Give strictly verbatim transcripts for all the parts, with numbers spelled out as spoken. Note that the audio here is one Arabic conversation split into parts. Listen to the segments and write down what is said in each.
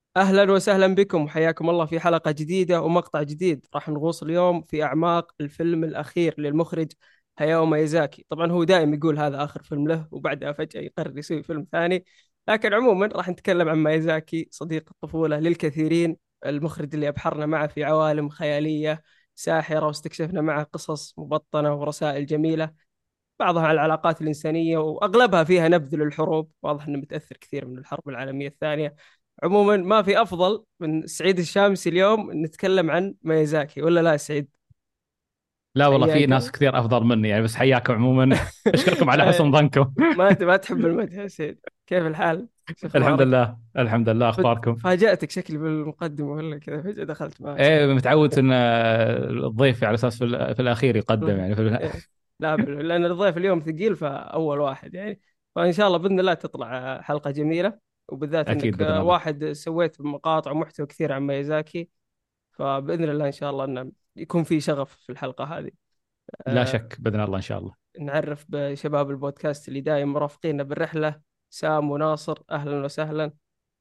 أهلا وسهلا بكم وحياكم الله في حلقة جديدة ومقطع جديد. راح نغوص اليوم في أعماق الفيلم الأخير للمخرج هاياو ميازاكي. طبعا هو دائما يقول هذا آخر فيلم له وبعدها فجأة يقرر يسوي فيلم ثاني، لكن عموما راح نتكلم عن ميازاكي، صديق الطفولة للكثيرين، المخرج اللي أبحرنا معه في عوالم خيالية ساحرة واستكشفنا معه قصص مبطنة ورسائل جميلة، بعضها عن العلاقات الإنسانية وأغلبها فيها نبذ للحروب. واضح أنه متأثر كثير من الحرب العالمية الثانية. عموما ما في أفضل من سعيد الشامسي اليوم نتكلم عن ميازاكي، ولا لا سعيد؟ لا والله في حياك. ناس كثير افضل مني يعني، بس حياكم عموما. اشكركم على حسن ظنكم. ما أنت ما تحب المدح يا سعيد، كيف الحال؟ شو الحمد أخبارك؟ لله الحمد لله، اخباركم؟ فاجأتك شكلي بالمقدمة ولا كذا فجأة دخلت معك. ايه متعود ان آه، الضيف على اساس في, ال- في الاخير يقدم يعني في ال- إيه. لا بل- لأن الضيف اليوم ثقيل فأول واحد يعني. فإن شاء الله بإذن الله تطلع حلقة جميلة، وبالذات اكيد انك باذن الله. واحد سويت مقاطع ومحتوى كثير عن ميازاكي، فباذن الله ان شاء الله انه يكون في شغف في الحلقه هذه. لا أه. شك باذن الله ان شاء الله. نعرف بشباب البودكاست اللي دايم مرافقينا بالرحله، سام وناصر، اهلا وسهلا.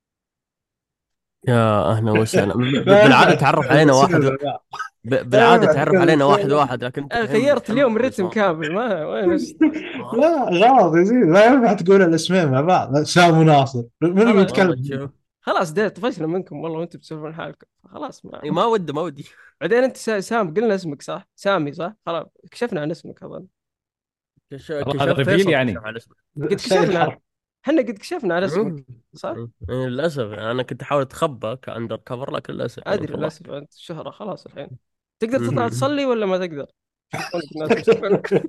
يا اهلا وسهلا. ب- ب- ما بالعاده ينفع تعرف تتكلم علينا واحد و... بسرعة لا. ب- ما بالعاده ينفع تعرف تتكلم علينا واحد بسرعة. واحد، لكن انت أه الحين غيرت اليوم محمد الرتم وعصام. كامل، ما وين وش- ما لا غلط يا زين، ما ينفع تقول الاسمين مع بعض، سام وناصر منو خلاص. والله بيتكلم؟ تشوف. خلاص ده طفشنا منكم والله وانتم تسولفون حالكم، خلاص ما. إي، ما ودي ما ودي. بعدين انت سا- سام قلنا اسمك صح؟ سامي صح؟ خلاص كشفنا عن اسمك اظن. كش- والله هذا كشف ريفيل فيصل كشف يعني. على اسمه. قد سيد كشفنا عن... حرب. احنا قد كشفنا عن اسمك مم. صح؟ إي، للاسف انا كنت احاول اتخبى كاندر كفر، لكن للاسف يعني ادري فضحت. للاسف انت الشهرة خلاص الحين. تقدر تطلع مم. تصلي ولا ما تقدر؟ يشوفونك الناس يشوفونك.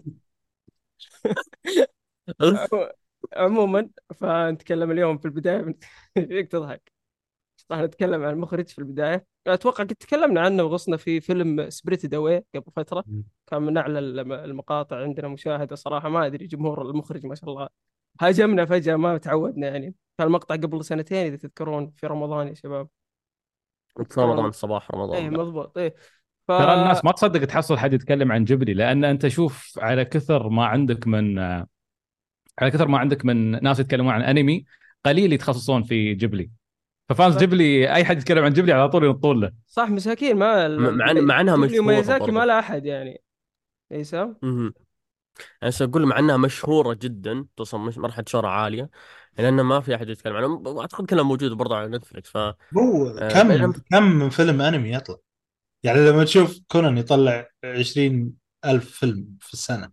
عمو- عموما فنتكلم اليوم في البداية من... فيك تضحك. راح نتكلم عن المخرج في البداية. أتوقع قد تكلمنا عنه وغصنا في فيلم سبريتد أواي قبل فترة، كان من أعلى الم- المقاطع عندنا مشاهدة صراحة. ما أدري جمهور المخرج ما شاء الله هاجمنا فجأة، ما تعودنا يعني. كان المقطع قبل سنتين إذا تذكرون في رمضان يا شباب، في رمضان، تذكرون؟ صباح إيه رمضان بعد. مضبوط إيه. ف ترى الناس ما تصدق تحصل حد يتكلم عن جبلي، لان انت شوف على كثر ما عندك من على كثر ما عندك من ناس يتكلمون عن انمي، قليل يتخصصون في جبلي. ففانز جبلي اي حد يتكلم عن جبلي على طول ينطون له. صح مساكين، ما م- مع إن- مع انها جيبلي مشهوره وميازاكي ما برضو. لا أحد يعني. إيه سام. مهم. يعني اقول مع انها مشهوره جدا، توصل مش مرحله شهره عاليه، لان ما في احد يتكلم عنها، واعتقد كلها موجوده برضه على نتفلكس. ف هو آه، كم بينما- كم من فيلم انمي يطلع؟ يعني لما تشوف كونان يطلع عشرين ألف فيلم في السنة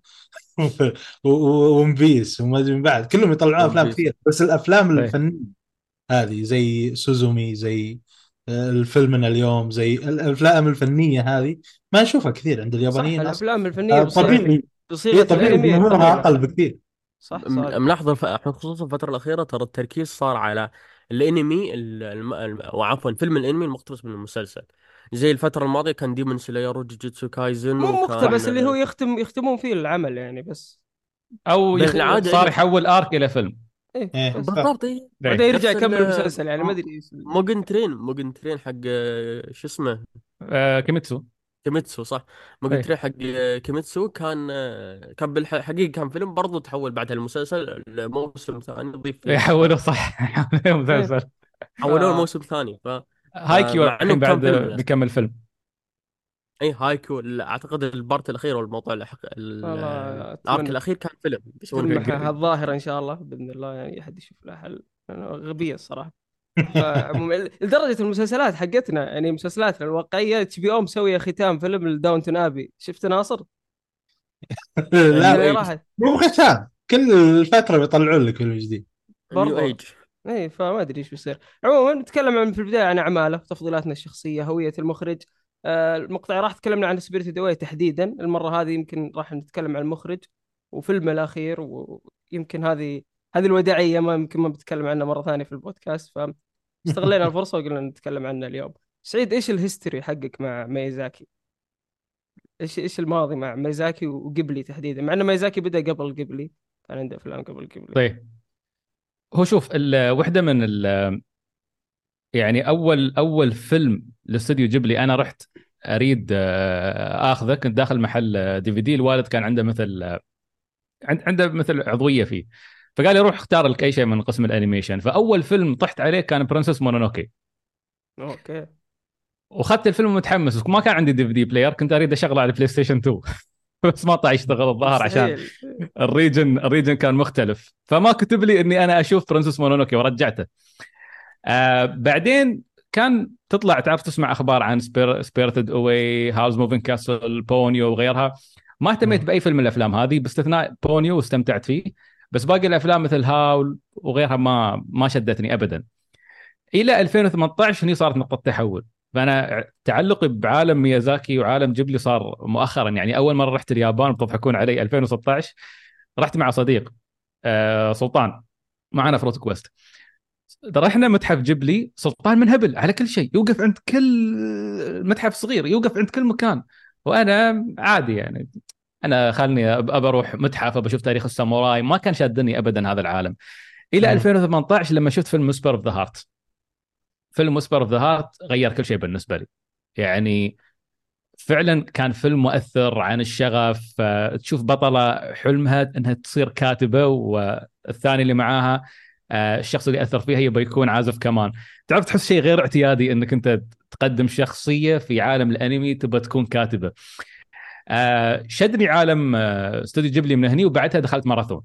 ون بيس وما ادري من بعد كلهم يطلعون ون افلام بيس. كثير، بس الافلام طيب. الفنية هذه زي سوزومي، زي آه، الفيلمنا اليوم، زي الافلام الفنية هذه ما نشوفها كثير عند صح اليابانيين اصلا. الأفلام الفنية آه، بصيغة طبيعي. اي بصيغة طبيعي الأنمي جمهورها قليلة. اقل بكثير. صح م- صادق. ملاحظه الف... احنا خصوصا الفتره الاخيره ترى التركيز صار على الانمي ال... الم... الم... وعفوا فيلم الانمي المقتبس من المسلسل. زي الفتره الماضيه كان ديمون سلاير وجوجوتسو كايزن، مو مقتبس اللي هو وكان يختم يختمون فيه العمل يعني بس. او يخ... بالعاده صار إيه. يحول ارك الى فيلم. إيه ايه بس. ف... بالضبط إيه. بعدين ايه. يرجع نفس ال يكمل المسلسل يعني ما أدري إيش ال- موجن ترين موجن ترين حق آه، شو اسمه، آه كيميتسو. كيميتسو صح. موجن ايه. ترين حق آه، كيميتسو كان آه، كان بالحقيقة كان فيلم برضو، تحول بعدها المسلسل لموسم ثاني نضيف فيه يحولوا أحداث. صح. يحولوا إيه. مسلسل. ف حولوه لموسم ثاني. ف آه، هايكيو مع انه الحين كان بعد فيلم للاسف. بيكمل فيلم. اي هايكو ال- اعتقد البارت الاخير او الموضوع الأحق... ال- والله الارك أتمنى الاخير كان فيلم بيسوون تلمح فيلم. هالظاهرة إن شاء الله بإذن الله يعني أحد يشوف لها حل، لأنه غبية الصراحة. فعموما لدرجة المسلسلات حقتنا يعني مسلسلاتنا الواقعية اتش بي او مسوية ختام فيلم لداونتون ابي، شفت ناصر؟ السنة نيو اللي لا ايج. راحت. مو ختام، كل فترة بيطلعون لك فيلم جديد. نيو برضو. ايج. اي فما ادري ايش بيصير. عموما نتكلم عن في البدايه عن اعماله، تفضيلاتنا الشخصيه، هويه المخرج. آه، المقطع راح تكلمنا عن سبيريتد اواي تحديدا، المره هذه يمكن راح نتكلم عن المخرج وفيلمه الاخير، ويمكن هذه هذه الوداعيه ما يمكن ما بتكلم عنها مره ثانيه في البودكاست، فاستغلينا الفرصه وقلنا نتكلم عنها اليوم. سعيد ايش الهيستوري حقك مع ميزاكي؟ ايش ايش الماضي مع ميزاكي وقبلي تحديدا، مع ان ميزاكي بدا قبل قبلي، كان عنده افلام قبل قبلي. طيب. هو شوف الوحده من ال... يعني اول اول فيلم لاستوديو جيبلي انا رحت اريد آه، اخذه. كنت داخل محل دي في دي، الوالد كان عنده مثل آه، عند- عنده مثل عضويه فيه، فقال لي روح اختار لك اي شيء من قسم الانيميشن. فاول فيلم طحت عليه كان برنسس مونونوكي. اوكي. واخذت الفيلم متحمس، وما كان عندي دي في دي بلاير، كنت اريد اشغله على البلاي ستيشن تو. بس ما طلع يشتغل الظاهر عشان مستحيل. الريجن الريجن كان مختلف، فما كتب لي اني انا اشوف برنسس مونونوكي ورجعته. آه بعدين كان تطلع تعرف تسمع اخبار عن سبير سبيرتد اواي، هاوس موفينج كاسل، بونيو وغيرها. ما اهتميت مم. باي فيلم من الافلام هذه باستثناء بونيو، واستمتعت فيه. بس باقي الافلام مثل هاول وغيرها ما ما شدتني ابدا. الى ألفين وثمانية عشر هني صارت نقطه تحول. فانا تعلقي بعالم ميازاكي وعالم جيبلي صار مؤخرا. يعني اول مره رحت اليابان بتضحكون علي ألفين وستة عشر، رحت مع صديق آه سلطان، معنا فروت كويست. رحنا متحف جيبلي، سلطان منهبل على كل شيء، يوقف عند كل متحف صغير، يوقف عند كل مكان. وانا عادي يعني، انا خلني أب- ابى اروح متحف، ابى اشوف تاريخ الساموراي، ما كان شادني ابدا هذا العالم. الى مم. ألفين وثمانية عشر لما شفت فيلم ويسبر اوف ذا هارت. فيلم ويسبر اوف ذا هارت غير كل شيء بالنسبه لي. يعني فعلا كان فيلم مؤثر عن الشغف. آه، تشوف بطلة حلمها انها تصير كاتبة، والثاني اللي معاها آه، الشخص اللي اثر فيها يبغى يكون عازف كمان. تعرف تحس شيء غير اعتيادي انك انت تقدم شخصية في عالم الانمي تبغى تكون كاتبة. آه، شدني عالم آه، استوديو جيبلي من هني، وبعدها دخلت ماراثون.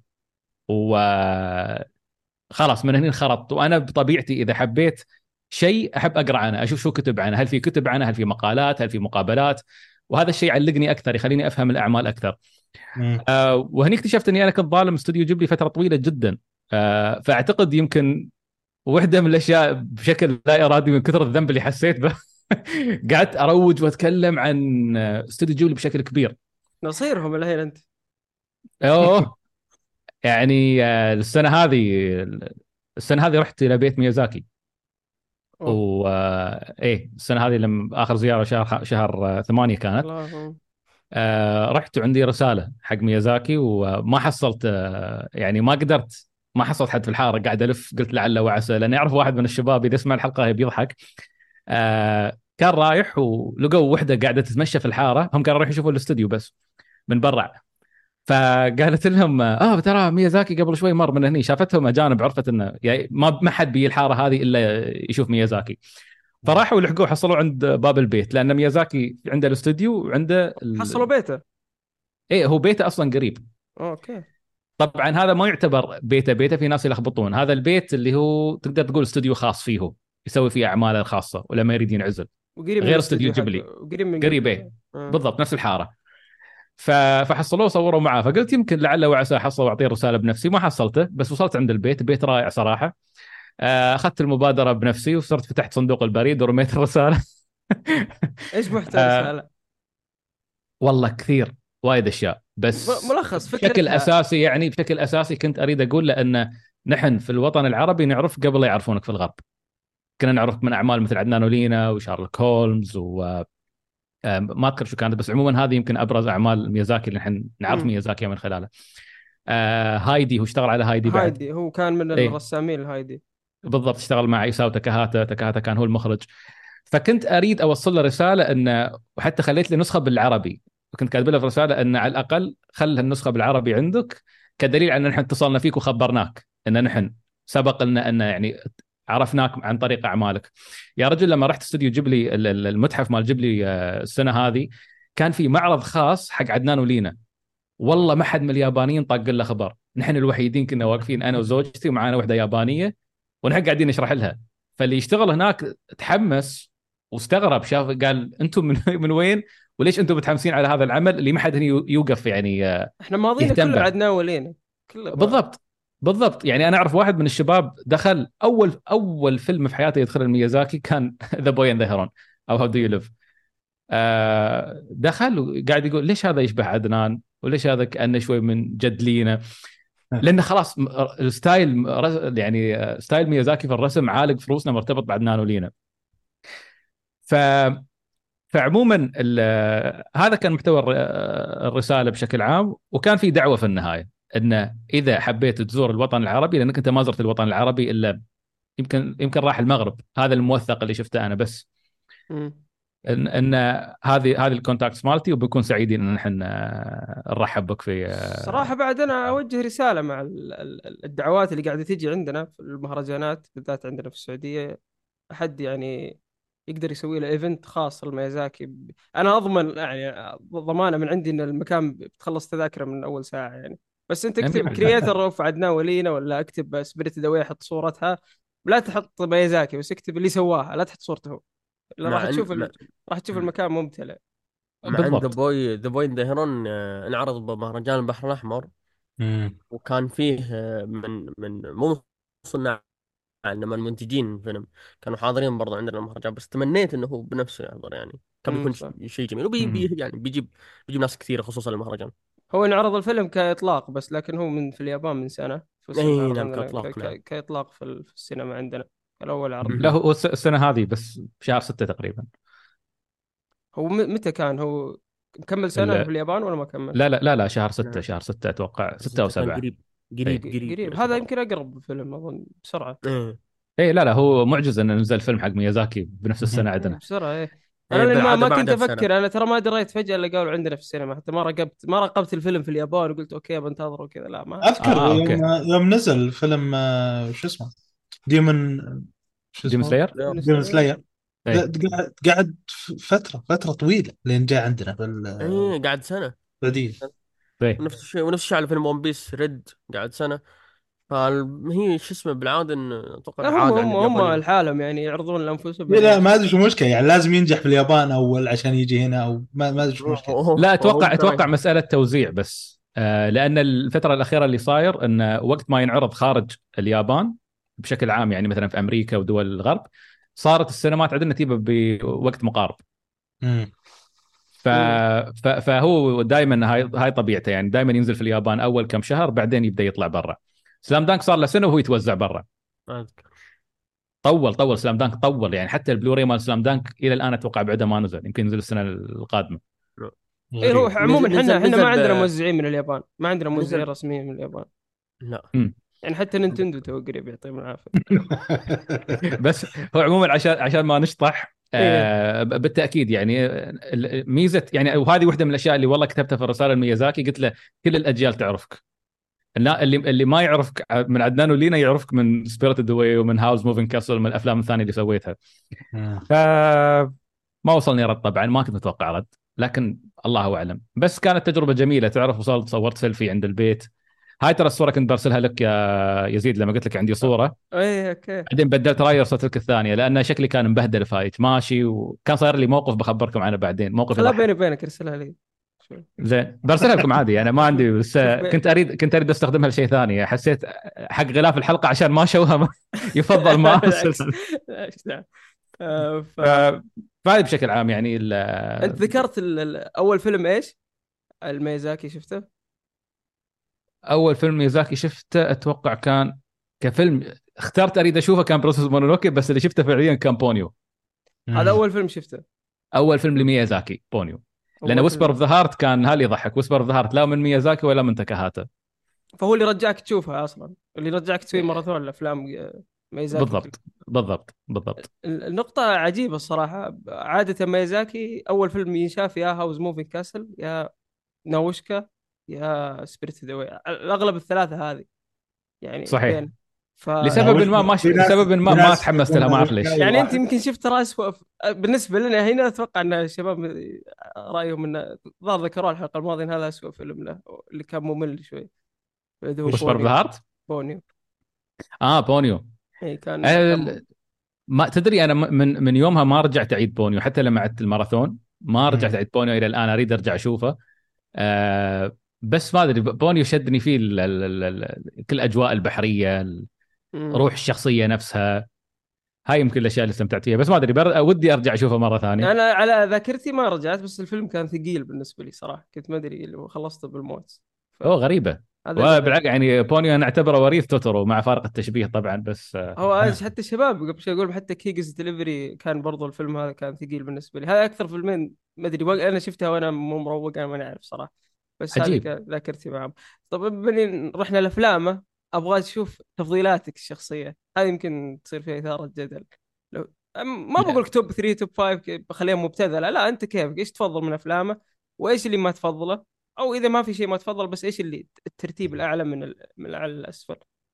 وخلاص من هني انخرطت. وانا بطبيعتي اذا حبيت شيء احب اقرا عنه، اشوف شو كتب عنه، هل في كتب عنه، هل في مقالات، هل في مقابلات. وهذا الشيء يعلقني اكثر، يخليني افهم الاعمال اكثر. مم. آه وهني اكتشفت اني انا كنت ظالم استوديو جيبلي فتره طويله جدا. آه فاعتقد يمكن واحده من الاشياء بشكل لا ارادي من كثر الذنب اللي حسيت به قعدت اروج واتكلم عن آه، استوديو جيبلي بشكل كبير. نصيرهم الحين انت. اوه. يعني آه السنه هذه السنه هذه رحت الى بيت ميازاكي. اوه. و آه، ايه السنه هذه لما اخر زياره شهر شهر آه، ثمانية كانت. الله. آه رحت وعندي رساله حق ميازاكي، وما حصلت آه يعني ما قدرت، ما حصلت حد في الحاره، قاعد الف قلت لعل وعسى، لاني اعرف واحد من الشباب اذا يسمع الحلقه بيضحك. آه كان رايح ولقوا وحده قاعده تتمشى في الحاره، هم كانوا رايحين يشوفوا الاستوديو بس من برا. فقالت لهم اه ترى ميازاكي قبل شوي مر من هني، شافتهم اجانب، عرفت انه يعني ما ما حد بيجي الحاره هذه الا يشوف ميازاكي. فراحوا لحقوه، حصلوا عند باب البيت، لان ميازاكي عنده الاستوديو وعنده حصلوا ال... بيته. ايه هو بيته اصلا قريب. اوكي. طبعا هذا ما يعتبر بيته بيته في ناس يلخبطون، هذا البيت اللي هو تقدر تقول استوديو خاص فيه، هو يسوي فيه اعماله الخاصه ولما يريد ينعزل. وقريب من غير استوديو الاستوديو جيبلي. حقه، وقريب من قريب قبله. ايه آه. بالضبط نفس الحاره. ف... فحصلوه وصوروا معاه، فقلت يمكن لعل وعسى احصل واعطيه رساله بنفسي. ما حصلته، بس وصلت عند البيت، بيت رائع صراحه. آه، اخذت المبادره بنفسي وصرت فتحت صندوق البريد ورميت الرساله. ايش محتوى آه، الرساله؟ والله كثير، وايد اشياء، م- بس ملخص بشكل فكرتها. اساسي يعني بشكل اساسي كنت اريد اقول له ان نحن في الوطن العربي نعرف قبل لا يعرفونك في الغرب. كنا نعرف من اعمال مثل عدنان ولينا وشارلوك هولمز، وما اذكر شو كانت، بس عموما هذه يمكن ابرز اعمال ميازاكي اللي نحن نعرف امم. ميازاكي من خلاله. آه هايدي، هو اشتغل على هايدي بعد. هايدي هو كان من ايه الرسامين الهايدي. بالضبط، اشتغل مع ايساو تاكاهاتا، تاكاهاتا كان هو المخرج. فكنت اريد اوصل له رساله انه، وحتى خليت له نسخه بالعربي، وكنت كاتب له في رساله ان على الاقل خل النسخه بالعربي عندك كدليل على ان نحن اتصلنا فيك وخبرناك ان نحن سبق لنا ان يعني عرفناك عن طريق اعمالك. يا رجل لما رحت استوديو جيبلي ال- ال- المتحف مال جيبلي آه، السنه هذه، كان في معرض خاص حق عدنان ولينا. والله ما حد من اليابانيين طاق له خبر، نحن الوحيدين كنا واقفين انا وزوجتي ومعانا واحده يابانيه، ونحن قاعدين نشرح لها. فاللي يشتغل هناك تحمس واستغرب، شاف قال انتم من من وين، وليش انتم متحمسين على هذا العمل اللي ما حد هنا يوقف يعني آه، احنا ماضينا يهتم كله به. عدنان ولينا. كله ب... بالضبط. بالضبط يعني انا اعرف واحد من الشباب دخل اول اول فيلم في حياته يدخل الميازاكي كان ذا بوي اند ذا هيرون، او هاو دو يو ليف. دخل وقاعد يقول ليش هذا يشبه عدنان، وليش هذا كانه شوي من جد لينا. لان خلاص م- الستايل م- رس- يعني آه، ستايل ميازاكي في الرسم عالق في روسنا، مرتبط بعدنان ولينا. ف فعموما ال- آه، هذا كان محتوى الر- آه، الرساله بشكل عام. وكان في دعوه في النهايه انه اذا حبيت تزور الوطن العربي، لانك انت ما زرت الوطن العربي الا يمكن يمكن راح المغرب، هذا الموثق اللي شفته انا بس. مم. ان ان هذه هذه الكونتاكتس مالتي، وبنكون سعيدين ان نحن آه، نرحب بك في صراحة آه، بعد أنا أوجه رسالة مع ال- ال- الدعوات اللي قاعدة تيجي عندنا في المهرجانات بالذات عندنا في السعودية. أحد يعني يقدر يسوي له ايفنت خاص لميازاكي ب... انا اضمن يعني ضمانه من عندي ان المكان بتخلص تذاكره من اول ساعه يعني. بس انت اكتب كرييتر اوف عدنان ولينا، ولا اكتب سبيريت ذا، حط صورتها، لا تحط ميازاكي، بس اكتب اللي سواها، لا تحط صورته هو. لا، راح مع ان تشوف مع, ال... راح تشوف المكان ممتلئ. مع ان ذا بالضبط. بوي ذا بوي ذا هيرون انعرض بمهرجان البحر الاحمر، مم. وكان فيه آه، من من مو صناع، انما المنتجين الفيلم كانوا حاضرين برضو عندنا المهرجان، بس تمنيت انه هو بنفسه يحضر يعني. كان امم بيكون ش- صح. شيء جميل، وبي مم. بي يعني بيجيب بيجيب ناس كثيره خصوصا المهرجان. هو انعرض الفيلم كإطلاق بس، لكن هو من في اليابان من سنة، بس اي انعرض نعم، عندنا ك... كاطلاق نعم. ك... كإطلاق في, ال... في السينما عندنا، الأول عرض. لا، مهم. هو الس- السنه هذه بس شهر ستة تقريبا. هو م... متى كان هو مكمل سنة في ال- اليابان ولا ما كمل؟ لا لا لا لا شهر ستة، نعم، شهر ستة اتوقع، بس ستة او انت كان سبعة. قريب اي قريب ق- قريب قريب، هذا يعتبر. يمكن أقرب فيلم أظن بسرعة. ايه اي لا لا هو معجزه انه نزل فيلم حق ميازاكي بنفس السنه مم. إيه عندنا. بسرعة إيه. أنا ايه لأن ما بعد ما كنت بعدها بسنه. أفكر، أنا ترى ما دريت، فجأة اللي قالوا عندنا في السينما، حتى ما رقبت ما راقبت الفيلم في اليابان وقلت أوكي بنتظر وكذا، لا ما اه, اذكر آه يوم اوكي. يوم نزل فيلم آه، شو اسمه ديمون، شو ديمون اسمه سلاير. لا. ديمون سلاير. اي قاعد قاعد فتره فتره طويله لين جاء عندنا في ايه قعد سنه. السعوديه. اي ونفس الشيء ونفس الشيء على فيلم ون بيس ريد، قعد سنه. فهي شو اسمه بالعاده ان لا، اتوقع هم عاده عند هم هم اليابانيين. لحالهم يعني يعرضون لأنفسهم إيه لا، بعدين. ما ادري شو المشكله يعني، لازم ينجح في اليابان اول عشان يجي هنا، او ما ما ادري شو هو المشكله. هو لا هو اتوقع اتوقع ترى. مساله توزيع بس، آه لان الفتره الاخيره اللي صاير انه وقت ما ينعرض خارج اليابان بشكل عام، يعني مثلا في امريكا ودول الغرب، صارت السينمات عندنا تجيبه بوقت مقارب. امم ف... ف... فهو دائما هاي هاي طبيعته، يعني دائما ينزل في اليابان اول كم شهر بعدين يبدا يطلع برا. سلام دانك صار له سنه وهو يتوزع برا. ما اذكر. طول طول سلام دانك طول، يعني حتى البلوراي مال سلام دانك الى الان اتوقع بعده ما نزل، يمكن ينزل السنه القادمه. ايه هو غريب. عموما نزل احنا نزل احنا ما نزل ب عندنا موزعين من اليابان، ما عندنا موزعين نزل رسميين من اليابان. لا. امم يعني حتى نينتندو تو قريب، يعطيهم العافيه. بس هو عموما عشان عشان ما نشطح، ايه آه بالتاكيد يعني ال- ميزه يعني، وهذه واحده من الاشياء اللي والله كتبتها في الرساله لميازاكي، قلت له كل الاجيال تعرفك. النا- اللي اللي ما يعرفك من عدنان ولينا يعرفك من سبيريت ذا واي ومن هاوس موفينج كاسل ومن الافلام الثانيه اللي سويتها. ف ما وصلني رد طبعا، ما كنت متوقع رد، لكن الله اعلم. بس كانت تجربه جميله، تعرف وصلت صورت سيلفي عند البيت. هاي ترى الصوره كنت برسلها لك يا يزيد لما قلت لك عندي صوره، ايه اوكي. بعدين بدلت رايي ورسلت لك الثانيه لان شكلي كان مبهدل فايت ماشي، وكان صاير لي موقف بخبركم عنه بعدين، موقف خلا بيني يضحك. وبينك ارسلها لي شوي. زين برسلها لكم عادي، انا ما عندي، بس شوف بي... كنت اريد كنت اريد استخدمها لشيء ثاني، حسيت حق غلاف الحلقه عشان ما شوها يفضل ما بالعكس. ارسل. بالعكس، نعم. آه، ف ف فهذه بشكل عام يعني ال- انت ذكرت ال... ال- اول فيلم ايش؟ الميزاكي شفته؟ اول فيلم ميازاكي شفته اتوقع كان كفيلم اخترت اريد اشوفه كان بروسيس مونونوكي، بس اللي شفته فعليا كان بونيو. هذا اول فيلم شفته. اول فيلم لميازاكي بونيو. لان اول ويسبر فيلم. اوف ذا هارت كان هالي يضحك، ويسبر اوف ذا هارت لا من ميازاكي ولا من تاكاهاتا. فهو اللي رجعك تشوفها اصلا، اللي رجعك تسوي ماراثون الافلام آه، ميزاكي كله. بالضبط بالضبط بالضبط. ال- النقطة عجيبة الصراحة. عادة ميزاكي أول فيلم ينشاف يا هاوس موفي كاسل، يا ناوشكا، يا سبيريت ذا واي، الأغلب الثلاثة هذه يعني صحيح. بين. ف لا لسبب وش ما ما ش... في ناس لسبب في ما ما ناس تحمست لها، ما اعرف ليش. يعني أنت واحد. يمكن شفت راس و... بالنسبة لنا هنا أتوقع أن الشباب رأيهم أن ظهر ذكروا الحلقة الماضية إن هذا أسوأ فيلم له، اللي كان ممل شوي، اللي هو ويسبر اوف ذا بونيو. هارت. بونيو. اه بونيو. إيه كان كان ال- ما تدري انا م- من من يومها ما رجعت اعيد بونيو، حتى لما عدت الماراثون ما رجعت مم. اعيد بونيو الى الان، اريد ارجع اشوفه. آه بس ما ادري بونيو شدني فيه ال ال ال ال كل الاجواء البحريه، مم. روح الشخصيه نفسها. هاي يمكن الاشياء اللي استمتعت فيها، بس ما ادري بر... ودي ارجع اشوفه مره ثانيه. انا على ذاكرتي ما رجعت، بس الفيلم كان ثقيل بالنسبه لي صراحه، كنت ما ادري اللي هو خلصته بالموت. اوه غريبه. فهذا اللي وبالعكس ذاكر. يعني بونيو انا اعتبره وريث توتورو مع فارق التشبيه طبعا، بس آه، هو أنا- حتى الشباب قبل شوي يقول حتى كيجز دليفري كان برضو الفيلم هذا كان ثقيل بالنسبه لي. هذا اكثر فيلمين ما ادري وق- انا شفتها وانا مو مروق، انا ماني عارف صراحه، بس هذه عجيب. كان ذاكرتي معهم. طب بني رحنا لافلامه، ابغى اشوف تفضيلاتك الشخصيه، هذه يمكن تصير فيها اثاره جدل. لو أم- ما بقول لا لك توب ثلاثة توب خمسة بخليها مبتذله، لا انت كيفك، ايش تفضل من افلامه، وايش اللي ما تفضله، او اذا ما في شيء ما تفضل بس ايش اللي الترتيب الاعلى من ال... من الاعلى للاسفل.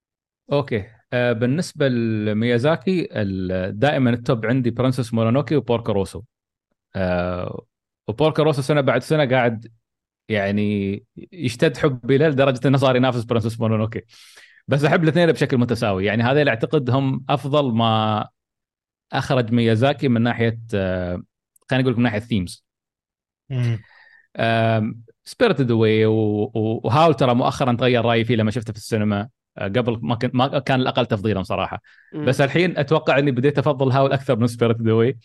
اوكي. آه بالنسبه لميازاكي ال- دائما التوب عندي برنسس مونونوكي وبوركو روسو. آه وبوركو روسو سنه بعد سنه قاعد يعني يشتد حبي له لدرجه انه صار ينافس برنسس مونونوكي. بس احب الاثنين بشكل متساوي، يعني هذول اعتقد هم افضل ما اخرج ميازاكي من ناحيه آه خلينا نقول من ناحيه ثيمز. مم. سبيريتد اواي وهاول ترى مؤخرا تغير رايي فيه لما شفته في السينما. آه، قبل ما كنت ما كان الاقل تفضيلا صراحه. مم. بس الحين اتوقع اني بديت افضل هاول اكثر من سبيريتد اواي.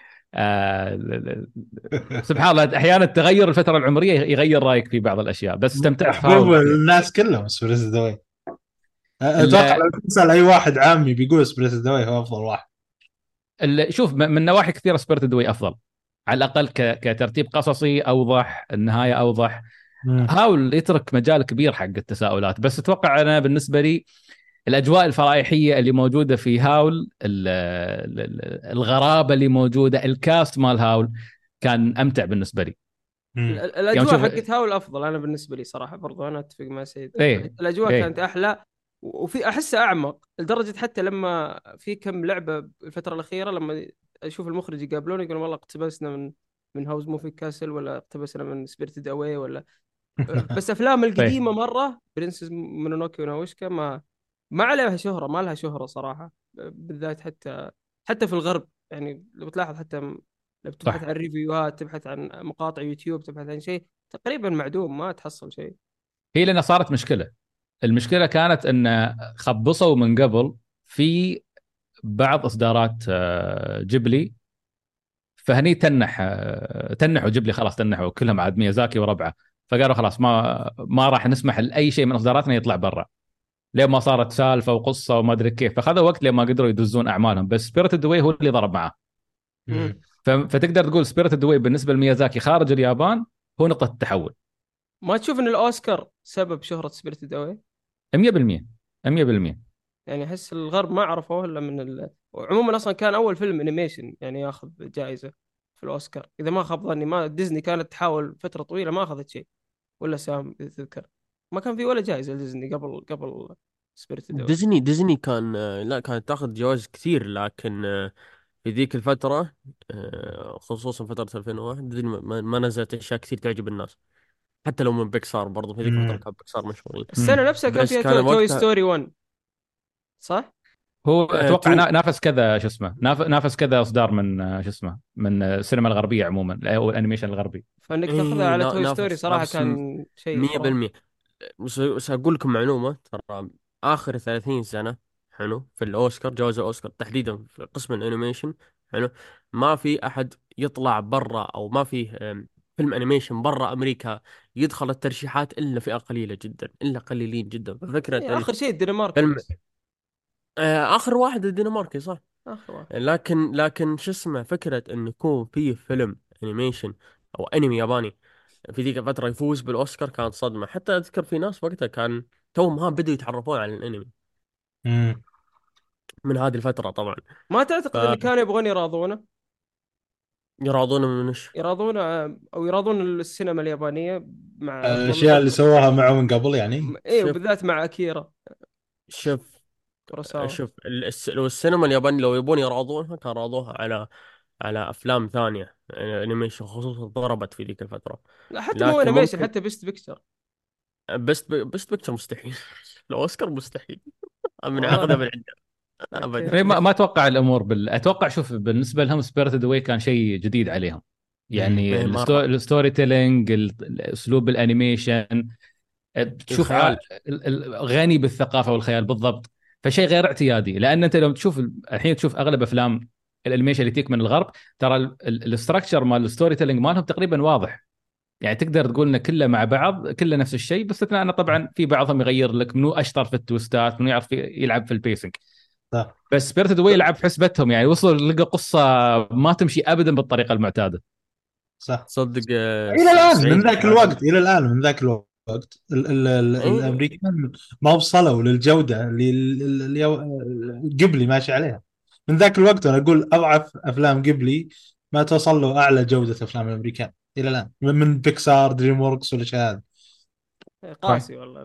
آه ل- ل- سبحان الله احيانا تغير الفتره العمريه يغير رايك في بعض الاشياء، بس استمتعت في محبوب هاول. الناس كلهم سبريس دواي. اتوقع ال- لو تسال اي واحد عامي بيقول سبريس دواي هو افضل واحد. ال- شوف م- من نواحي كثيره سبيريتد اواي افضل، على الاقل ك- كترتيب قصصي اوضح، النهايه اوضح. مم. هاول يترك مجال كبير حق التساؤلات، بس اتوقع انا بالنسبه لي الاجواء الفرائحيه اللي موجوده في هاول، ال- ال- الغرابه اللي موجوده، الكاست مال هاول كان امتع بالنسبه لي. ال- مم. ال- يعني الاجواء شوف. حقت هاول افضل انا بالنسبه لي صراحه، برضو انا اتفق مع سيد. ايه الاجواء كانت ايه احلى، وفي احسها اعمق لدرجه حتى لما في كم لعبه الفتره الاخيره لما اشوف المخرج يقابلون يقولون والله اقتبسنا من من هاوس موفي كاسل، ولا اقتبسنا من سبيرتد اواي، ولا بس افلام طيب. القديمه مره برنسس مونونوكي وناوشكا ما ما عليها شهره، ما لها شهره صراحه، بالذات حتى حتى في الغرب. يعني لو بتلاحظ حتى م- لو بتبحث صح. عن ريفيوهات، تبحث عن مقاطع يوتيوب، تبحث عن شيء تقريبا معدوم، ما تحصل شيء. هي لنا صارت مشكله. المشكله كانت ان خبصوا من قبل في بعض اصدارات آه، جيبلي، فهني تنح آه، تنحوا جيبلي، خلاص تنحوا كلهم عاد ميازاكي وربعه. فقالوا خلاص ما ما راح نسمح لاي شيء من اصداراتنا يطلع برا، لين ما صارت سالفه وقصه وما ادري كيف، فخذوا وقت لين ما قدروا يدزون اعمالهم. بس سبيريتد واي هو اللي ضرب معاه. مم. مم. ف- فتقدر تقول سبيريتد واي بالنسبه لميازاكي خارج اليابان هو نقطه التحول. ما تشوف ان الاوسكار سبب شهره سبيرتد اواي؟ مية بالمية. مية بالمية. يعني احس الغرب ما عرفوه الا من ال... عموما اصلا كان اول فيلم انيميشن يعني ياخذ جائزه في الاوسكار، اذا ما خاب ظني. ما ديزني كانت تحاول فتره طويله ما اخذت شيء، ولا سام اذا تذكر ما كان في ولا جائزه لديزني قبل قبل سبيرتد اواي. ديزني ديزني كان آه، لا كانت تاخذ جوائز كثير، لكن آه، في ذيك الفترة، آه، خصوصا فترة ألفين وواحد، ديزني ما ما نزلت اشياء كثير تعجب الناس. حتى لو من بيكسار، برضو في ذيك الفترة مم. كان بيكسار مشهورين. السنه نفسها كان بس فيها تو... كان توي وقتها ستوري واحد، صح؟ هو آه، اتوقع تو نا- نافس كذا شو اسمه، ناف- نافس كذا اصدار من آه، شو اسمه من آه، السينما الغربيه عموما او الانيميشن الغربي. فانك تاخذها اي على نا- توي ستوري نافس صراحه نافس كان شيء خرافي. مية بالمية. بس بس اقول لكم معلومه ترى، اخر ثلاثين سنه حلو في الاوسكار، جوائز الاوسكار تحديدا في قسم الانيميشن، حلو، ما في احد يطلع برا، او ما في أم، فيلم انيميشن برا امريكا يدخل الترشيحات الا فئه قليله جدا، الا قليلين جدا. ففكره إيه، ان اخر شيء الدنمارك فيلم بس، آه، اخر واحد الدنماركي صح. اخر واحد. لكن لكن شو اسمه، فكره انه يكون فيه فيلم انيميشن او انمي ياباني في ذيك الفترة يفوز بالأوسكار كانت صدمة. حتى أذكر في ناس وقتها كان توهم ها بدوا يتعرفون على الأنمي مم. من هذه الفترة طبعا. ما تعتقد ان كانوا يبغون يراضونه فيراضون من إيش؟ يراضون او يراضون السينما اليابانية مع الاشياء اللي افضل. سواها معه من قبل يعني. ايه، شوف وبالذات مع اكيرا شوف كوروساوا. شوف ال- الس- لو السينما اليابانية لو يبون يراضونها كان راضوها على على أفلام ثانية أنيميشن، خصوصا ضربت في ذيك الفترة. لا حتى مو لكن انيميشن، ممكن حتى بيست بيكتشر. بست بست بيكتشر مستحيل. الأوسكار مستحيل من عقده والله. من عنده اوكي. أبدا. إيه، ما ما اتوقع الامور بال... اتوقع شوف بالنسبه لهم سبيريتد واي كان شيء جديد عليهم. مم. يعني ما هي الستو... مرة الستوري تيلينج ال- اسلوب الانيميشن، تشوف ع... الخيال. ال- ال- غني بالثقافه والخيال بالضبط. فشيء غير اعتيادي، لان انت لو تشوف ال- الحين تشوف اغلب افلام الانيميشن اللي تيك من الغرب، ترى الاستراكشر مال الستوري تيلينج مالهم تقريبا واضح. يعني تقدر تقول ان كله مع بعض، كله نفس الشيء، باستثناء انه طبعا في بعضهم يغير لك منو اشطر في التويستات، منو يعرف يلعب في البيسنج. صح بس سبيرتد واي يلعب في حسبتهم، يعني وصل لقى قصه ما تمشي ابدا بالطريقه المعتاده. صح. تصدق آه، الى س- الان من سعيد ذاك بهذا. الوقت الى الان من ذاك الوقت ال ال ال إيه، الامريكان ما وصلوا للجوده اللي ال- ال- ال- قبلي ماشي عليها. من ذاك الوقت انا اقول اضعف افلام قبلي ما توصل له اعلى جوده افلام الامريكان الى الان، من من بيكسار دريم ووركس والاشياء هذه. طيب. قاسي والله ناصر.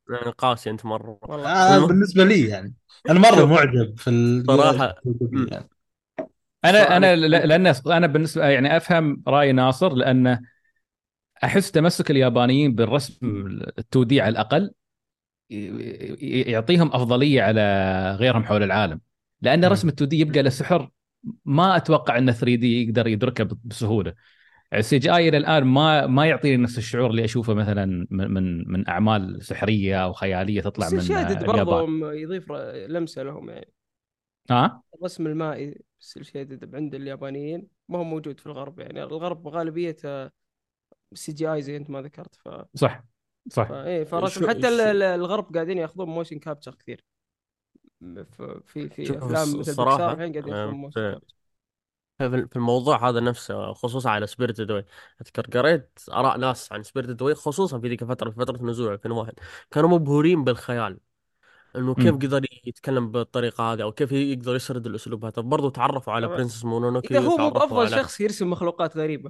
يعني قاسي انت مره. والله آه قاسي. الم... بالنسبه لي يعني انا مره شوف معجب في صراحه. ال مم. يعني. انا الصراحه انا انا كنت. لان انا بالنسبه يعني افهم راي ناصر، لان احس تمسك اليابانيين بالرسم التو دي على الاقل ي- يعطيهم افضليه على غيرهم حول العالم، لان رسم مم. التو دي يبقى له سحر ما اتوقع ان ثري دي يقدر يدركه بسهوله. السي جي اي الى الان ما ما يعطيني نفس الشعور اللي اشوفه مثلا من من من اعمال سحريه او خياليه تطلع السيل من شيدد آه، اليابان. برضو م- يضيف ر- لمسة لهم يعني. ها. الرسم المائي السيل شيدد عند اليابانيين ما هو موجود في الغرب، يعني الغرب غالبية سي جي اي زي انت ما ذكرت. ف صح صح. فايه فرسم شو حتى ال- شو ال- الغرب قاعدين ياخذون موشن كابتشر كثير. ف- في في شوف افلام الص- مثل بيكسار الصراحه الحين قاعدين ياخذون آه، موشن في كابتشر. في في الموضوع هذا نفسه، خصوصا على سبيريتد واي. اذكر قريت اراء ناس عن سبيريتد واي خصوصا في ذيك الفتره، في فتره نزوله ألفين وواحد، كانوا مبهورين بالخيال، انه كيف امم. قدر يتكلم بالطريقه هذه او كيف يقدر يسرد الاسلوب هذا. برضو تعرفوا على طبعا برنسس اذا مونونوكي هو مو وتعرفوا بافضل على شخص يرسم مخلوقات غريبه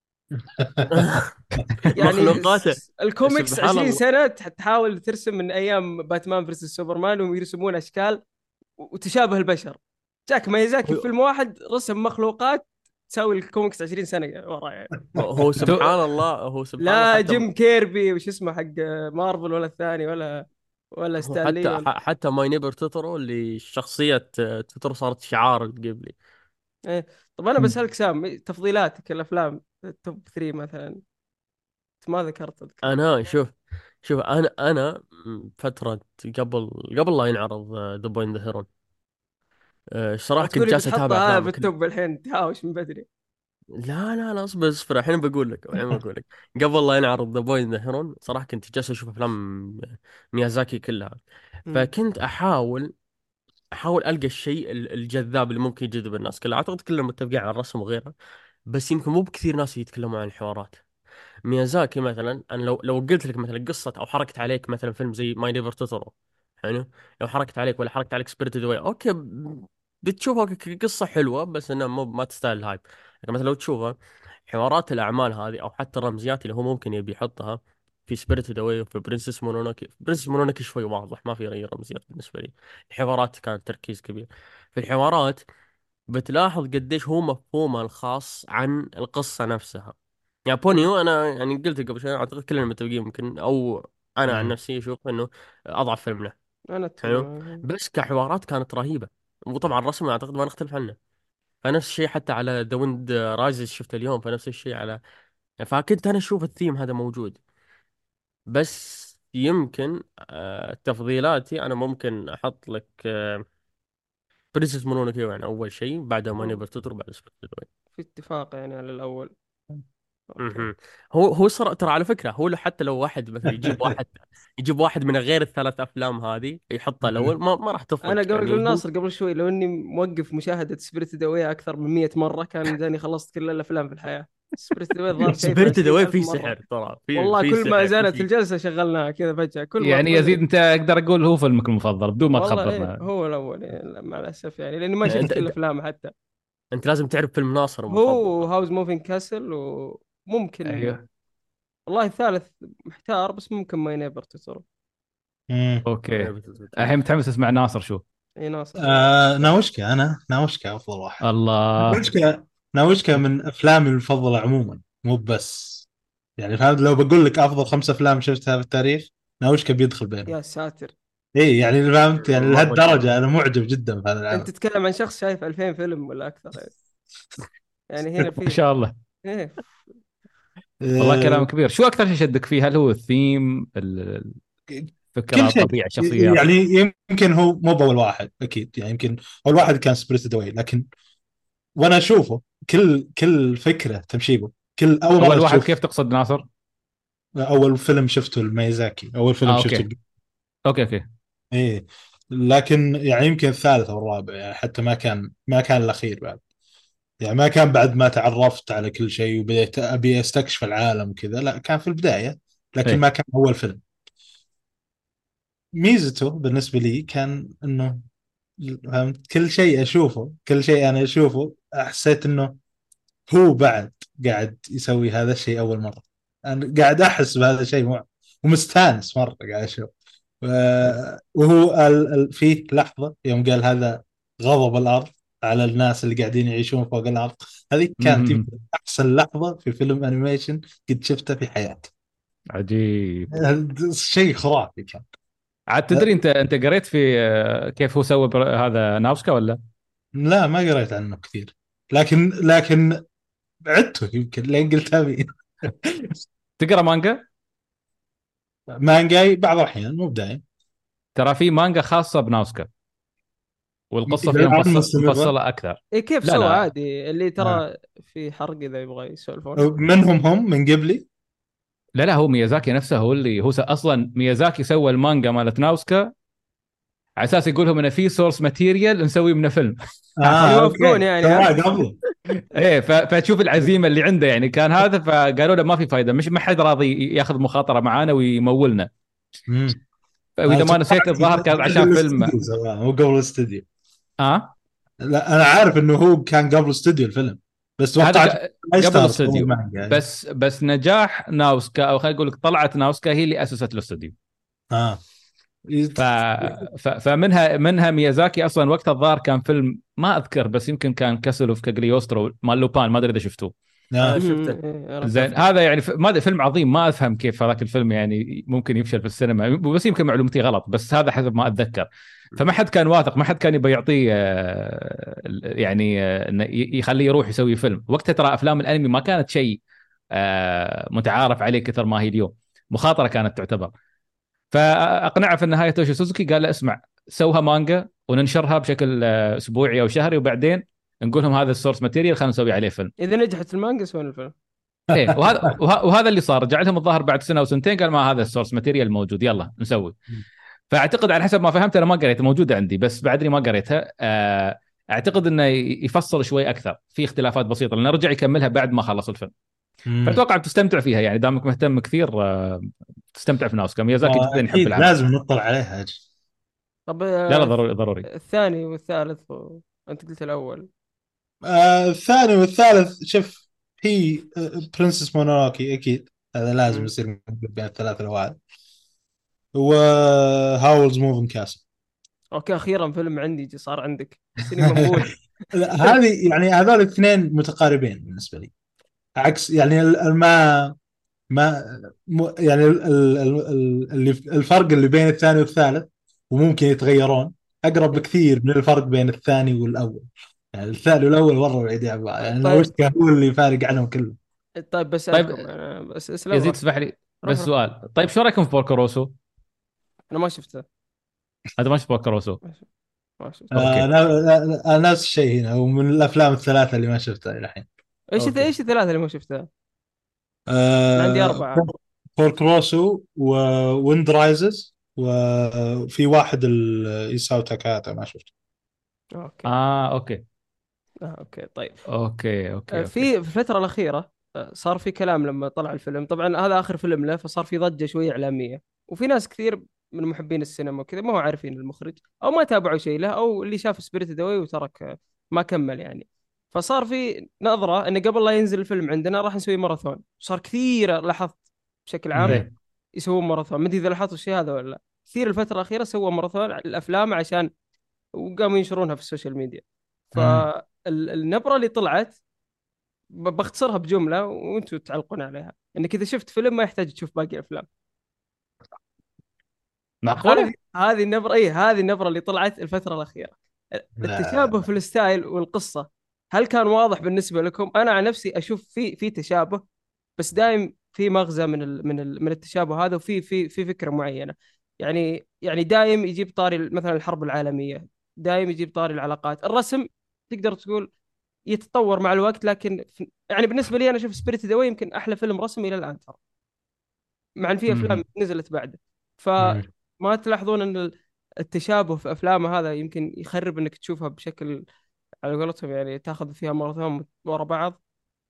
يعني. مخلوقاته. س- الكوميكس سبحان عشرين الله. سنه تح- تحاول ترسم من ايام باتمان فيرسس سوبرمان ويرسمون اشكال وتشابه البشر. جاك مايزاكي في هو فيلم واحد رسم مخلوقات تساوي الكوميكس عشرين سنه ورا يعني. هو تو... سبحان الله، هو سبحان الله لا حتى. جيم كيربي وش اسمه حق مارفل ولا الثاني ولا ولا هو ستانلي حتى ولا. حتى ماي نيبر توتورو اللي شخصية توتورو صارت شعار قبلي. إيه. طب انا بسالك سام، تفضيلاتك الافلام التوب ثلاثة مثلا ما ذكرت اذكر. انا شوف شوف انا انا فترة قبل قبل لا ينعرض ذا بوي ان ذا هيرون، لا صراحة كنت تقولي جالس اتابع بتحطها افلام في كل. التوب الحين تهاوش من بدري. لا لا لا، اصبر اصبر، الحين بقول لك الحين بقول لك. قبل لا ينعرض ذا بوي ان ذا هيرون صراحة كنت جالس اشوف افلام ميازاكي كلها. مم. فكنت احاول احاول القى الشيء ال- الجذاب اللي ممكن يجذب الناس كلها. اعتقد كلنا متفقين على الرسم وغيره، بس يمكن مو بكثير ناس يتكلمون عن الحوارات. ميازاكي مثلا، انا لو لو قلت لك مثلا قصه او حركت عليك مثلا فيلم زي ماي نيفر توتورو، حلو، لو حركت عليك ولا حركت عليك سبيريتد واي، اوكي، ب- بتشوفها ك- قصه حلوه بس انها مو ما تستاهل الهايب. لكن مثلا لو تشوفها حوارات الاعمال هذه او حتى الرمزيات اللي هو ممكن يبي يحطها في سبيريتد اواي وفي برنسس مونونوكي. برنسس مونونوكي شوي واضح ما في اي رمزيات بالنسبه لي. الحوارات كانت تركيز كبير في الحوارات. بتلاحظ قديش هو مفهومه الخاص عن القصة نفسها. يعني مم. بونيو أنا يعني قلت قبل شوي أعتقد كلنا متفقين يمكن، أو أنا عن مم. نفسي أشوف إنه أضعف فيلم له. انا اتفق حلو. معك. بس كحوارات كانت رهيبة. وطبعا الرسم أعتقد ما نختلف عنه. فنفس الشيء حتى على ذا ويند رايزز شفته اليوم، فنفس الشيء على. فكنت أنا أشوف الثيم هذا موجود. بس يمكن آه، تفضيلاتي أنا ممكن أحط لك برنسس مونونوكي يعني أول شيء، بعدها ما مم. نيفر تطر، بعد سبيس. في اتفاق يعني على الاول. اوكي. مهم. هو هو صار ترى على فكره، هو لو حتى لو واحد مثلا يجيب واحد يجيب واحد من غير الثلاث افلام هذه يحطه الاول، ما ما راح انا تفرق قبل قبل يعني هو. ناصر قبل شوي لو اني موقف مشاهده سبيريتد اواي اكثر من مية مره كان زاني خلصت كل الافلام في الحياه. سبيريتد اواي الظاهر شايفه سبيريتد عشرين اواي ألف في مره. سحر ترى، في والله في كل ما سحر زالت وفي. الجلسه شغلناها كذا فجاه كل ما يعني تبغى. يزيد انت اقدر اقول هو فيلمك المفضل بدون ما والله ايه تخبرنا. هو الاول يعني مع الاسف يعني لاني ما شفت انت كل انت, افلامه حتى. انت لازم تعرف فيلم ناصر المفضل هو طبعا. هاوس موفينج كاسل وممكن. ايوه. والله الثالث محتار بس ممكن ماي نيبر توتورو. مم. اوكي. الحين متحمس اسمع ناصر شو. اي ناصر شو. آه ناوشكا انا ناوشكا افضل واحد. الله. ناوشكا ناوشكا من افلامي المفضله عموما، مو بس يعني فهمت. لو بقول لك افضل خمس افلام شفتها في التاريخ ناوشكا بيدخل بينهم. يا ساتر. اي يعني فهمت، يعني مره جميل. لهالدرجه انا معجب جدا بهذا انت العمل. تتكلم عن شخص شايف ألفين فيلم ولا اكثر يعني. يعني هنا ما في شاء الله. ايه. والله كلام آه كبير. شو اكثر شيء شدك فيه؟ هل هو الثيم، الفكره، كل شيء. طبيعه الشخصيات؟ يعني يمكن هو مو باول واحد اكيد، يعني يمكن اول واحد كان سبريتد اواي، لكن وانا اشوفه كل كل فكره تمشيبه، كل اول مره اول واحد تشوف. كيف تقصد ناصر؟ اول فيلم شفته الميزاكي، اول فيلم اه شفته. اوكي. اوكي اوكي. ايه لكن يعني يمكن الثالث او الرابع، يعني حتى ما كان ما كان الاخير بعد. يعني ما كان بعد ما تعرفت على كل شيء وبديت ابي استكشف العالم وكذا، لا كان في البدايه، لكن ايه. ما كان اول فيلم. ميزته بالنسبه لي كان انه فهمت كل شيء اشوفه، كل شيء انا اشوفه حسيت انه هو بعد قاعد يسوي هذا الشيء اول مره. انا قاعد احس بهذا الشيء مع- ومستانس مره قاعد اشوف. و- وهو ال- ال- فيه لحظة يوم قال هذا غضب الأرض على الناس اللي قاعدين يعيشون فوق الأرض. هذه كانت مهم. يمكن أحسن لحظة في فيلم أنيميشن قد شفته في حياتي. عجيب. شيء خرافي كان. عاد تدري انت انت قريت في آه، كيف هو سوى بر- هذا ناوسكا ولا؟ لا ما قريت عنه كثير، لكن لكن عدته يمكن لين قلت أبي. تقرا مانجا؟ مانجاي بعض الأحيان مو بدايم. ترى في مانجا خاصه بناوسكا، والقصه إلى فيها الآن مفصل مستمرة. مفصله اكثر. إيه كيف لا سوى لا عادي اللي آه. ترى في حرق إذا يبغى يسولفون. منهم هم من قبلي. لا لا هو ميازاكي نفسه هو اللي هو س- اصلا ميازاكي سوى المانجا مالت ناوسكا على اساس يقول لهم انه في سورس ماتيريال نسوي منه فيلم. اه يوافقون اوكي يعني، سواء ها؟ قبله. ايه ف- فتشوف العزيمه اللي عنده يعني كان هذا، فقالوا له ما في فايده، مش ما حد راضي ياخذ مخاطره معانا ويمولنا. امم واذا انا ما نسيت توقعت الظاهر كان بعد عشان فيلم. الاستوديو سواء مو قبل الاستوديو. اه لا انا عارف انه هو كان قبل استوديو الفيلم، بس هذا توقعت ك- ما قبل يستاهل سووا الاستوديو. المانجا يعني. بس بس نجاح ناوسكا، او خلينا نقول لك طلعت ناوسكا هي اللي اسست الاستوديو. اه ف... ف... فمنها منها ميازاكي اصلا وقتها الظاهر كان فيلم ما اذكر، بس يمكن كان كاسل اوف كاجليوسترو مال لوبان، ما ادري اذا شفتوه. آه آه. شفته. إيه، عرفت. زين هذا يعني ف... ما أدري، فيلم عظيم، ما افهم كيف هذاك الفيلم يعني ممكن يفشل في السينما، بس يمكن معلومتي غلط، بس هذا حسب ما اتذكر. فما حد كان واثق، ما حد كان يبي يعطيه آه، يعني آه، إنه ي- يخليه يروح يسوي فيلم. وقتها ترى افلام الانمي ما كانت شيء آه، متعارف عليه كثر ما هي اليوم، مخاطره كانت تعتبر. فاقنعه في النهايه توشي سوزوكي، قال له اسمع سوها مانجا وننشرها بشكل آه، اسبوعي او شهري، وبعدين نقول لهم هذا السورس ماتيريال خلينا نسوي عليه فيلم. إذا نجحت المانجا سوين الفيلم. ايه وهذا وه- وهذا اللي صار، جعلهم الظاهر بعد سنه او سنتين قال ما هذا السورس ماتيريال موجود يلا نسوي. فاعتقد على حسب ما فهمت، انا ما قريتها موجوده عندي بس بعدني ما قريتها، آه، اعتقد انه يفصل شوي اكثر في اختلافات بسيطه لانه رجع يكملها بعد ما خلص الفيلم. مم. فاتوقع بتستمتع فيها يعني دامك مهتم كثير، آه، تستمتع في ناوسكا. ميازاكي آه، جدا يحب اكيد العمل. لازم نطلع عليها أجل. طب لا لا آه، ضروري ضروري. الثاني والثالث و... أنت قلت الأول. آه الثاني والثالث شوف، في برنسس مونوكي اكيد هذا لازم مم. يصير موجود بين الثلاث الاوائل، وهاولز موفن كاسل. أوكي أخيرا فيلم عندي صار عندك السينما مبول. هذه يعني هذول الاثنين متقاربين بالنسبه لي، عكس يعني ال- ال- ما ما م- يعني ال- ال- ال- اللي الفرق اللي بين الثاني والثالث وممكن يتغيرون اقرب بكثير من الفرق بين الثاني والاول. يعني الثاني والاول مره بعيدين عن بعض، يعني طيب. وش هو اللي فارق عنهم كلهم. طيب طيب بسألكم أنا بس اسلم يزيد روح. اسمح لي روح بس روح. سؤال، طيب شو رايكم في بوركو روسو؟ أنا ما شفته. هذا ما شفت بوركو روسو. ما شفته. آه اوكي. أنا أنا- أنا نفس الشيء هنا، ومن الافلام الثلاثه اللي ما شفتها الى الحين. إيش أوكي. إيش الثلاثة اللي ما شفتها؟ أنا عندي آه أربعة. بورك روسو وويند رايزز، وفي واحد ايساو تاكاتا ما شفته. أوكي. اه اوكي آه، أوكي طيب. اوكي آه، اوكي اوكي. في في الفترة الأخيرة آه، صار في كلام لما طلع الفيلم، طبعا هذا آخر فيلم له فصار في ضجة شوية إعلامية، وفي ناس كثير من محبين السينما وكذا ما هو عارفين المخرج أو ما تابعوا شيء له، أو اللي شاف سبيريت داوي وترك آه، ما كمل يعني. فصار في نظرة إنه قبل لا ينزل الفيلم عندنا راح نسوي ماراثون. صار كثير لاحظت بشكل عام مم. إيه. يسوون ماراثون، ما أدري إذا لاحظتوا الشيء هذا ولا لا. كثير الفترة الأخيرة سووا ماراثون على الأفلام عشان، وقاموا ينشرونها في السوشيال ميديا. مم. فالنبرة اللي طلعت ب- بختصرها بجمله وانتم تعلقون عليها، انك اذا شفت فيلم ما يحتاج تشوف باقي الافلام. معقوله؟ هذه هذه النبره، اي هذه النبره اللي طلعت الفتره الاخيره. لا التشابه في الستايل والقصه هل كان واضح بالنسبه لكم؟ انا عن نفسي اشوف في في تشابه، بس دايم في مغزى من ال من ال من التشابه هذا، وفي في في فكره معينه. يعني يعني دايم يجيب طاري مثلا الحرب العالميه، دايم يجيب طاري العلاقات، الرسم تقدر تقول يتطور مع الوقت، لكن في يعني بالنسبه لي انا اشوف سبيريت ذا يمكن احلى فيلم رسمي الى الان ترى، مع ان في افلام مم. نزلت بعده. مم. فما تلاحظون ان التشابه في افلامه هذا يمكن يخرب انك تشوفها بشكل على قولتهم يعني تاخذ فيها ماراثون ورا بعض؟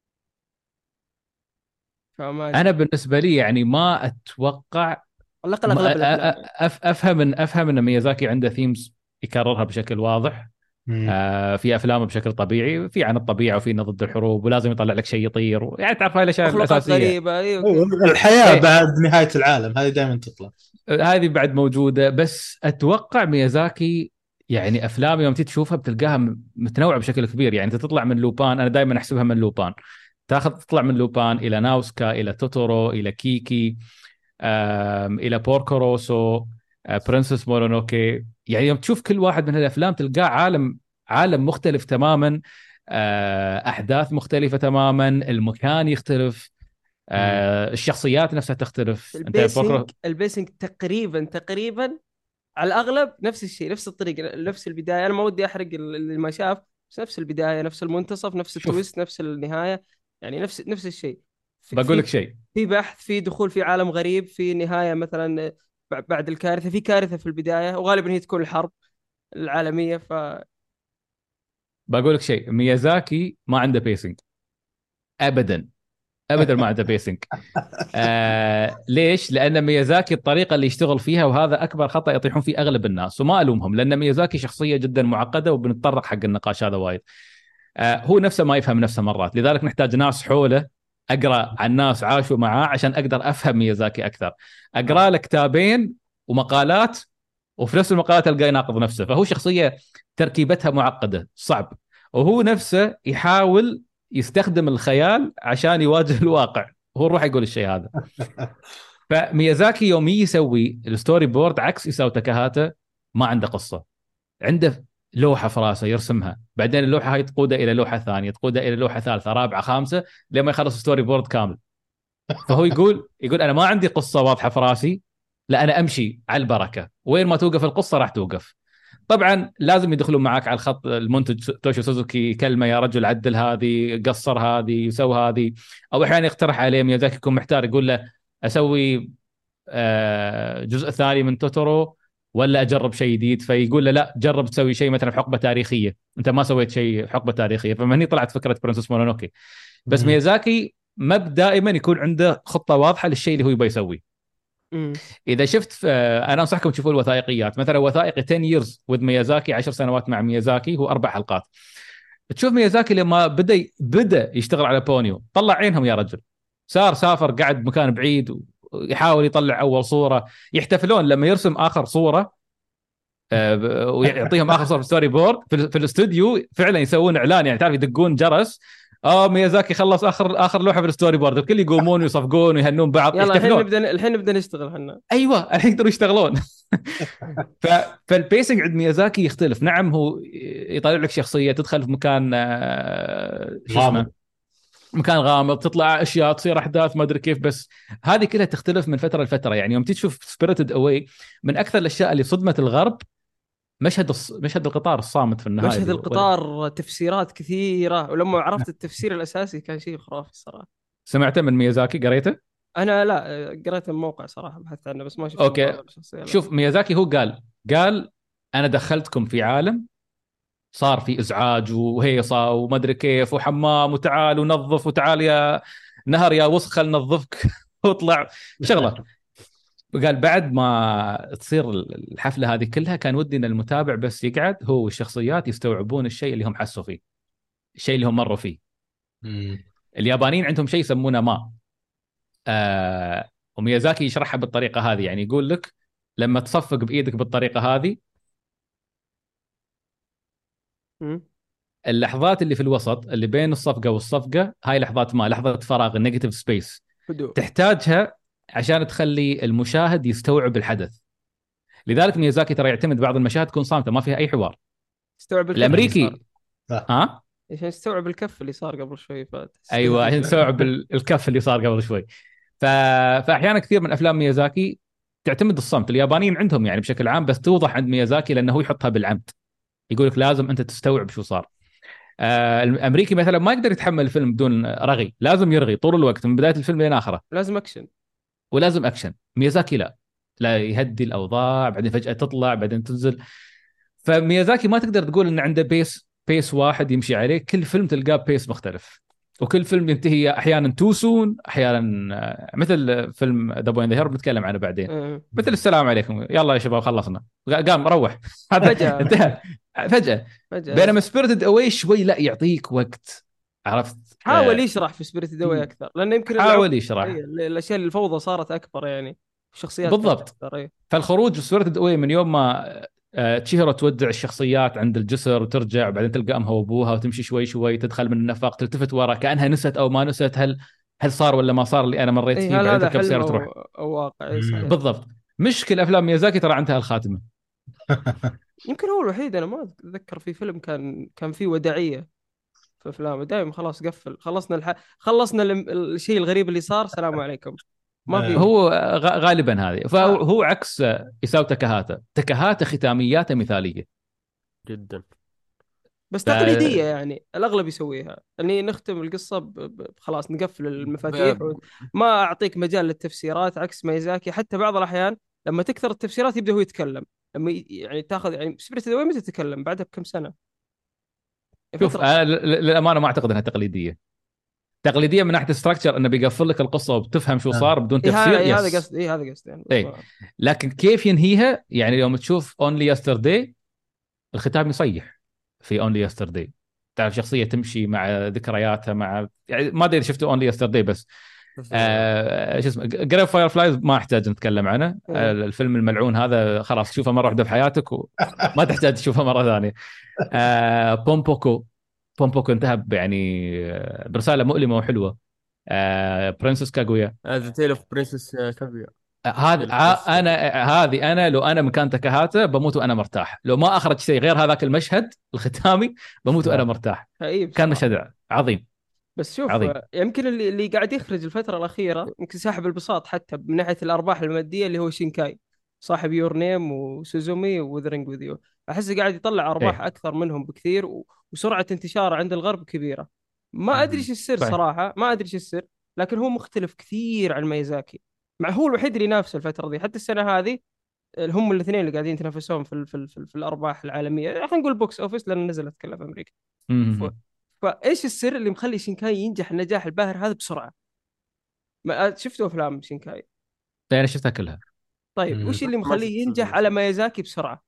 فما انا ادري. بالنسبه لي يعني ما اتوقع. على الاقل ما اغلب أ- الافلام أ- يعني. أف افهم ان افهم ان ميازاكي عنده ثيمز يكررها بشكل واضح، مم. آه في افلامه بشكل طبيعي، في عن الطبيعه وفي إنه ضد الحروب، ولازم يطلع لك شيء يطير، يعني تعرف هاي الاشياء مخلوقات الاساسيه. غريبة، ايوه أيوة، كذا. الحياة ايه بعد نهاية العالم هذه دائما تطلع. هذه بعد موجوده، بس اتوقع ميازاكي يعني افلام يوم تيجي تشوفها بتلقاها م- متنوعه بشكل كبير. يعني انت تطلع من لوبان، انا دائما احسبها من لوبان، تاخذ تطلع من لوبان الى ناوسكا الى توتورو الى كيكي، آم، الى بوركو روسو، آه، برنسس مورونوكي. يعني يوم تشوف كل واحد من هالافلام تلقاه عالم عالم مختلف تماما، آه، احداث مختلفه تماما، المكان يختلف، مم. آه، الشخصيات نفسها تختلف. انت البيسنج بوركو البيسنج تقريبا تقريبا على الاغلب نفس الشيء، نفس الطريقه، نفس البدايه. انا ما ودي احرق اللي ما شاف، بس نفس البدايه، نفس المنتصف، نفس شوف التويست، نفس النهايه. يعني نفس نفس الشيء. في بقول في لك شيء. في بحث، في دخول في عالم غريب، في نهايه مثلا ب- بعد الكارثه، في كارثه في البدايه، وغالبا هي تكون الحرب العالميه. ف بقول لك شيء، ميازاكي ما عنده بيسنج ابدا، ابدا ما عنده بيسنج. آه ليش؟ لأن ميازاكي الطريقة اللي يشتغل فيها، وهذا أكبر خطأ يطيحون فيه أغلب الناس، وما ألومهم، لأن ميازاكي شخصية جدا معقدة، وبنتطرق حق النقاش هذا وايد. آه هو نفسه ما يفهم نفسه مرات، لذلك نحتاج ناس حوله، أقرأ عن ناس عاشوا معاه عشان أقدر أفهم ميازاكي أكثر. أقرأ له كتابين ومقالات، وفي نفس المقالات ألقاه يناقض نفسه. فهو شخصية تركيبتها معقدة صعب، وهو نفسه يحاول يستخدم الخيال عشان يواجه الواقع، هو روح يقول الشيء هذا. فميازاكي يوم يجي يسوي الستوري بورد عكس إيساو تاكاهاتا، ما عنده قصة، عنده لوحة في راسه يرسمها، بعدين اللوحة هاي تقوده إلى لوحة ثانية، تقوده إلى لوحة ثالثة رابعة خامسة، لما يخلص ستوري بورد كامل. فهو يقول يقول أنا ما عندي قصة واضحة في راسي، لا أنا أمشي على البركة، وين ما توقف القصة راح توقف. طبعا لازم يدخلون معك على الخط المنتج توشي سوزوكي، كلمة يا رجل عدل هذه، قصر هذه، سوي هذه. أو أحيانا يقترح عليه ميازاكي يكون محتار، يقول له أسوي آه، جزء ثاني من توتورو ولا اجرب شيء جديد؟ فيقول له لا، جرب تسوي شيء مثلا في حقبه تاريخيه، انت ما سويت شيء في حقبه تاريخيه. فمن هنا طلعت فكره برنسس مونونوكي. بس مم. ميازاكي ما دائما يكون عنده خطه واضحه للشيء اللي هو يبغى يسويه. امم اذا شفت آه، انا انصحكم تشوفوا الوثائقيات، مثلا وثائقي عشر years with ميازاكي، عشر سنوات مع ميازاكي، هو اربع حلقات. تشوف ميازاكي لما بدا بدا يشتغل على بونيو، طلع عينهم يا رجل، صار سافر قعد مكان بعيد ويحاول يطلع اول صوره، يحتفلون لما يرسم اخر صوره، آه، ويعطيهم اخر صوره في ستوري بورد في, ال- في الاستوديو، فعلا يسوون اعلان، يعني تعرف يدقون جرس، اه ميازاكي خلص اخر اخر لوحه في الستوري بورد، الكل يقومون ويصفقون ويهنون بعض، يلا الحين يحتفلون. نبدا الحين نبدا نشتغل احنا. ايوه الحين يقدروا يشتغلون. ف... فالبيسنج عند ميازاكي يختلف. نعم هو يطلع لك شخصيه تدخل في مكان آه، شو اسمه، غامض. مكان غامض، تطلع اشياء، تصير احداث ما ادري كيف، بس هذه كلها تختلف من فتره لفتره. يعني يوم تيجي تشوف سبيريتد اواي، من اكثر الاشياء اللي صدمت الغرب مشهد الص... مشهد القطار الصامت في النهايه مشهد اللي هو ولا... القطار تفسيرات كثيره، ولما عرفت التفسير الاساسي كان شيء خرافي الصراحه. سمعته من ميازاكي؟ قريته؟ انا لا، قريت الموقع صراحه، بحثت عنه، بس ما شفت اوكي المقابله الشخصيه لا. شوف، ميازاكي هو قال قال انا دخلتكم في عالم صار في ازعاج وهيصه وما ادري كيف وحمام وتعال ونظف، وتعال يا نهر يا وسخ خل نظفك واطلع شغله. قال بعد ما تصير الحفله هذه كلها كان ودي ان المتابع بس يقعد هو والشخصيات يستوعبون الشيء اللي هم حسوا فيه، الشيء اللي هم مروا فيه. مم. اليابانيين عندهم شيء يسمونه ما آه وميازاكي يشرحها بالطريقه هذه، يعني يقول لك لما تصفق بايدك بالطريقه هذه، مم. اللحظات اللي في الوسط اللي بين الصفقه والصفقه هاي لحظات ما، لحظه فراغ، النيجاتيف سبيس، هدوء. تحتاجها عشان تخلي المشاهد يستوعب الحدث. لذلك ميازاكي ترى يعتمد بعض المشاهد تكون صامته ما فيها اي حوار. استوعب الكف اللي صار. الامريكي صح. ها عشان استوعب الكف اللي صار قبل شوي فتحس ايوه عشان كذا. تستوعب ال- الكف اللي صار قبل شوي. ف... فاحيانا كثير من افلام ميازاكي تعتمد الصمت. اليابانيين عندهم يعني بشكل عام، بس توضح عند ميازاكي لانه هو يحطها بالعمد، يقول لك لازم انت تستوعب شو صار. آه الامريكي مثلا ما يقدر يتحمل الفيلم بدون رغي، لازم يرغي طول الوقت من بدايه الفيلم لين اخره، لازم اكشن. ولازم اكشن. ميازاكي لا، لا يهدي الاوضاع، بعدين فجاه تطلع بعدين تنزل. فميازاكي ما تقدر تقول ان عنده بيس بيس واحد يمشي عليه، كل فيلم تلقاه بيس مختلف. وكل فيلم ينتهي احيانا تو سون، احيانا آه، مثل فيلم ذا بوي ان ذا هير بنتكلم عنه بعدين، إيه. مثل السلام عليكم يلا يا شباب خلصنا قام روح هذا فجأة انتهى فجأة. فجأة بينما سبيريتد اواي شوي لا يعطيك وقت، عرفت؟ حاول آه، يشرح في سبيريت دوي اكثر، لانه يمكن العمق، حاول يشرح إيه، الاشياء اللي الفوضى صارت اكبر يعني، الشخصيات كانت بالضبط. اكثر. إيه. فالخروج سبيريتد اواي من يوم ما آه، تشيهرو تودع الشخصيات عند الجسر وترجع، وبعدين تلقى امها وابوها وتمشي شوي شوي تدخل من النفق تلتفت ورا كانها نست او ما نست، هل هل صار ولا ما صار اللي انا مريت فيه، ايه، هل بعدين هذا تركب حلم سياره او تروح. او واقع؟ اي مم. صحيح. بالضبط. مشكل افلام ميازاكي ترى عندها الخاتمه. يمكن هو الوحيد، انا ما اتذكر في فيلم كان كان فيه وداعيه في افلامه، دائما خلاص قفل، خلصنا الح... خلصنا ال- الشيء الغريب اللي صار، سلام عليكم، ما في. آه. هو غ- غالبا هذه، آه. فهو عكس إيساو تاكاهاتا. تاكاهاتا ختامياته مثاليه. جدا. بس ف تقليديه يعني، الاغلب يسويها، اني نختم القصه ب... ب... خلاص نقفل المفاتيح ب... وما اعطيك مجال للتفسيرات، عكس ميزاكي حتى بعض الاحيان لما تكثر التفسيرات يبدا هو يتكلم، لما ي... يعني تاخذ يعني سبيريت وين متى تتكلم بعدها بكم سنه، شوف فتره. أنا ل- للامانه ما اعتقد انها تقليديه. تقليديه من ناحيه ستراكشر انه بيقفل لك القصه وبتفهم شو آه. صار بدون اي هذا تفسير، إيه هذا يس. قصدي، اي هذا قصدي يعني، بس اي ما... لكن كيف ينهيها؟ يعني يوم تشوف اونلي يسترداي الختام يصيح في اونلي يسترداي. تعرف شخصيه تمشي مع ذكرياتها مع، يعني ما ادري اذا شفتوا اونلي يسترداي بس آه شو اسمه جريف فاير فلايز ما احتاج نتكلم عنه. آه إيه. الفيلم الملعون هذا خلاص تشوفه مره واحده في حياتك وما تحتاج تشوفه مره ثانيه. آه بومبوكو. بومبوكو انتهى ب- يعني آه، برساله مؤلمه وحلوه. آه برنسس كاغويا. ذا تيل اوف برنسس كابيا. آه، هذا ع- انا هذه انا لو انا مكان تكهاتا بموت وانا مرتاح، لو ما اخرج شيء غير هذاك المشهد الختامي بموت وانا آه. مرتاح. اي كان بصراحه. مشهد عظيم بس شوف، عظيم. آه، يمكن اللي اللي قاعد يخرج الفتره الاخيره يمكن ساحب البساط حتى من ناحيه الارباح الماديه، اللي هو شينكاي صاحب يور نيم وسوزومي وذرينج وذ يو، احس قاعد يطلع ارباح ايه اكثر منهم بكثير، و... وسرعه انتشاره عند الغرب كبيره. ما ادري مم. ايش السر صحيح. صراحه، ما ادري ايش السر، لكن هو مختلف كثير عن ميزاكي، مع هو الوحيد اللي ينافسه الفتره دي، حتى السنه هذه هم الاثنين اللي قاعدين يتنافسون في ال في, ال في, ال في الارباح العالميه، خلينا نقول بوكس اوفيس لان نزلت كلها في امريكا. ف... مم. فايش السر اللي مخلي شينكاي ينجح النجاح الباهر هذا بسرعه؟ ما شفتوا افلام شينكاي؟ انا شفتها كلها. طيب مم. وش اللي ما شفت مخليه ينجح على سوزومي. ميازاكي بسرعه؟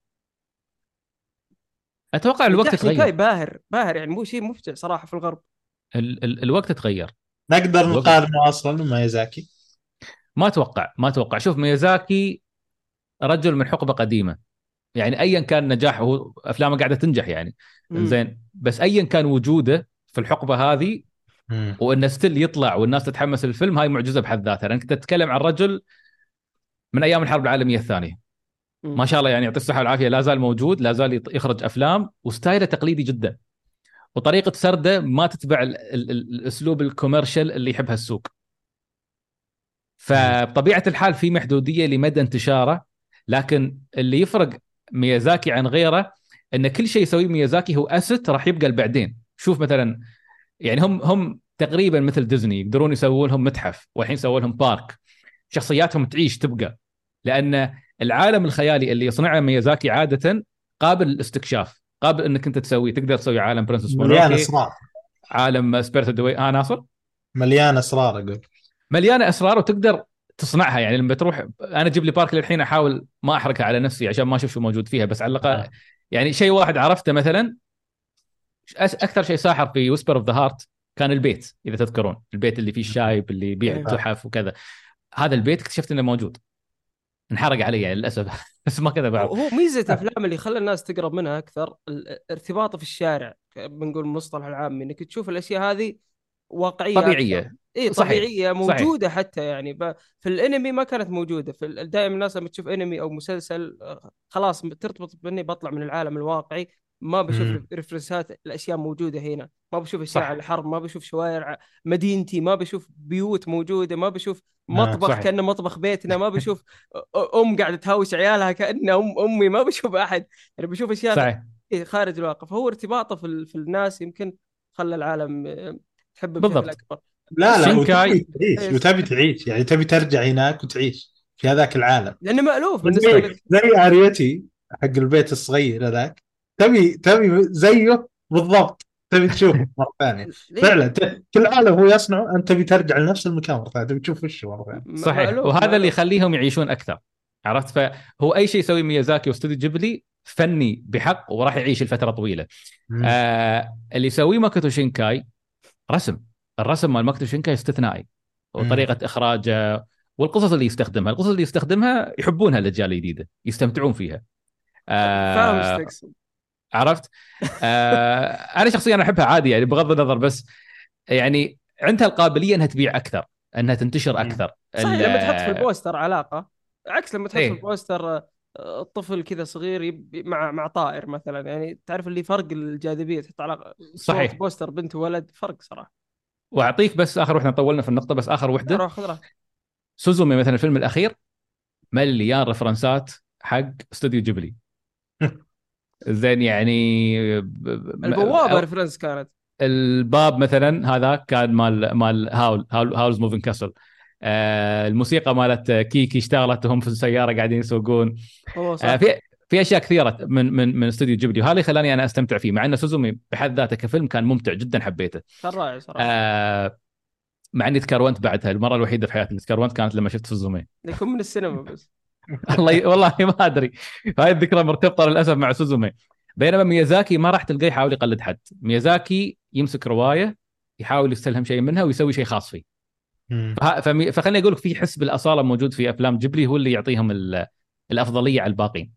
اتوقع الوقت نجاح شينكاي تغير. باهر باهر يعني، مو شيء مفجع صراحه في الغرب. ال ال الوقت تغير. نقدر الوقت نقارنه اصلا مايازاكي. ما اتوقع ما اتوقع شوف ميازاكي رجل من حقبه قديمه، يعني ايا كان نجاحه هو افلامه قاعده تنجح يعني. امم زين بس ايا كان وجوده في الحقبه هذه مم. وانه ستيل يطلع والناس تتحمس للفيلم، هاي معجزه بحد ذاتها، لانك تتكلم عن رجل من ايام الحرب العالميه الثانيه ما شاء الله، يعني يعطيه الصحه والعافيه، لا زال موجود، لا زال يط- يخرج افلام وستايله تقليدي جدا، وطريقه سرده ما تتبع ال ال ال الاسلوب الكوميرشال اللي يحبها السوق. مم. فبطبيعه الحال في محدوديه لمدى انتشاره، لكن اللي يفرق ميازاكي عن غيره ان كل شيء يسويه ميازاكي هو اسيت راح يبقى لبعدين. شوف مثلا يعني هم هم تقريبا مثل ديزني، يقدرون يسوون لهم متحف والحين سووا لهم بارك، شخصياتهم تعيش تبقى، لان العالم الخيالي اللي يصنعه ميازاكي عاده قابل للاستكشاف، قابل انك انت تسويه، تقدر تسوي عالم برنسس مليان مونوكي، اسرار. عالم سبيرتد واي. اه ناصر مليان اسرار اقول. مليانه اسرار وتقدر تصنعها، يعني لما تروح انا اجيب لي بارك للحين احاول ما احرقها على نفسي عشان ما اشوف شو موجود فيها، بس على الاقل آه. يعني شيء واحد عرفته مثلا. أس- اكثر شيء ساحر في ويسبر اوف ذا هارت كان البيت، اذا تذكرون البيت اللي فيه الشايب اللي يبيع إيه. التحف وكذا، هذا البيت اكتشفت انه موجود، انحرق علي يعني للاسف بس ما كذا بعرف. هو ميزه افلام اللي خلى الناس تقرب منها اكثر ال- ارتباطه في الشارع، بنقول المصطلح العامي، انك تشوف الاشياء هذه واقعيه اكثر. طبيعيه. اي صحيح طبيعيه، صحيح. موجوده حتى يعني ب... في الانمي ما كانت موجوده في ال- دائما الناس لما تشوف انمي او مسلسل آه، خلاص ترتبط باني بطلع من العالم الواقعي، ما بشوف مم. ريف- ريفرنسات الاشياء موجوده هنا، ما بشوف اشياء على صح الحرب، ما بشوف شوارع مدينتي، ما بشوف بيوت موجوده، ما بشوف آه. مطبخ صحيح كانه مطبخ بيتنا، ما بشوف ام قاعده تهاوش عيالها كانها ام امي، ما بشوف احد، يعني بشوف اشياء صحيح. خارج الواقع. فهو ارتباطه في ال- في الناس يمكن خلى العالم آه، تحبه بشكل بالضبط. اكبر. لا لا، وتبي شينكاي تعيش إيه، وتبي تعيش يعني تبي ترجع هناك وتعيش في هذاك العالم. لانه مألوف بالنسبه زي لك. زي اريتي حق البيت الصغير هذاك، تبي تبي زيه بالضبط، تبي تشوف مره ثانيه. ليه؟ فعلا ت... كل عالم هو يصنعه انت تبي ترجع لنفس المكان مره ثانيه، تبي تشوف وشه مره ثانيه. م- صحيح، مألوف وهذا اللي مألوف. يخليهم يعيشون اكثر. عرفت؟ فهو اي شيء يسوي ميازاكي واستوديو جيبلي فني بحق وراح يعيش لفتره طويله. مم. آه اللي يسويه ماكوتو شينكاي رسم. الرسم مال ماكوتو شينكاي استثنائي، مم. وطريقه اخراجه والقصص اللي يستخدمها، القصص اللي يستخدمها يحبونها الاجيال الجديده، يستمتعون فيها. فاهم ايش آه تقصد. عرفت؟ آه انا شخصيا احبها عادي يعني، بغض النظر، بس يعني عندها القابليه انها تبيع اكثر، انها تنتشر مم. اكثر. صحيح، ال- لما تحط في البوستر علاقة، عكس لما تحط في ايه البوستر آه، الطفل كذا صغير يب... مع مع طائر مثلا، يعني تعرف اللي فرق الجاذبية، تحط على صورة صحيح. بوستر بنت وولد، فرق صراحة. واعطيك بس اخر وحده، طولنا في النقطه، بس اخر لا، وحده. روح خذ راحتك. سوزومي مثلا الفيلم الاخير مليان رفرنسات حق استوديو جيبلي. زين يعني ب- ب- البوابة أو- ريفرنس كانت. الباب مثلا هذا كان مال مال هاول هاول هاولز موفينج كاسل. آه الموسيقى مالت كيكي اشتغلت وهم في السياره قاعدين يسوقون. هو آه صح. في في اشياء كثيره من من من استوديو جيبلي، وهذا اللي خلاني انا استمتع فيه، مع ان سوزومي بحد ذاته كفيلم كان ممتع جدا، حبيته. كان رائع صراحة. آه مع اني تكرونت بعدها، المره الوحيده في حياتي اللي تكرونت كانت لما شفت سوزومي. يكون من السينما بس. الله ي... والله ما ادري. هاي الذكرى مرتبطه للاسف مع سوزومي. بينما ميازاكي ما راح تلقاه يحاول يقلد حد. ميازاكي يمسك روايه، يحاول يستلهم شيء منها ويسوي شيء خاص فيه. مم. فه... فمي... فخليني اقول لك في حس بالاصاله موجود في افلام جيبلي، هو اللي يعطيهم ال... الافضليه على الباقين.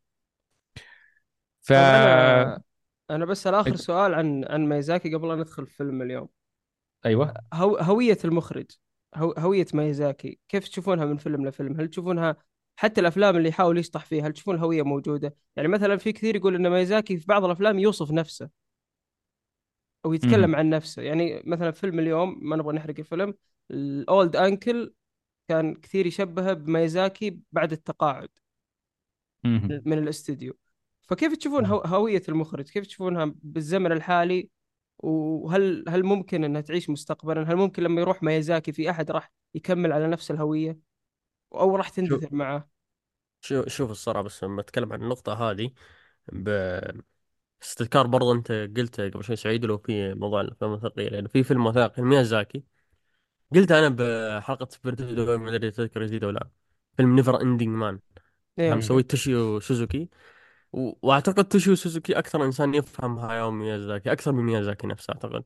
ف طيب انا انا بس اخر سؤال عن عن ميزاكي قبل ان ندخل فيلم اليوم. ايوه. هو هوية المخرج، هو هوية ميزاكي كيف تشوفونها من فيلم لفيلم؟ هل تشوفونها حتى الافلام اللي يحاول يشطح فيها، هل تشوفون الهوية موجودة؟ يعني مثلا في كثير يقول ان ميزاكي في بعض الافلام يوصف نفسه او مهم. يتكلم عن نفسه. يعني مثلا فيلم اليوم، ما نبغى نحرق الفيلم، الاولد انكل كان كثير يشبهه بميزاكي بعد التقاعد مهم. من الاستديو. فكيف تشوفون هو- هوية المخرج، كيف تشوفونها بالزمن الحالي؟ وهل هل ممكن انها تعيش مستقبلا؟ هل ممكن لما يروح ميازاكي في احد راح يكمل على نفس الهوية، او راح شو تندثر معاه؟ شو شوف الصراحة، بس لما أتكلم عن النقطة هذه باستذكار برضه أنت قلت قبل شوي سعيد، لو في موضوع الأفلام الوثائقية، لأنه في فيلم وثائقي ميازاكي قلت أنا بحلقة سبيرتو دو، ما أدري تذكر جديد ولا لا. فيلم نيفر إندينج مان، كان ايه. مسوي توشيو سوزوكي. و... واعتقد توشيو سوزوكي اكثر انسان يفهم هاياو ميازاكي اكثر من ميازاكي نفسه اعتقد.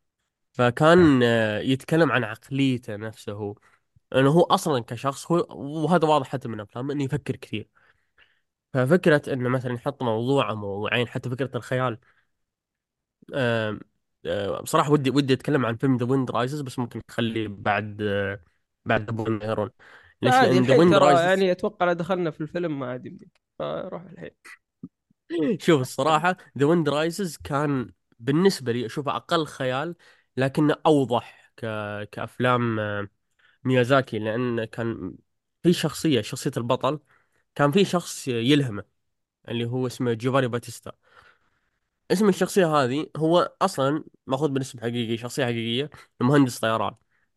فكان آه، يتكلم عن عقليته نفسه هو، انه هو اصلا كشخص هو، وهذا واضح حتى من افلامه، انه يفكر كثير. ففكره انه مثلا يحط موضوع او موضوعين، حتى فكره الخيال. آم، آه، بصراحه ودي ودي اتكلم عن فيلم ذا ويند رايزز، بس ممكن نخليه بعد آه، بعد ذا هيرون. لا ليش؟ عادي لان ذا الحين ويند ترى، رايزز، يعني اتوقع لو دخلنا في الفيلم ما عاد يمديك، فروح الحين. شوف الصراحة ذا ويند رايزز كان بالنسبة لي أشوفه أقل خيال، لكنه أوضح ك... كأفلام آه، ميازاكي، لأن كان في شخصية شخصية البطل، كان في شخص يلهمه اللي هو اسمه جوفاني باتيستا. اسم الشخصية هذه هو أصلا مأخوذ من اسم حقيقي، شخصية حقيقية، مهندس طيران.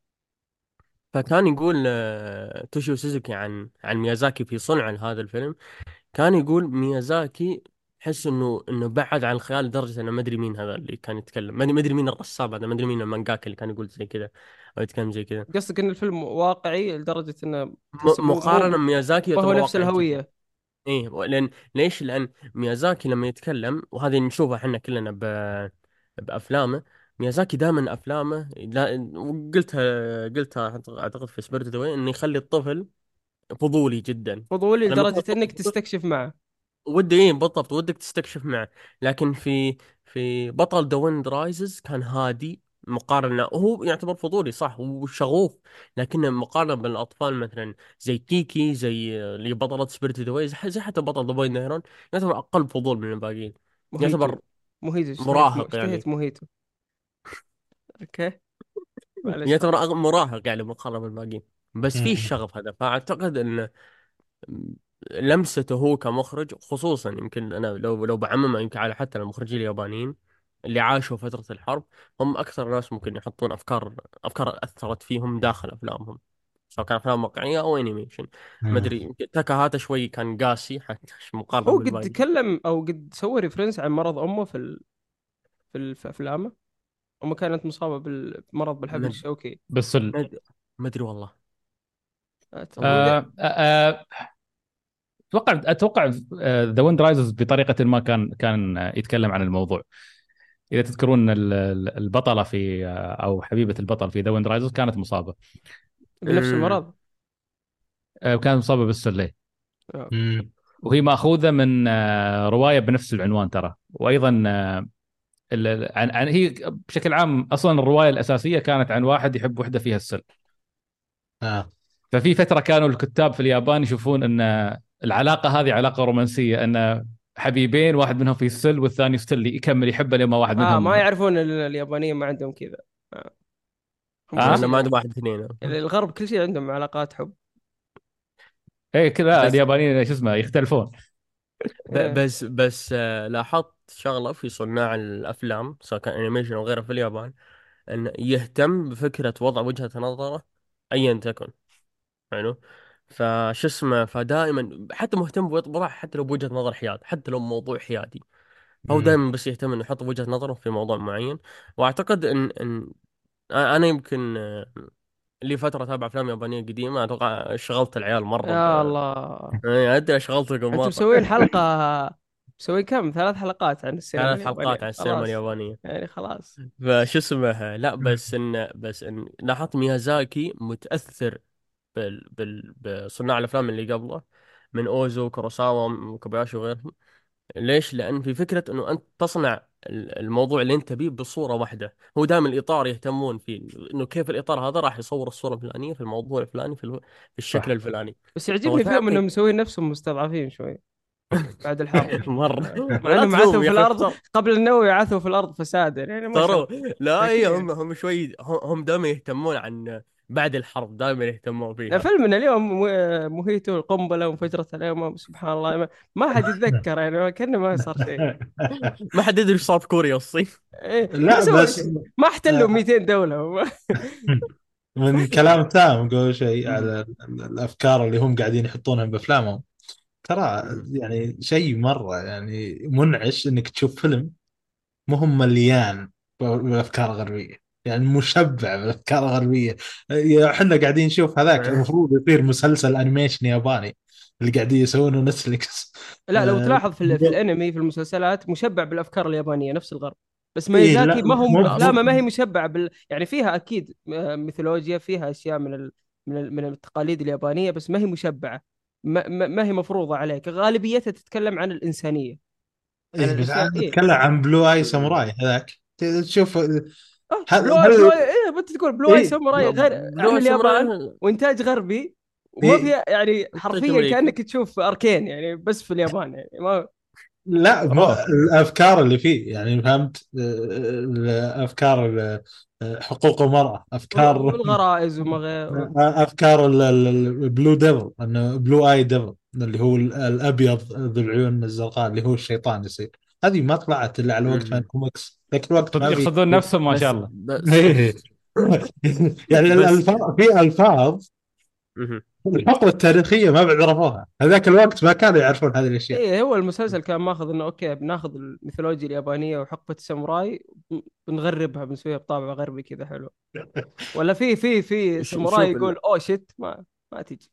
فكان يقول آه، توشيو سوزوكي عن عن ميازاكي في صنع هذا الفيلم، كان يقول ميازاكي حس انه انه بعد عن الخيال لدرجه انه ما ادري مين هذا اللي كان يتكلم، ما ادري ما ادري مين الرسام هذا، ما ادري مين المانجاكا اللي كان يقول زي كذا او يتكلم زي كذا. قصدك ان الفيلم واقعي لدرجة انه تحسه م- مو مقارنه مو بميازاكي ما هو يعتبر نفس واقعي جدا. الهوية. ايه، لان ليش؟ لان ميازاكي لما يتكلم، وهذه نشوفها احنا كلنا ب... بافلامه، ميازاكي دائما افلامه لا... وقلتها قلتها اعتقد في سبيريت ذا واي، انه يخلي الطفل فضولي جدا. فضولي لما يكون لدرجة انك الطفل تستكشف معه. ودي، ايه بالضبط، ودك تستكشف معه. لكن في في بطل ذا ويند رايزز كان هادي مقارنة، وهو يعتبر فضولي صح وشغوف، لكنه مقارنة بالاطفال مثلا زي كيكي، زي اللي بطلة سبيريت ذا واي، زي حتى بطل ذا بوي نيرون، يعتبر اقل فضول من الباقيين. موهيتو. يعتبر موهيتو اشتهيت مو... مراهق اشتهيت يعني، موهيتو. اوكي، معلش يعتبر خلاص. أغ- مراهق يعني مقارنة بالباقيين. بس في مم. الشغف هذا، فاعتقد ان لمسته هو كمخرج خصوصا، يمكن انا لو لو بعمم يمكن على حتى المخرجين اليابانيين اللي عاشوا فترة الحرب، هم اكثر ناس ممكن يحطون افكار افكار اثرت فيهم داخل افلامهم، سواء كان افلام واقعية او انيميشن. ما مم. ادري، يمكن تاكاهاتا شوي كان قاسي حتى مقارنة هو قد بالباقي. تكلم او قد سوى ريفرنس عن مرض امه في ال... في, ال... في افلامه. وما كانت مصابة بالمرض بالحبل مد الشوكي. بس ال... مد ما ادري والله. هو او ده. آه آه آه، اتوقع اتوقع ذا ويند رايزز بطريقه ما كان كان آه، يتكلم عن الموضوع. اذا تذكرون ال- ال- البطله في آه، او حبيبه البطل في ذا ويند رايزز كانت مصابه. بنفس امم المرض. آه، كانت مصابه بالسله، آه. امم وهي ماخوذه من آه، روايه بنفس العنوان ترى. وايضا آه، ال- ال- عن عن هي بشكل عام اصلا الروايه الاساسيه كانت عن واحد يحب وحده فيها السل. اه ففي فتره كانوا الكتاب في اليابان يشوفون ان العلاقه هذه علاقه رومانسيه، ان حبيبين واحد منهم في السل والثاني يستل يكمل يحبه لما واحد اه ما منهم. يعرفون ال- اليابانيين ما عندهم كذا. آه. هم كل اه لانه ما شيء، عندهم واحد اثنين. الغرب كل شيء عندهم علاقات حب. ايه كذا بس اليابانيين شو اسمه يختلفون. ب- إيه. بس بس آه، لاحظت شغله في صناع الافلام سواء كان انيميشن او غيره في اليابان، انه يهتم بفكره وضع وجهه نظره ايا تكن. حلو. فش اسمه، فدائما حتى مهتم بوضع، حتى لو بوجهه نظر حياد، حتى لو موضوع حيادي، هو امم دائما بس يهتم انه يحط وجهه نظره في موضوع معين. واعتقد ان ان انا يمكن آه، لي فتره اتابع افلام يابانيه قديمه، اتوقع شغلت العيال مره ب... يا الله. إيه، ادري شغلتكم انتم مره. مسوين حلقة، مسوين كم ثلاث حلقات عن السينما ثلاث حلقات اليابانية عن السينما خلاص. اليابانيه. يعني خلاص. فشو اسمه، لا بس ان بس ان لاحظت ميازاكي متاثر بال... بال... بصناع الافلام اللي قبله، من اوزو كوروساوا وكوباياشي وغيرهم. ليش؟ لان في فكره انه انت تصنع ال- الموضوع اللي انت تبيه بصوره واحده. هو دائما الاطار يهتمون فيه، انه كيف الاطار هذا راح يصور الصوره الفلانيه في الموضوع الفلاني في, ال... في الشكل صح. الفلاني. بس هو يعجبني فيهم تعطي انهم مسوين نفسهم مستضعفين شوي بعد الحرب. مره. مع لا انهم عثوا تلوم في يا اخي، الارض اختار قبل النووي، عثوا في الارض فسادا يعني ما شاء اختاروا. الله. لا هي هم اكيد. هم شوي، هم هم دائما يهتمون عن بعد الحرب، دائما يهتمون لا، فيها. فيلمنا اليوم مو- موهيتو القنبله وانفجرت عليهم سبحان الله، ما, ما حد يتذكر يعني كأنه ما صار شيء. ما حد يدري ايش صار في كوريا الصين. إيه ما لا سووا بس شيء، ما احتلوا آه، مئتين دوله. من كلام تام قول شيء على ال- ال- الافكار اللي هم قاعدين يحطونها بافلامهم. ترى يعني شيء مره يعني منعش انك تشوف فيلم مهم مليان بالافكار الغربيه، يعني مشبع بالافكار الغربيه. يا احنا قاعدين نشوف هذاك المفروض يصير مسلسل انيميشن ياباني اللي قاعدين يسوونه نتفليكس. لا لو آه، تلاحظ في, ال- في الانمي في المسلسلات مشبع بالافكار اليابانيه نفس الغرب. بس ايه ميازاكي لا ما هم مو لا افلامه ما صدق. هي مشبعه بال، يعني فيها اكيد آه، ميثولوجيا، فيها اشياء من ال... من ال... من التقاليد اليابانيه، بس ما هي مشبعه. ما, ما ما هي مفروضه عليك، غالبيتها تتكلم عن الانسانيه، عن ايه بس الاشياء عاد ايه. نتكلم عن بلو اي ساموراي هذاك تشوف. اه هل بلو اي، بلو هل اي ايه انت تقول بلو اي ايه ساموراي بلو غير عن بلو اليابان، ساموراي وانتاج غربي، وما إيه فيها يعني انتاج حرفيا امريكي. كانك تشوف اركين يعني بس في اليابان يعني ما. لا مو اوه. الافكار اللي فيه يعني فهمت. آه، الافكار ال- آه، حقوق المراه، افكار والغرائز وما غير. افكار ال- ال- البلو ديفل، انه بلو اي ديفل اللي هو ال- الابيض ذو العيون الزرقاء اللي هو الشيطان يصير. هذه ما طلعت الا على وقت فان مم. كوميكس، ذاك الوقت ما في. يقصدون نفسهم ما شاء بس الله. بس إيه. يعني بس الالفاظ في الفاظ مهم. الحقبه التاريخيه ما بعد عرفوها، هذاك الوقت ما كانوا يعرفون هذه الاشياء. ايه هو المسلسل كان ماخذ انه اوكي بناخذ الميثولوجيا اليابانيه وحقبه الساموراي، بنغربها بنسويها بطابع غربي كذا حلو. ولا في في في ش- ساموراي شوف يقول ال... اوه شيت، ما ما تيجي.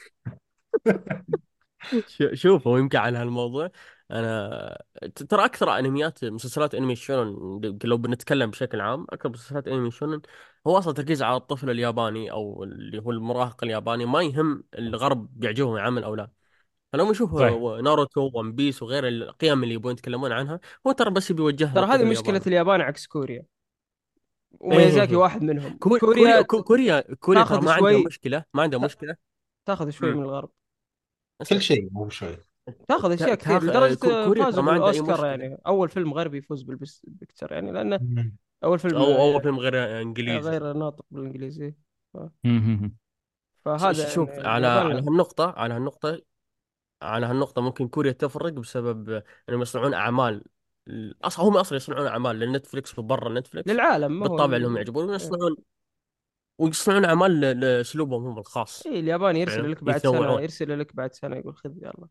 ش- شوف هو يمكن على هالموضوع. انا ت- ترى اكثر انميات مسلسلات انمي شونن، لو بنتكلم بشكل عام اكثر مسلسلات انمي شونن هو اصلا تركيز على الطفل الياباني او اللي هو المراهق الياباني، ما يهم الغرب بيعجبهم العمل او لا. فلما نشوف صحيح. ناروتو ون بيس وغير القيم اللي يبون يتكلمون عنها، هو ترى بس بيوجهها ترى هذه للطفل مشكله الياباني. اليابان عكس كوريا، وميازاكي مهم. واحد منهم. كوريا كوريا كوريا كوريا كوريا ترى تاخذ ما عندها شوي، مشكلة، ما عندها مشكلة. تاخذ شوي مم. من الغرب، كل شيء مو شوي. تاخذ اشياء تا- كثير تاخ... آه، كو- لدرجه كوريا فازوا ترى ما عندها اي بالاوسكار، مشكلة. يعني اول فيلم غربي يفوز بالبكتشر يعني لانه مم. اول فيلم او اول فيلم غير انجليزي. غير ناطق بالانجليزي. ف- مهم. ش- ش- فهذا شوف، يعني على اليابان على لا. هالنقطة على هالنقطة على هالنقطة ممكن كوريا تفرق بسبب انهم يصنعون اعمال. اصلا هم اصلا يصنعون اعمال للنتفليكس وبرا النتفليكس للعالم ما هو بالطابع اللي هم ال... يعجبون، ويصنعون ويصنعون اعمال ل- لاسلوبهم هم الخاص. اي الياباني يرسل فاهم؟ لك بعد سنه، يتنوعون. يرسل لك بعد سنه يقول خذ يلا.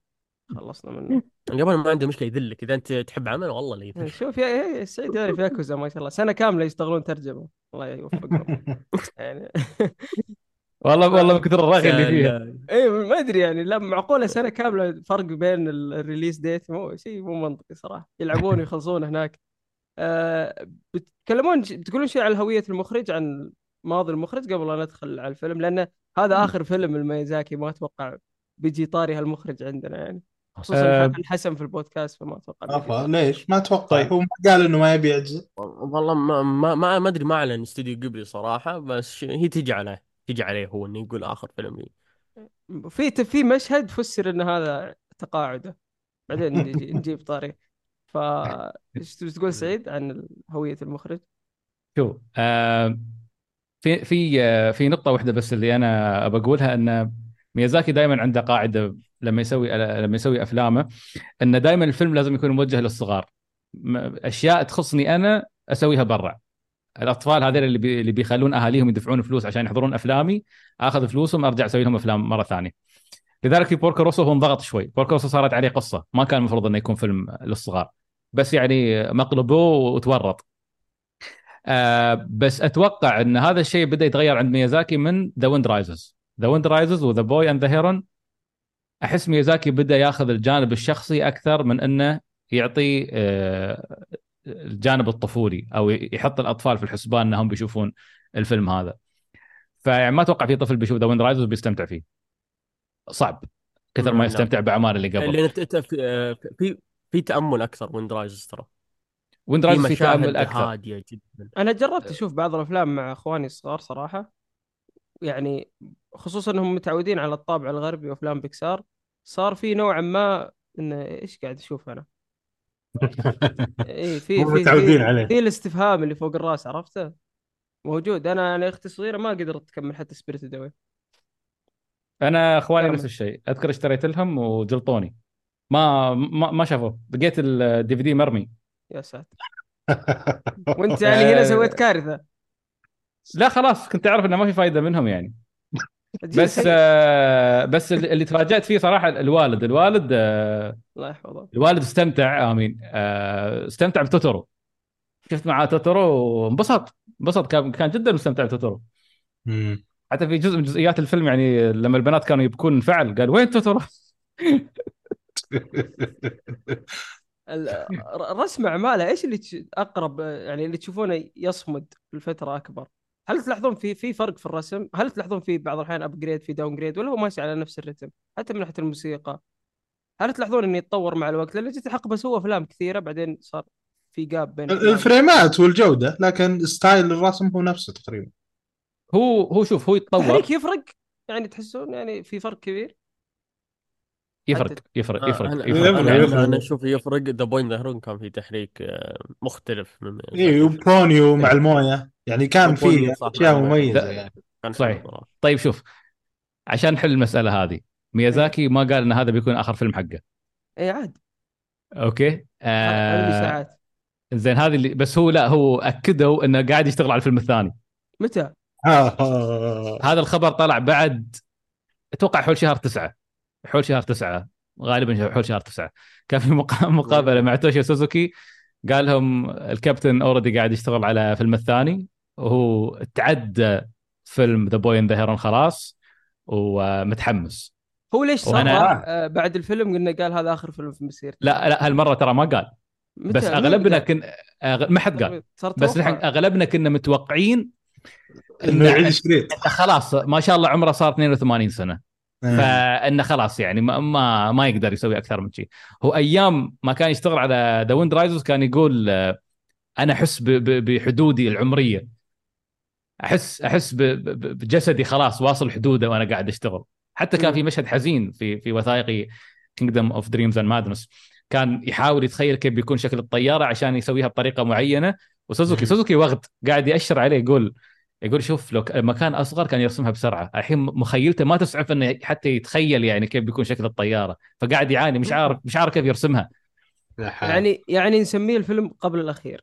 خلصنا منه. قبل ما عنده مشكله يذلك اذا انت تحب عمل والله اللي يذلك. شوف يا يا- السعيد يعني في ياكوزا ما شاء الله سنة كاملة يشتغلون ترجمة، الله يوفقهم يعني. والله والله من كثر الرغي اللي فيها. سلام. اي ما ادري يعني، لا معقوله سنه كامله فرق بين ال- الريليس ديت، مو شيء مو منطقي صراحه، يلعبون ويخلصون هناك. أه بتتكلمون بتقولون شيء على هويه المخرج، عن ماضي المخرج قبل لا ندخل على الفيلم، لان هذا اخر فيلم الميازاكي، ما اتوقع بيجي طاري هالمخرج عندنا يعني، خصوصا ح- أه انحسن في البودكاست، فما اتوقع بيجي افا طاري. ليش ما اتوقع، طيب هو ما قال انه ما يبي يعجز. والله ما ما ما ما ادري، ما اعلن استوديو قبلي صراحه، بس ش- هي تيجي عليه تيجي عليه هو انه يقول اخر فيلم لي. في في مشهد فسر ان هذا تقاعده، بعدين نجي نجيب طاري. ف ايش تقول سعيد عن هويه المخرج؟ شوف، آه في في آه في نقطة واحدة بس اللي أنا بقولها، أن ميازاكي دائما عنده قاعدة لما يسوي لما يسوي أفلامه، أن دائما الفيلم لازم يكون موجه للصغار. م- أشياء تخصني أنا أسويها برا. الأطفال هذول اللي بي اللي بيخلون أهاليهم يدفعون فلوس عشان يحضرون أفلامي، آخذ فلوسهم أرجع أسوي لهم أفلام مرة ثانية. لذلك في بوركو روسو هو انضغط شوي. بوركو روسو صارت عليه قصة، ما كان المفروض أنه يكون فيلم للصغار، بس يعني مقلبوه وتورط. آه بس اتوقع ان هذا الشيء بدا يتغير عند ميازاكي من ذا ويند رايزز. ذا ويند رايزز وذا بوي اند ذا هيرون، احس ميازاكي بدا ياخذ الجانب الشخصي اكثر من انه يعطي آه الجانب الطفولي، او يحط الاطفال في الحسبان انهم بيشوفون الفيلم هذا. فيعني ما اتوقع في طفل بيشوف ذا ويند رايزز وبيستمتع فيه، صعب كثر ما مم، لا، يستمتع باعمال اللي قبل. لان انت في في في تامل اكثر ويند رايزز ترى، ويند في رايزز فيه تامل مشاهد اكثر. هاديه جدا. انا جربت اشوف بعض الافلام مع اخواني الصغار صراحه، يعني خصوصا انهم متعودين على الطابع الغربي وافلام بيكسار، صار في نوعا ما انه ايش قاعد اشوف انا. اي في مو في في متعودين عليه. في الاستفهام اللي فوق الراس، عرفته موجود. انا انا اختي الصغيره ما قدرت تكمل حتى سبيريت دوي انا اخواني نفس كامل. الشيء، اذكر اشتريت لهم وجلطوني، ما ما, ما شافوه، لقيت الدي في دي مرمي. يا ساتر، وانت يعني هنا سويت آه كارثه. لا خلاص، كنت اعرف انه ما في فايده منهم يعني. جيل بس سيء. آه بس اللي اللي تفاجأت فيه صراحه الوالد الوالد آه الله يحفظه. الوالد استمتع، امين، آه استمتع بتوتورو. شفت معاه توتورو وانبسط، انبسط، كان كان جدا مستمتع بتوتورو. مم. حتى في جزء من جزئيات الفيلم يعني لما البنات كانوا يبكون انفعل، قال وين توتورو. ال- الرسم اعماله ايش اللي تش- اقرب يعني اللي تشوفونه يصمد لفتره اكبر؟ هل تلاحظون في في فرق في الرسم؟ هل تلاحظون في بعض الاحيان ابجريد في داون جريد، ولا هو ماشي على نفس الرتم حتى من ناحيه الموسيقى؟ هل تلاحظون انه يتطور مع الوقت؟ لان جيت احق بس هو افلام كثيره بعدين صار في جاب بين افلام. الفريمات والجودة، لكن ستايل الرسم هو نفسه تقريبا. هو هو شوف، هو التحريك يتطور. يفرق، يعني تحسون يعني في فرق كبير يفرق حتى. يفرق آه، يفرق انا يفرق يفرق انا يعني. انا انا يفرق. اشوف يفرق. ذا بوينت ذا هيرون كان في تحريك آه، مختلف من اي ميازاكي. وبرونيو مع إيه. المويه، يعني كان وبونيو فيه صح مع اشياء المويه، مميزه لا يعني. كان حلو صحيح. صراحه. طيب شوف، عشان نحل المسألة هذه، ايه ميازاكي ما قال ان هذا بيكون اخر فيلم حقه. ايه عاد، اوكي ه- هذه آه الاشاعات. زين، هذه اللي بس هو لا هو اكدوا انه قاعد يشتغل على الفيلم الثاني. متى؟ آه. هذا الخبر طلع بعد، اتوقع حول شهر تسعة، حول شهر تسعة غالبا، حول شهر تسعة. كان في مقا- مقابلة مم. مع توشي سوزوكي، قال لهم الكابتن اوريدي قاعد يشتغل على فيلم الثاني، وهو تعدى فيلم ذا بوي ان ذا هيرون خلاص، ومتحمس. هو ليش وانا صرح آه. آه بعد الفيلم قلنا قال هذا اخر فيلم في مسيرتي؟ لا لا هالمرة ترى ما قال، بس متى؟ مين اغلبنا قال؟ كن أغ... ما حد قال. صار صار بس نحن توقع. اغلبنا كنا متوقعين ان انه يعيد ان شريط. خلاص ما شاء الله عمره صار اثنين وثمانين سنه، آه. فانه خلاص يعني ما ما, ما يقدر يسوي اكثر من شيء. هو ايام ما كان يشتغل على ذا ويند رايزز كان يقول آه، انا احس ب... ب... بحدودي العمريه، احس احس ب... ب... بجسدي خلاص واصل حدوده وانا قاعد اشتغل. حتى كان مم. في مشهد حزين في في وثائقي كينجدم اوف دريمز اند مادنس، كان يحاول يتخيل كيف بيكون شكل الطياره عشان يسويها بطريقه معينه، وسوزوكي مم. سوزوكي وقت قاعد يأشر عليه، يقول يقول شوف لو ك- مكان اصغر كان يرسمها بسرعه، الحين مخيلته ما تسعف انه حتى يتخيل يعني كيف بيكون شكل الطياره، فقاعد يعاني، مش عارف مش عارف كيف يرسمها. يا حال. يعني يعني نسميه الفيلم قبل الاخير.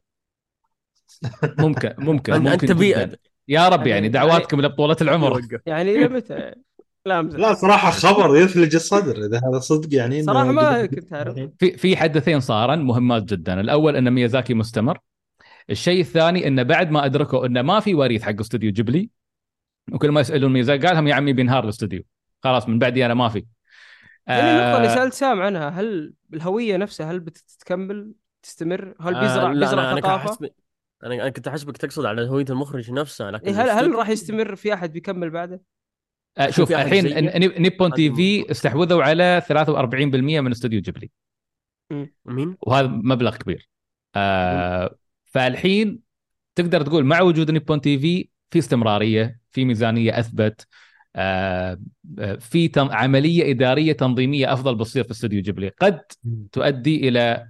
ممكن ممكن انت ممكن انت بي جدا. يا رب يعني يعني يعني دعواتكم لبطولة العمر. يوقف. يعني الى متى يعني؟ لا امزح. لا صراحة خبر يثلج الصدر إذا هذا صدق، يعني صراحه إنه ما كنت اعرف. في في حدثين صارا مهمات جدا. الاول ان ميازاكي مستمر. الشيء الثاني انه بعد ما ادركوا انه ما في وريث حق استوديو جيبلي، وكل ما يسالون ميازاكي قال لهم يا عمي بينهار الاستوديو، خلاص من بعدي انا ما في. يعني النقطه اللي آه سالت سام عنها، هل الهويه نفسها هل بتتكمل تستمر؟ هل آه بيزرع لا، بيزرع انا انا كنت ثقافه؟ احسب انا انا كنت احسبك تقصد على هوية المخرج نفسه، لكن إيه، هل هل الاستوديو راح يستمر؟ في احد بيكمل بعده؟ آه، هل شوف في احد الحين زيه؟ ن- نيبون هذه تي النقطة. في استحوذوا على ثلاثة وأربعين بالمئة من استوديو جيبلي، مم. مين؟ وهذا مبلغ كبير. مين؟ آه فالحين تقدر تقول مع وجود نيبون تي في في استمراريه، في ميزانيه اثبت، آه آه، في تن... عمليه اداريه تنظيميه افضل بتصير في استوديو جيبلي، قد تؤدي الى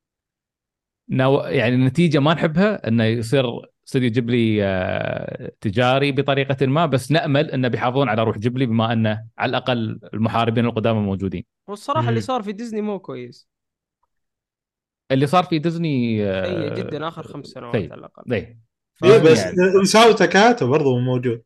نو... يعني نتيجه ما نحبها انه يصير استوديو جيبلي آه تجاري بطريقه ما، بس نامل انه بيحافظون على روح جيبلي بما انه على الاقل المحاربين القدامى موجودين. والصراحه اللي صار في ديزني مو كويس، اللي صار في ديزني سيء آه جدا اخر خمس سنوات سيء. على الاقل. ليه؟ إيه مو بس فيعني يعني يساوي تكاته برضه موجود،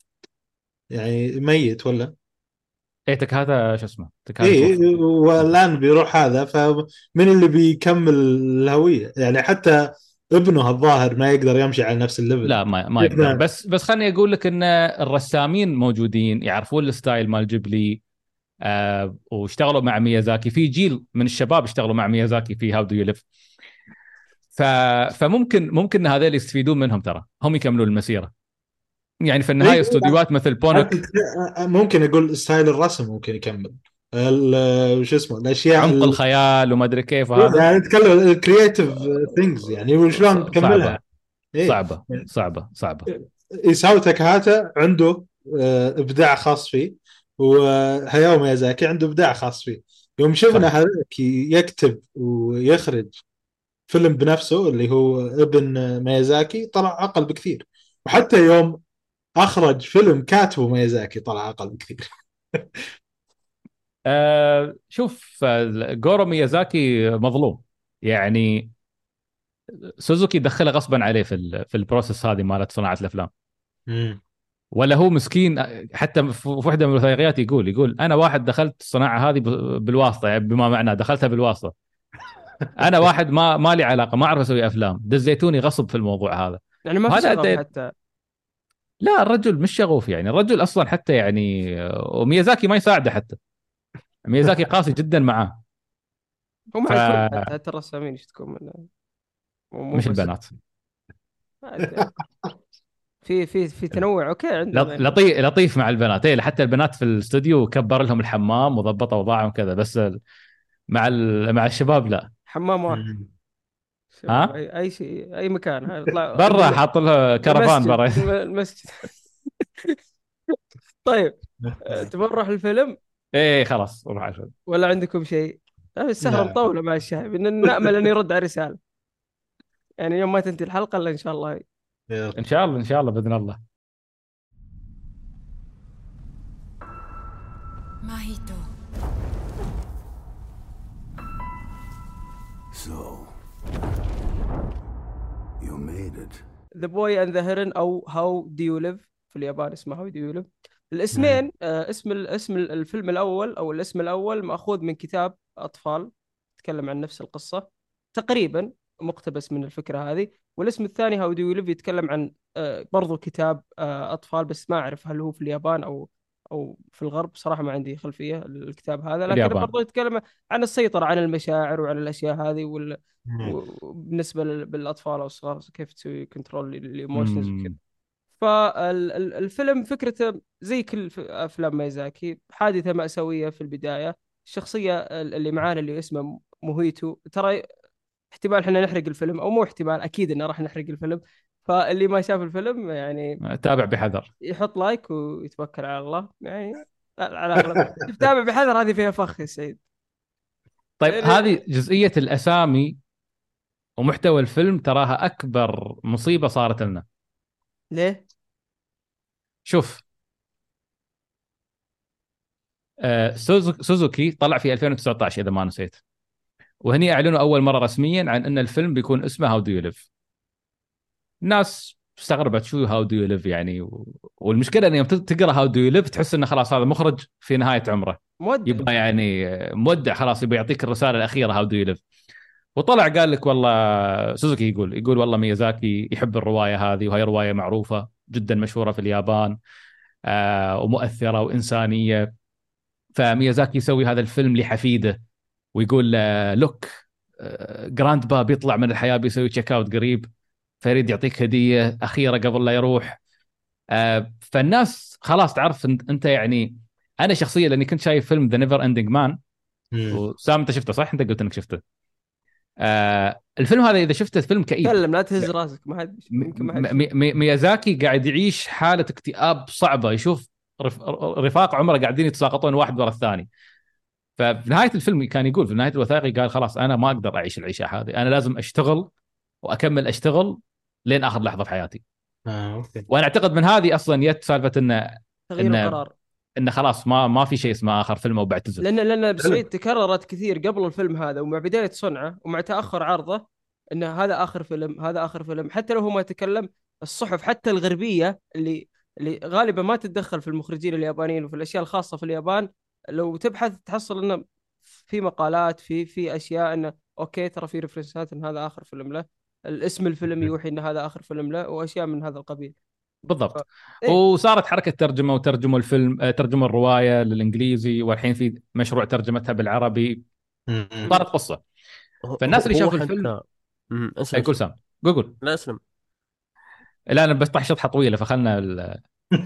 يعني ميت ولا؟ ايه تكاتا شو اسمه تكاتا ايه توفى. والان بيروح هذا، فمن اللي بيكمل الهويه؟ يعني حتى ابنه الظاهر ما يقدر يمشي على نفس الليفل. لا ما ما كيف يقدر، ما- بس بس خلني اقول لك ان الرسامين موجودين يعرفون الستايل مال جيبلي، آه واشتغلوا مع ميازاكي، في جيل من الشباب اشتغلوا مع ميازاكي في هاو دو يو ليف. ف فممكن ممكن هذول يستفيدون منهم، ترى هم يكملون المسيره. يعني في إيه، النهايه استوديوهات مثل حتى بونك، ممكن اقول ستايل الرسم ممكن يكمل، ال- شو اسمه الاشياء عمق ال- الخيال وما ادري كيف إيه، وهذا. يعني نتكلم الكرييتيف ثينجز، يعني وشلون ص- صعبه تكملها. ايه صعبه صعبه صعبه. إيساو تاكاهاتا عنده آه، ابداع خاص فيه، وهاياو ميازاكي عنده ابداع خاص فيه. يوم شفنا صحيح. هذاك يكتب ويخرج فيلم بنفسه اللي هو ابن ميازاكي، طلع اقل بكثير. وحتى يوم اخرج فيلم كاتبه ميازاكي طلع اقل بكثير. آه شوف آه، جورو ميازاكي مظلوم يعني. سوزوكي دخله غصبا عليه في ال- في البروسيس هذه مالت صناعه الافلام، مم. ولا هو مسكين. حتى في واحده من الوثائقيات يقول يقول انا واحد دخلت الصناعه هذه ب- بالواسطه، يعني بما معناه دخلتها بالواسطه. انا واحد ما ما لي علاقه، ما اعرف اسوي افلام، دزيتوني غصب في الموضوع هذا. يعني ما في وهذا شغف أدى. حتى. لا الرجل مش شغوف، يعني الرجل اصلا حتى يعني، وميازاكي ما يساعده حتى. ميازاكي قاسي جدا معاه. هو مع الكل، فمش حتى حتى الرسامين يشتكون منه، مو مو بس. البنات. عاد في في في تنوع اوكي عندهم لط- يعني. لطيف لطيف مع البنات، إيه حتى البنات في الاستوديو كبر لهم الحمام وضبط اوضاعهم كذا، بس ال- مع ال- مع الشباب لا. حمام واحد. مم. شباب ها اي اي شيء اي مكان، هاي يطلع برا الم- حاط له كرفان المسجد برا. الم- المسجد. طيب، أه، تبغى نروح الفيلم ايه خلاص روح عشان. ولا عندكم شيء؟ أه، السهرة لا. مطولة مع الشاي، بدنا نأمل أن يرد على الرسالة، يعني يوم ما تنتهي الحلقة إلا إن شاء الله. يلا. ان شاء الله ان شاء الله باذن الله. Mahito. So, you made it. The Boy and the Heron أو How Do You Live في اليابان اسمه How Do You Live. مم. الاسمين، آه، اسم ال- اسم الفيلم الأول أو الاسم الأول مأخوذ من كتاب أطفال يتكلم عن نفس القصة تقريبا، مقتبس من الفكرة هذه. والاسم الثاني How Do You Live يتكلم عن آه، برضو كتاب آه، أطفال، بس ما أعرف هل هو في اليابان أو أو في الغرب، صراحة ما عندي خلفية الكتاب هذا، لكن اليابان. برضو يتكلم عن السيطرة على المشاعر وعن الأشياء هذه، مم. وبالنسبه لل- بالاطفال او الصغار كيف تسوي كنترول للايموشنز وكذا. امم فالفيلم فكرته زي كل ف- افلام ميزاكي، حادثه مأساويه في البدايه. الشخصيه اللي معانا اللي اسمه موهيتو، ترى احتمال احنا نحرق الفيلم او مو احتمال، اكيد انه راح نحرق الفيلم. فاللي ما شاف الفيلم يعني تابع بحذر. يحط لايك ويتوكل على الله يعني. على الاغلب تتابع بحذر، هذه فيها فخ يا سعيد. طيب يعني هذه جزئيه الاسامي ومحتوى الفيلم تراها اكبر مصيبه صارت لنا. ليه؟ شوف، آه، سوزو- سوزوكي طلع في ألفين وتسعة عشر اذا ما نسيت، وهني اعلنوا اول مره رسميا عن ان الفيلم بيكون اسمه هاو دو يو ليف. الناس استغربت شو هاو دو يو ليف يعني و... والمشكله ان يوم تقرا هاو دو يو ليف تحس انه خلاص هذا مخرج في نهايه عمره مودع. يبغى يعني مودع خلاص يبغى يعطيك الرساله الاخيره هاو دو يو ليف. وطلع قال لك والله سوزوكي يقول يقول والله ميازاكي يحب الروايه هذه وهي روايه معروفه جدا مشهوره في اليابان آه ومؤثره وانسانيه. فميازاكي يسوي هذا الفيلم لحفيده ويقول آه لوك آه جراند با بيطلع من الحياه بيسوي تشيك اوت قريب فيريد يعطيك هديه اخيره قبل لا يروح. آه فالناس خلاص تعرف انت أنت يعني. انا شخصيا لاني كنت شايف فيلم ذا نيفر اندنج مان مم. وسام انت شفته صح؟ انت قلت انك شفته. آه الفيلم هذا اذا شفته فيلم كئيب. تكلم لا تهز راسك، ما حد يمكن ما حد م- م- م- ميازاكي قاعد يعيش حالة اكتئاب صعبة يشوف رف... رفاق عمره قاعدين يتساقطون واحد ورا الثاني. ففي نهاية الفيلم كان يقول في نهاية الوثائقي قال خلاص أنا ما أقدر أعيش العيشة هذه أنا لازم أشتغل وأكمل أشتغل لين آخر لحظة في حياتي. آه، أوكي. وأنا أعتقد من هذه أصلا جت سالفة إنه تغيير إنه القرار. إنه خلاص ما ما في شيء اسمه آخر فيلم وبعتزل. لان لان بسعيد تكررت كثير قبل الفيلم هذا ومع بدايه صنعه ومع تاخر عرضه، ان هذا اخر فيلم هذا اخر فيلم. حتى لو هو ما تكلم، الصحف حتى الغربيه اللي اللي غالبا ما تتدخل في المخرجين اليابانيين وفي الاشياء الخاصه في اليابان، لو تبحث تحصل انه في مقالات في في اشياء انه اوكي ترى في ريفرنسات ان هذا اخر فيلم له، الاسم الفيلم يوحي ان هذا اخر فيلم له واشياء من هذا القبيل. ف... بالضبط. إيه؟ وصارت حركة ترجمة وترجموا الفيلم آه، ترجموا الرواية للإنجليزي والحين في مشروع ترجمتها بالعربي. مم. صارت قصة. هو فالناس اللي هو شافوا الفيلم حتى امم اسلم يقول اسلم سام قول. لا اسلم. لا انا بشطح شطحه طويله فخلنا ال...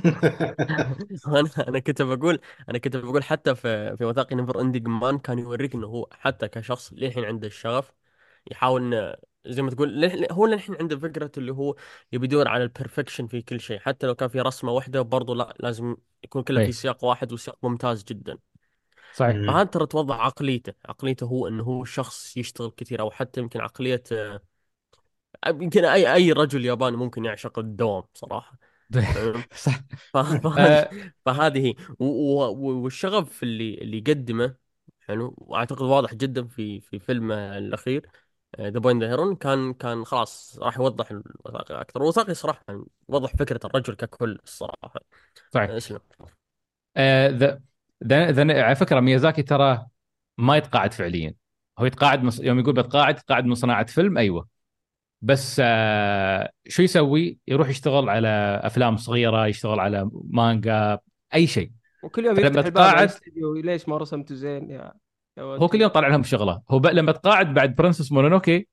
انا انا كنت بقول انا كنت بقول حتى في في وثائقي نيفر اندنج مان كان يوريك انه هو حتى كشخص للحين عنده الشغف، يحاول إنه زي ما تقول للح- هو للحين عنده فكرة اللي هو يبي يدور على البرفكشن في كل شيء، حتى لو كان في رسمة واحدة برضو لا لازم يكون كله في اي سياق واحد وسياق ممتاز جدا. صحيح. مم. فهذا ترى توضح عقليته عقليته هو انه هو شخص يشتغل كثير، او حتى يمكن عقلية آه، يمكن اي اي رجل ياباني ممكن يعشق الدوام صراحة. فاهم؟ صح. ف- فهذه آه فهذه هي و- و- والشغف اللي اللي يقدمه حلو، واعتقد واضح جدا في في فيلمه الاخير ذا بويند ذا هيرون. كان كان خلاص راح يوضح الوثائقي اكثر، والوثائقي صراحه يعني وضح فكره الرجل ككل الصراحه. صحيح. اسلم. آه ذا ذا ذا على فكره ميازاكي ترى ما يتقاعد فعليا. هو يتقاعد مص... يوم يقول بتقاعد يتقاعد من صناعه فيلم ايوه. بس آه شو يسوي؟ يروح يشتغل على افلام صغيره يشتغل على مانجا اي شيء. وكل يوم فلما يفتح الباب على تقاعد الاستديو، ليش ما رسمته زين يا يا هو كل ولدي؟ يوم طالع لهم شغله. هو ب... لما تقاعد بعد برنسس مونونوكي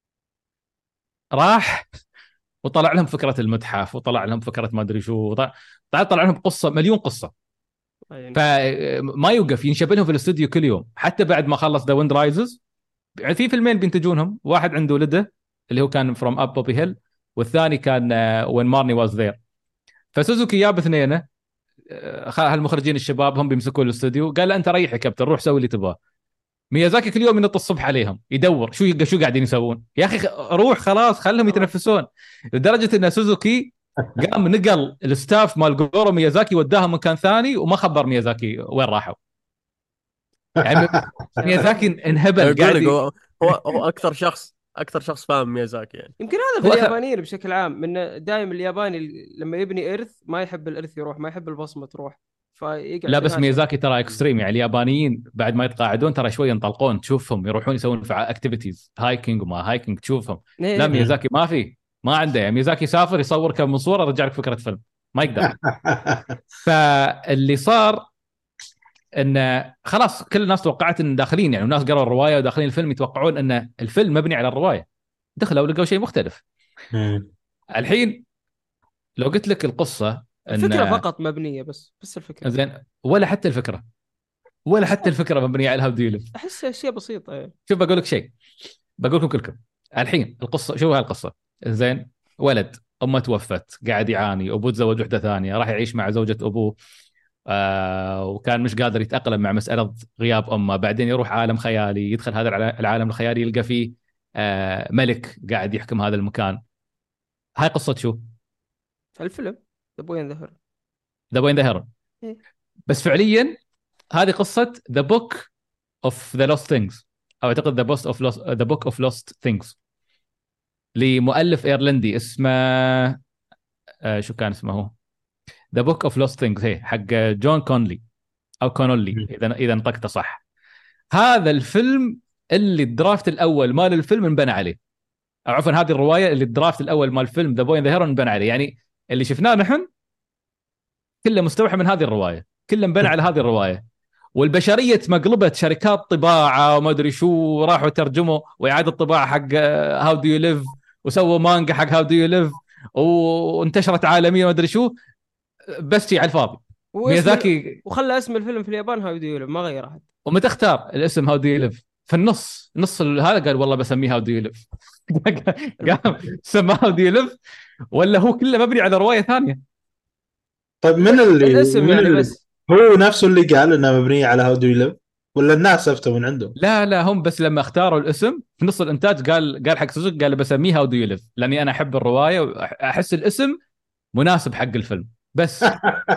راح وطلع لهم فكره المتحف وطلع لهم فكره ما ادري شو وطلع طلع, طلع لهم قصه مليون قصه. يعني فما يوقف ينشب لهم في الاستوديو كل يوم حتى بعد ما خلص ذا ويند رايزز. يعني في فيلمين بينتجونهم واحد عنده ولده اللي هو كان فروم اب بوبي هيل والثاني كان وين مارني واز ذير. فسوزوكي جاب اثنينه آه، هالمخرجين الشباب هم بيمسكوا الاستوديو قال له انت ريح يا كابتن روح سوي اللي تبغاه. ميازاكي كل يوم ينط الصبح عليهم يدور شو شو قاعدين يسوون يا اخي روح خلاص خلهم يتنفسون. لدرجه ان سوزوكي قام نقل الستاف مال جورو ميازاكي وداهم مكان ثاني وما خبر ميازاكي وين راحوا. يعني ميازاكي انهبل اقول قاعد لك ي... هو هو هو اكثر شخص اكثر شخص فاهم ميازاكي يعني. يمكن هذا في هو أخ... اليابانيين بشكل عام، من دائما الياباني لما يبني إرث ما يحب الإرث يروح، ما يحب البصمة تروح، فيقعد لا في بس النهاية يسوي. ميازاكي ترى اكستريم. يعني اليابانيين بعد ما يتقاعدون ترى شوي ينطلقون تشوفهم يروحون يسوون في اكتيفيتيز هايكينج وما هايكينج تشوفهم. لا إيه. ميازاكي ما في ما عنده. يعني ميازاكي يسافر يصور كم من صوره رجع لك فكره فيلم ما يقدر. فاللي صار ان خلاص كل الناس توقعت ان داخلين يعني الناس قرأوا الروايه وداخلين الفيلم يتوقعون ان الفيلم مبني على الروايه. دخلوا لقوا شيء مختلف. مم. الحين لو قلت لك القصه الفكرة ان فقط مبنية، بس بس الفكرة زين ولا حتى الفكره ولا حتى الفكره مبنيه على هاو دو يو ليف. أحس أشياء بسيطة يعني. شوف بقول لك شيء بقول لكم كلكم الحين القصه شو هالقصه. زين ولد امه توفت قاعد يعاني ابوه تزوج وحده ثانيه راح يعيش مع زوجة ابوه آه وكان مش قادر يتأقلم مع مسألة غياب امه. بعدين يروح عالم خيالي يدخل هذا الع- العالم الخيالي يلقى فيه آه ملك قاعد يحكم هذا المكان. هاي قصة شو الفيلم ذا بوي اند ذا ذا بوين ذا هيرون. إيه. بس فعليا هذه قصة ذا بوك اوف ذا لوست ثينجز او اعتقد ذا بوست اوف ذا بوك اوف لوست ثينجز لمؤلف ايرلندي اسمه آه شو كان اسمه، ذا بوك اوف لوست ثينجز، هي حق جون كونلي او كونولي مم. اذا اذا نطقته صح. هذا الفيلم اللي الدرافت الاول مال الفيلم انبنى عليه، او عفوا هذه الروايه اللي الدرافت الاول مال الفيلم ذا بوي ذا هيرون انبنى عليه. يعني اللي شفناه نحن كله مستوحى من هذه الروايه، كله انبنى على هذه الروايه. والبشريه مقلبت شركات طباعه وما ادري شو، راحوا ترجموا واعاده طباعه حق هاو دو يو ليف، وسووا مانجا حق هاو دو يو ليف، وانتشرت عالميا ما ادري شو، بس شي على الفاضي. واسم ال... ميازاكي وخلى اسم الفيلم في اليابان هاو ديو ما غير احد. ومتى اختار الاسم هاو دو يو ليف في النص، نص ال- هذا قال والله بسميه هاو دو يو ليف. قام سماه هاو دو يو ليف، ولا هو كله مبني على روايه ثانيه؟ طيب من اللي الاسم من يعني اللي بس. هو نفسه اللي قال انها مبنيه على هاو دو يو ليف، ولا الناس افتوا من عندهم؟ لا لا، هم بس لما اختاروا الاسم في نص الانتاج قال قال حق سوزوكي، قال بسميه هاو دو يو ليف لاني انا احب الروايه واحس الاسم مناسب حق الفيلم بس.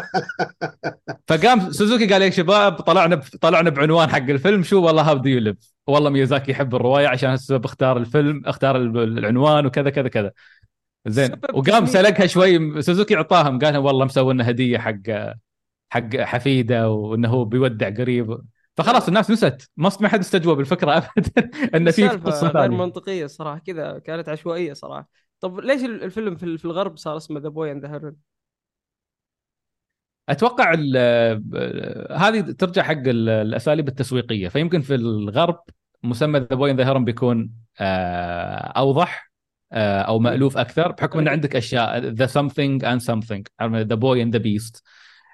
فقام سوزوكي قال يا شباب طلعنا ب... طلعنا بعنوان حق الفيلم شو، والله هاو دو يو ليف، والله ميازاكي يحب الروايه عشان هالسبب اختار الفيلم، اختار ال- العنوان وكذا كذا كذا. زين، سبب وقام تسميه سلقها شوي سوزوكي، اعطاهم قال والله مسوي لنا هديه حق حق حفيده وانه هو بيودع قريب. فخلاص الناس نست، ما ما حد استجوب الفكره ابدا ان في السالفه قصه غير ثانيه. منطقيه صراحه، كذا كانت عشوائيه صراحه. طب ليش ال- الفيلم في في الغرب صار اسمه ذا بوي اند ذا هيرون؟ اتوقع ال- هذه ترجع حق ال- الاساليب التسويقيه. فيمكن في الغرب مسمى ذا بوي ذا هيرون بيكون آه، اوضح آه، او مألوف اكثر، بحكم ان عندك اشياء ذا سمثينج اند سمثينج، ذا بوي اند ذا بيست،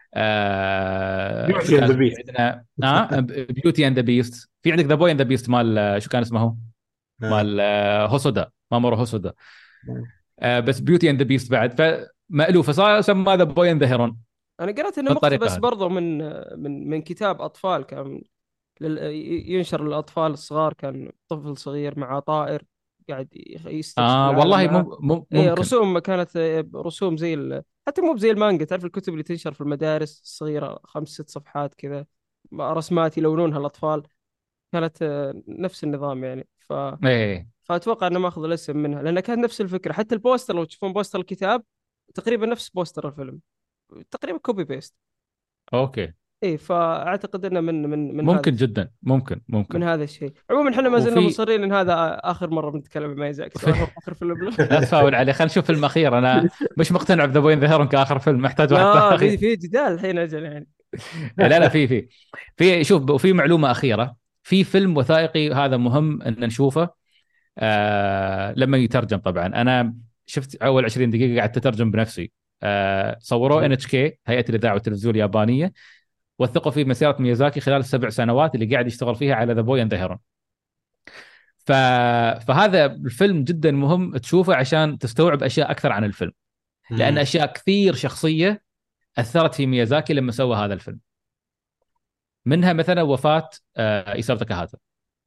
شو بيوتي اند كان ذا اسمه في بيست. عندنا اه بيوتي اند ذا بيست، في عندك ذا بوي اند ذا بيست مال آه، شو كان اسمه، مال آه، هوسودا، مامورو هوسودا. آه، بس بيوتي اند ذا بيست بعد فمألوفه، صار سمى ذا بوي اند ذا هيرون انا قرأت انه بالطريقه مقتبس هذه. برضه من من من كتاب اطفال كان لل... ينشر للاطفال الصغار، كان طفل صغير مع طائر قاعد يستكشف اه العالم والله معاه. مم مم ايه ممكن. رسوم كانت آه، رسوم زي ال... حتى مو زي المانجا، تعرف الكتب اللي تنشر في المدارس الصغيرة خمس ست صفحات كذا، رسمات يلونونها الأطفال، كانت آه، نفس النظام يعني. ف... ايه فأتوقع أنه ماخذ الاسم منها، لأنها كانت نفس الفكرة. حتى البوستر لو تشوفون بوستر الكتاب تقريبا نفس بوستر الفيلم، تقريبا كوبي بيست. اوكي، ايه فأعتقد أنه من من من هذا ممكن جدا، ممكن من ممكن. هذا الشيء. عموما احنا ما زلنا وفي مصرين ان هذا اخر مره بنتكلم عن مايزاكي، في سواء هو اخر فيلم له. لا تفاول عليه، خلينا نشوف فيلم اخير. انا مش مقتنع بذا بوين ذا هيرون كاخر فيلم، محتاج واحد ثاني لا، في اخير. في جدال الحين اجل يعني. لا لا، في في في شوف، وفي معلومه اخيره، في فيلم وثائقي هذا مهم ان نشوفه آه لما يترجم. طبعا انا شفت اول عشرين دقيقه قعدت اترجم بنفسي. آه صوروه ان اتش كي، هيئه الاذاعه والتلفزيون اليابانيه، وثقوا في مسيره ميازاكي خلال السبع سنوات اللي قاعد يشتغل فيها على ذا بوي اند ذا هيرون. ف... فهذا الفيلم جدا مهم تشوفه عشان تستوعب اشياء اكثر عن الفيلم، لان اشياء كثير شخصيه اثرت في ميازاكي لما سوى هذا الفيلم. منها مثلا وفاه آه، ايساو تاكاهاتا.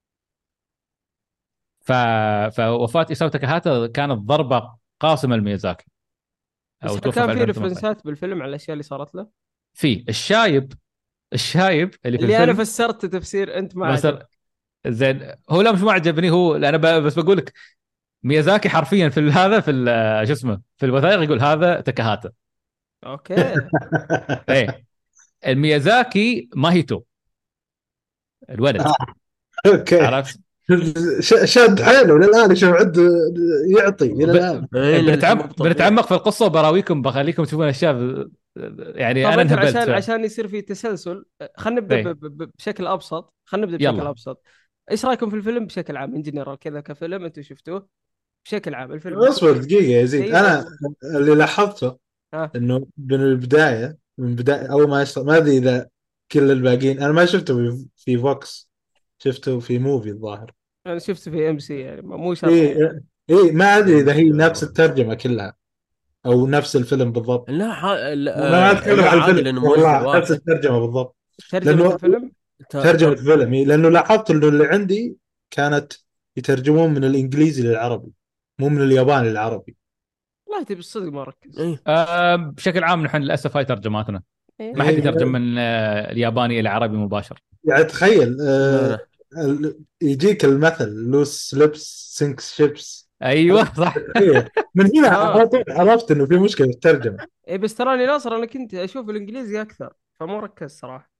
ف... فوفاه ايساو تاكاهاتا كانت ضربه قاصمه لميازاكي، بس او هل توفى كان في في ألفين وثمانية عشر. ريفرنسات بالفيلم على الاشياء اللي صارت له؟ في الشايب، الشايب اللي في اللي انا الفيلم فسرت تفسير انت ما عجبك. مثلا. زين، هو لا مش ما عجبني، هو انا ب... بس بقول لك ميازاكي حرفيا في ال- هذا في ال- شو اسمه في الوثائق يقول هذا تاكاهاتا. اوكي. ايه، الميازاكي ماهيتو الولد، اوكي. عرفت؟ ش- شاد حيله للان، شوف عنده يعطي الى ب... الان. إيه، لأن الحين مو بنتعمق بطبيعي. بنتعمق في القصه وبراويكم، بخليكم تشوفون اشياء ب- يعني طب انا انت انهبلت عشان فعلا. عشان يصير في تسلسل، خلينا نبدا ب- ايه ب- ب- بشكل ابسط، خلينا نبدا بشكل يلا. ابسط. ايش رايكم في الفيلم بشكل عام، ان جنرال كذا كفيلم انتم شفتوه بشكل عام الفيلم اصبر دقيقه يا يزيد، جيد انا ولا؟ اللي لاحظته ها. انه من البدايه من بدايه اول ما يشتغل، ما ادري اذا كل الباقيين، انا ما شفته في في فوكس، شفته في موفي الظاهر. انا شفته في ام سي يعني مو شرط يعني. ايه ايه، ما ادري اذا هي نفس آه. الترجمه كلها او نفس الفيلم بالضبط. لا ح... انا ما لا, اتكلم لا عن عادي الفيلم لانه موزع والله، نفس واحد. الترجمه بالضبط. ترجمه لانه الفيلم. ت... ترجمه ت... فيلم إيه، لانه لاحظت انه اللي عندي كانت يترجمون من الانجليزي للعربي، مو من الياباني للعربي. والله تبي الصدق ما ركز. ايه آه بشكل عام نحن للاسف هاي ترجماتنا، إيه. ما حد إيه، يترجم من آه الياباني الى عربي مباشر. يعني تخيل لا آه لا ال- يجيك المثل لوس لبس سينكس شيبس، ايوه صح. إيه. من هنا على اه طول عرفت انه في مشكله في الترجمه. اي بس تراني ناصر انا كنت اشوف الانجليزي اكثر، فمو ركز صراحه،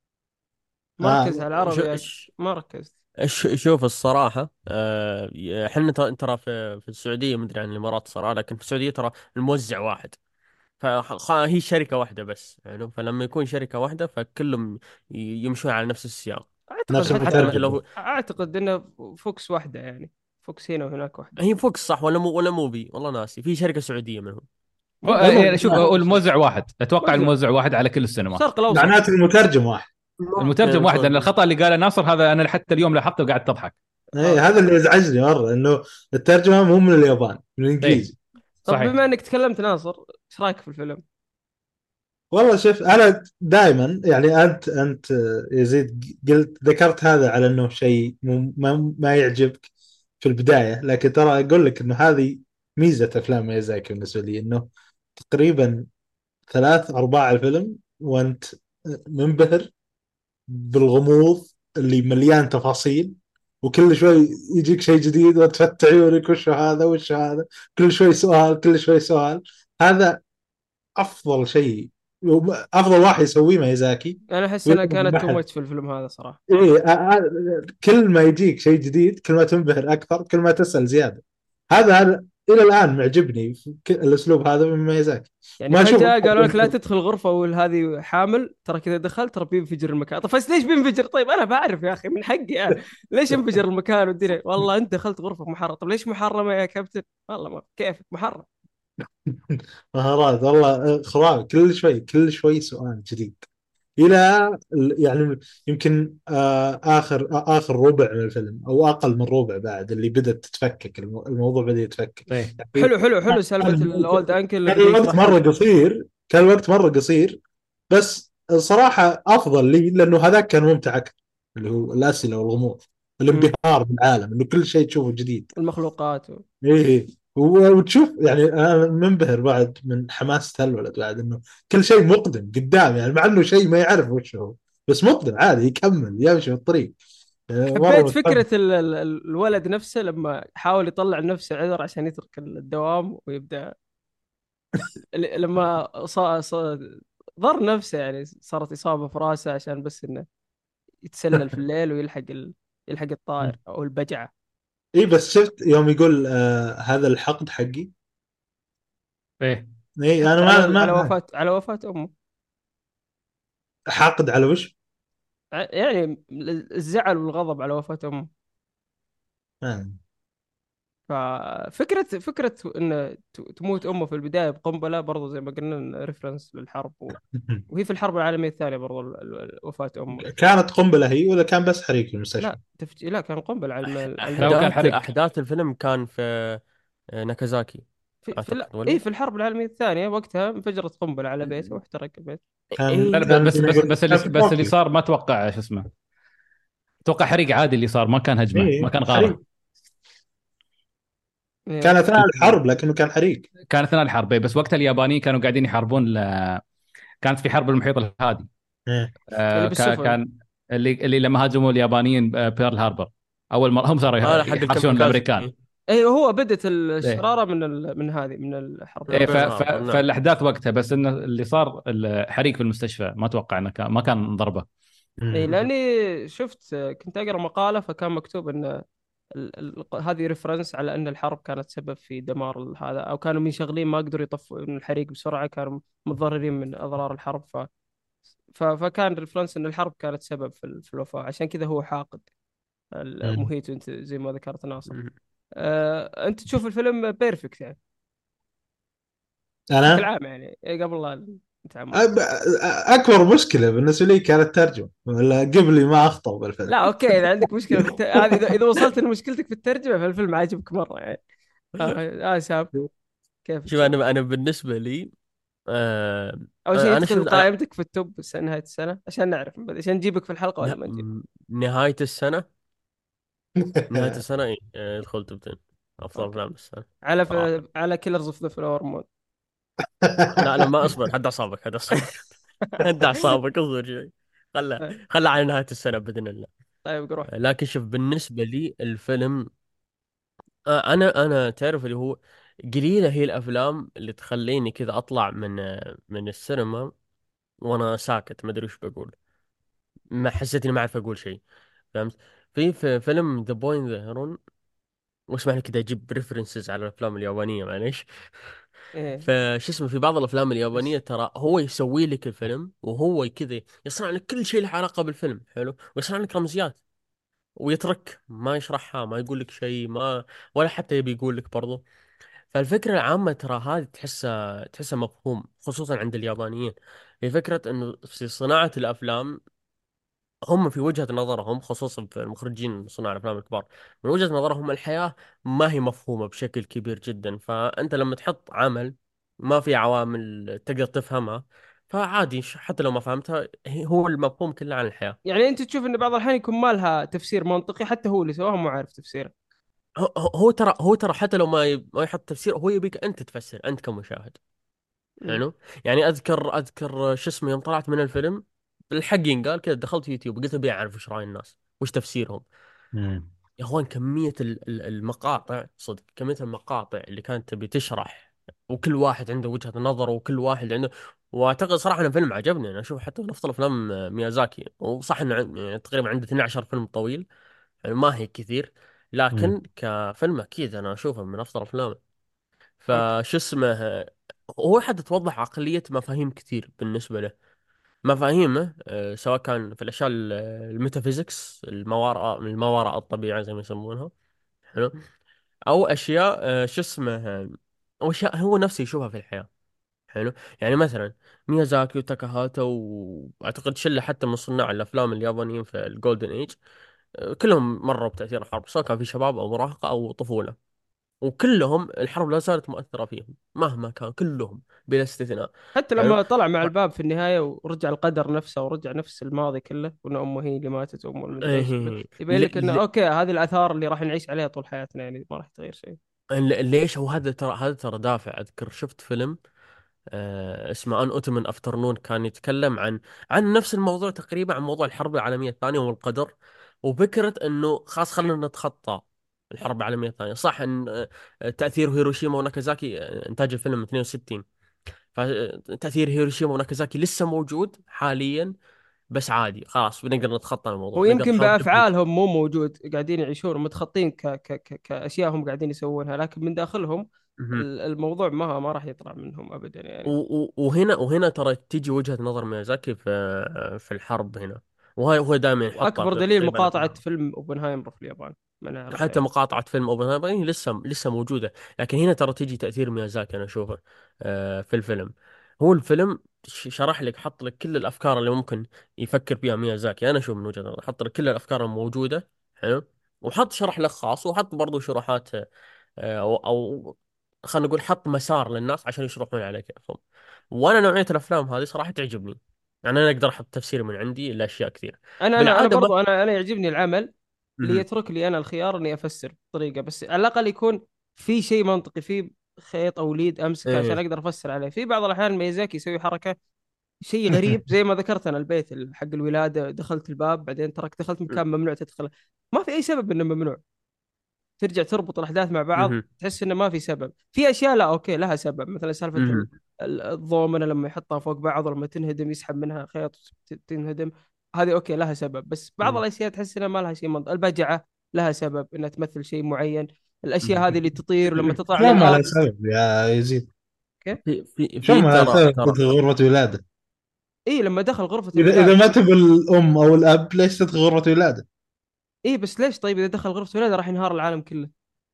ما ركز آه. على ش... العربي أك... ش... ما ركزت. ش... شوف الصراحة، آه، احنا ترى ترى في في السعودية، مدري عن الامارات صراحة، لكن في السعودية ترى الموزع واحد، فهي شركة واحدة بس يعني. فلما يكون شركة واحدة فكلهم ي- يمشون على نفس السياق. اعتقد نفس حتى حتى مثلا المترجم. لو اعتقد انه فوكس واحده يعني، فوكس هنا وهناك واحده. هي فوكس صح ولا مو ولا موبي، والله ناسي، في شركة سعودية منهم. هو- ممكن المهم يعني ممكن شوف، ممكن هو بس الموزع واحد، اتوقع موزع الموزع واحد على كل السينمات. الشرق الاوسط. معناته المترجم واحد. المترجم ممكن واحد، لان صدق. الخطا اللي قاله ناصر هذا انا حتى اليوم لاحظته وقاعد تضحك. اي اه هذا اللي يزعجني مره، انه الترجمه مو من اليابان، من ايه الانجليزي. طب صحيح. بما انك تكلمت ناصر، ايش رايك في الفيلم؟ والله شوف، انا دائما يعني انت انت يزيد قلت ذكرت هذا على انه شيء مو- ما, ما يعجبك في البدايه، لكن ترى اقول لك انه هذه ميزه افلام ميازاكي بالنسبه لي، انه تقريبا ثلاث ارباع الفيلم وانت منبهر بالغموض اللي مليان تفاصيل، وكل شوي يجيك شيء جديد وتفتح عيونك وش هذا وش هذا، كل شوي سؤال كل شوي سؤال. هذا افضل شيء، افضل واحد يسويه ميازاكي. انا احس انها ويطلع كانت ما تو حد. ماتش في الفيلم هذا صراحه. إيه آه، آه، كل ما يجيك شيء جديد كل ما تنبهر اكثر، كل ما تسال زياده. هذا أنا الى الان معجبني في ك- الاسلوب هذا من ميازاكي. يعني ما اشوف فجاه أحد قالوا لك لا يمكن- تدخل غرفه وهذه حامل، ترى كذا دخلت ترى بينفجر المكان. طب بس ليش بينفجر؟ طيب انا بعرف يا اخي من حقي يعني. ليش ينفجر المكان والدنيا؟ والله انت دخلت غرفه محرمه. طب ليش محرمه يا كابتن؟ والله ما كيفك محرم. مهارات والله خرافي، كل شوي كل شوي سؤال جديد الى ال- يعني يمكن آه، اخر آه، اخر ربع من الفيلم او اقل من ربع بعد اللي بدات تتفكك المو- الموضوع بدا يتفكك ايه يعني. حلو حلو حلو سالفه كان الاولد انكل اللي كان بدا الوقت يشرح مره لك. قصير، كان الوقت مره قصير، بس الصراحه افضل لي لانه هذاك كان ممتع اكثر، اللي هو الاسئله والغموض، مم. الانبهار بالعالم، انه كل شيء تشوفه جديد. المخلوقات و... ايه إيه. و- وتشوف يعني انا منبهر بعد من حماسه الولد بعد، انه كل شيء مقدم قدام يعني، مع انه شيء ما يعرف وش هو، بس مقدم عادي يكمل يمشي في الطريق. يعني مره حبيت متحمس. فكره ال... ال- ال- الولد نفسه لما حاول يطلع لنفسه عذر عشان يترك الدوام ويبدا، ل- لما صا... صا... ضر نفسه يعني، صارت اصابه في راسه عشان بس انه يتسلل في الليل ويلحق ال... يلحق الطائر او البجعه. ايه بس شفت يوم يقول آه هذا الحقد حقي. ايه ايه انا حقد ما على ما على فهمت. وفاه على وفاه امه. حاقد على وش؟ ع- يعني الزعل والغضب على وفاه امه. آه. ففكرة فكرة إن ت- تموت أمه في البداية بقنبلة برضو زي ما قلنا ريفرنس للحرب و... وهي في الحرب العالمية الثانية برضو ال- ال- وفاة أمه. كانت قنبله هي ولا كان بس حريق في المستشفى؟ لا تفج... لا كان قنبلة على الم... أح- على لا هو المدينة. كان احداث حرق. احداث الفيلم كان في آه، ناكازاكي في... في لا اعتقد، إيه ولا؟ في الحرب العالمية الثانية وقتها انفجرت قنبلة على بيته واحترق البيت. كان لا لا، اي. كان بس في بس ناقص- بس اللي كان في بس اللي طوكيو. صار ما اتوقع شو اسمه، اتوقع حريق عادي اللي صار، ما كان هجمه، ما ايه كان حريق. غاره. إيه. كان اثناء الحرب لكنه كان حريق. كان اثناء الحرب، إيه، بس وقتها اليابانيين كانوا قاعدين يحاربون ل... كانت في حرب المحيط الهادي. ايه اللي آه، كا- بالسفن. كان اللي اللي لما هاجموا اليابانيين آه، بيرل هاربر، اول مره هم صاروا اه، حق يحاشون الكاميكازي. الامريكان. ايه هو بدت ايه الشرارة من ال... من هذه من الحرب ايه ف... بيرل العالمية. ف... هاربر، نعم. فالاحداث وقتها، بس انه اللي صار الحريق في المستشفى، ما اتوقع انه كان، ما كان ضربه. ايه مم. لاني شفت كنت اقرا مقالة فكان مكتوب ان ال... ال... هذه ريفرنس على ان الحرب كانت سبب في دمار ال- هذا، او كانوا منشغلين ما قدروا يطفوا من الحريق بسرعه، كانوا متضررين من اضرار الحرب. ف... ف... فكان ريفرنس ان الحرب كانت سبب في, ال... في الوفاه، عشان كذا هو حاقد مم. المهيت. انت زي ما ذكرت ناصر. مم. أه... انت تشوف الفيلم بيرفكت يعني بشكل انا عام يعني إيه قبل لا نتعمق. أب- اكبر مشكله بالنسبه لي كانت الترجمه، ولا قبلي ما اخطا بالفيلم. لا اوكي اذا عندك مشكله في الت... هذه اذا إذا وصلت ان مشكلتك في الترجمه فالفيلم عاجبك مره يعني. اه, آه سام كيف شوف، تشوف؟ انا انا بالنسبه لي، آه اول شيء انا أنا يدخل شفت انا قائمتك في التوب السنة- نهايه السنه عشان نعرف عشان نجيبك في الحلقه ولا ن- ما نجيب. م- نهايه السنه نهايه السنه اي آه، دخلت توب افضل اوكي. افلام السنه على صراحه. في... على كيلرز اوف ذا فلاور مون. لا لا، ما اصبر، هدى اعصابك، هدى اعصابك. هدى اعصابك، اصبر شوي. خله خله على نهايه السنه باذن الله. طيب روح. لكن شوف، بالنسبه لي الفيلم آه، انا انا تعرف اللي هو قليله هي الافلام اللي تخليني كذا اطلع من آه، من السينما وانا ساكت ما ادري وش بقول. ما حسيت اني ما اعرف اقول شيء. فهمت؟ في في فيلم ذا بوي ذا هيرون، واسمح لي كذا اجيب ريفرنسز على الافلام اليابانيه معليش. ايه فشو اسمه في بعض الافلام اليابانيه بس. ترى هو يسوي لك الفيلم وهو كذا يصنع لك كل شيء له علاقه بالفيلم حلو، ويصنع لك رمزيات ويترك ما يشرحها ما يقول لك شيء ما، ولا حتى يبي يقول لك برضو. فالفكرة العامة ترى هذه تحسها تحسها مفهوم خصوصا عند اليابانيين. هي فكرة انه في صناعة الافلام هم في وجهة نظرهم خصوصا في المخرجين صناع الافلام الكبار، من وجهة نظرهم الحياة ما هي مفهومة بشكل كبير جدا. فانت لما تحط عمل ما في عوامل تقدر تفهمها، فعادي ش- حتى لو ما فهمتها هي- هو المفهوم كله عن الحياة. يعني انت تشوف ان بعض الاحيان يكون ما لها تفسير منطقي، حتى هو اللي سواها مو عارف تفسيره. هو هو هو ترى هو ترى حتى لو ما ي- ما يحط تفسير، هو يبيك انت تفسر انت كمشاهد. مم. حلو. يعني اذكر اذكر شو اسمه يوم طلعت من الفيلم الحق ينقال كذا دخلت يوتيوب قلت ابي اعرف وش راي الناس وش تفسيرهم. مم. يا اخوان كمية ال- ال- المقاطع صدق كمية المقاطع اللي كانت تبي تشرح، وكل واحد عنده وجهة نظر وكل واحد عنده. واعتقد صراحة ان الفيلم عجبني، انا اشوف حتى من افضل افلام ميازاكي، وصح انه عن- يعني تقريبا عنده اثنا عشر فيلم طويل، يعني ما هي كثير، مم. لكن كفيلم اكيد انا اشوفه من افضل افلامه. اوكي. فشو اسمه هو حد توضح عقلية مفاهيم كثير بالنسبة له. مفاهيمه آه، سواء كان في الاشياء ال- الميتافيزيكس الماوراء الماوراء الطبيعة زي ما يسمونها. حلو. او اشياء آه، شو اسمه آه، او اشياء هو نفسه يشوفها في الحياة. حلو. يعني مثلا ميازاكي وتاكاهاتا واعتقد شله حتى من صناع الافلام اليابانيين في الجولدن ايج، كلهم مروا بتأثير الحرب سواء كان في شباب او مراهقة او طفولة، وكلهم الحرب لا زالت مؤثرة فيهم مهما كان كلهم بلا استثناء. حتى حلو. لما طلع مع الباب في النهايه ورجع القدر نفسه ورجع نفس الماضي كله، وان امه هي اللي ماتت وامه المدري ايش، إيه. يبين ل... لك انه ل... اوكي هذه الاثار اللي راح نعيش عليها طول حياتنا، يعني ما راح تغير شيء. ل- ليش هو هذا ترى هذا ترى دافع. اذكر شفت فيلم آه اسمه ان اوتومان افترنون، كان يتكلم عن عن نفس الموضوع تقريبا، عن موضوع الحرب العالميه الثانيه والقدر، وفكره انه خلاص خلينا نتخطى الحرب العالميه الثانيه. صح ان آه، تاثير هيروشيما وناكازاكي آه، انتاج الفيلم اثنين وستين، فتاثير هيروشيما وناكازاكي لسه موجود حاليا، بس عادي خلاص بنقدر نتخطى الموضوع هو نقدر يمكن شلون نبني. بافعالهم مو موجود، قاعدين يعيشون متخطين ك ك ك كاشياء هم قاعدين يسوونها، لكن من داخلهم مهم. ال- الموضوع ما ما راح يطلع منهم ابدا و- يعني. و- وهنا وهنا ترى تيجي وجهة نظر ميازاكي في في الحرب هنا، وهي هو دائما يحطها واكبر في دليل تقريبا مقاطعه افلام. فيلم اوبنهايمر في اليابان، ما نعرف حتى يعني. مقاطعة فيلم اوبنهايمر هي لسه لسه موجودة. لكن هنا ترى تيجي تأثير ميازاكي انا اشوفه آه، في الفيلم. هو الفيلم ش- شرح لك حط لك كل الافكار اللي ممكن يفكر فيها ميازاكي، انا اشوف من وجهة نظري حط لك كل الافكار الموجودة. حلو. وحط شرح لك خاص وحط برضو شروحات آه، او او خلينا نقول حط مسار للناس عشان يشرحون على كيفهم. وانا نوعيه الافلام هذه صراحه تعجبني، يعني انا اقدر احط تفسير من عندي لاشياء كثير. انا انا انا بالعاده ما برضو انا انا يعجبني العمل اللي مهم. يترك لي انا الخيار اني افسر بطريقه، بس على الاقل يكون في شيء منطقي، في خيط او ليد امسكه عشان ايه. اقدر افسر عليه. في بعض الاحيان ميزاكي يسوي حركه شيء غريب، زي ما ذكرت انا البيت حق الولاده، دخلت الباب بعدين ترك دخلت مكان ممنوع تدخله، ما في اي سبب انه ممنوع. ترجع تربط الاحداث مع بعض مهم. تحس انه ما في سبب. في اشياء لا اوكي لها سبب، مثلا سالفه ال- مهم. ال- الضومنه لما يحطها فوق بعض ولما تنهدم يسحب منها خيط ت- تنهدم، هذه اوكي لها سبب. بس بعض مهم. الاشياء تحس انها ما لها شيء منطق. البجعه لها سبب انها تمثل شيء معين، الاشياء هذه اللي تطير ولما تطلع شلون ما له للارض. سبب يا يزيد؟ اوكي. في في شلون في ما له ترى سبب ترى تدخل غرفة ولادة؟ اي لما دخل غرفه إذا إذا الولاده. ما تبي الأم أو الأب ليش تدخل غرفة ولادة؟ اي بس ليش طيب اذا دخل غرفه الولاده راح ينهار العالم كله؟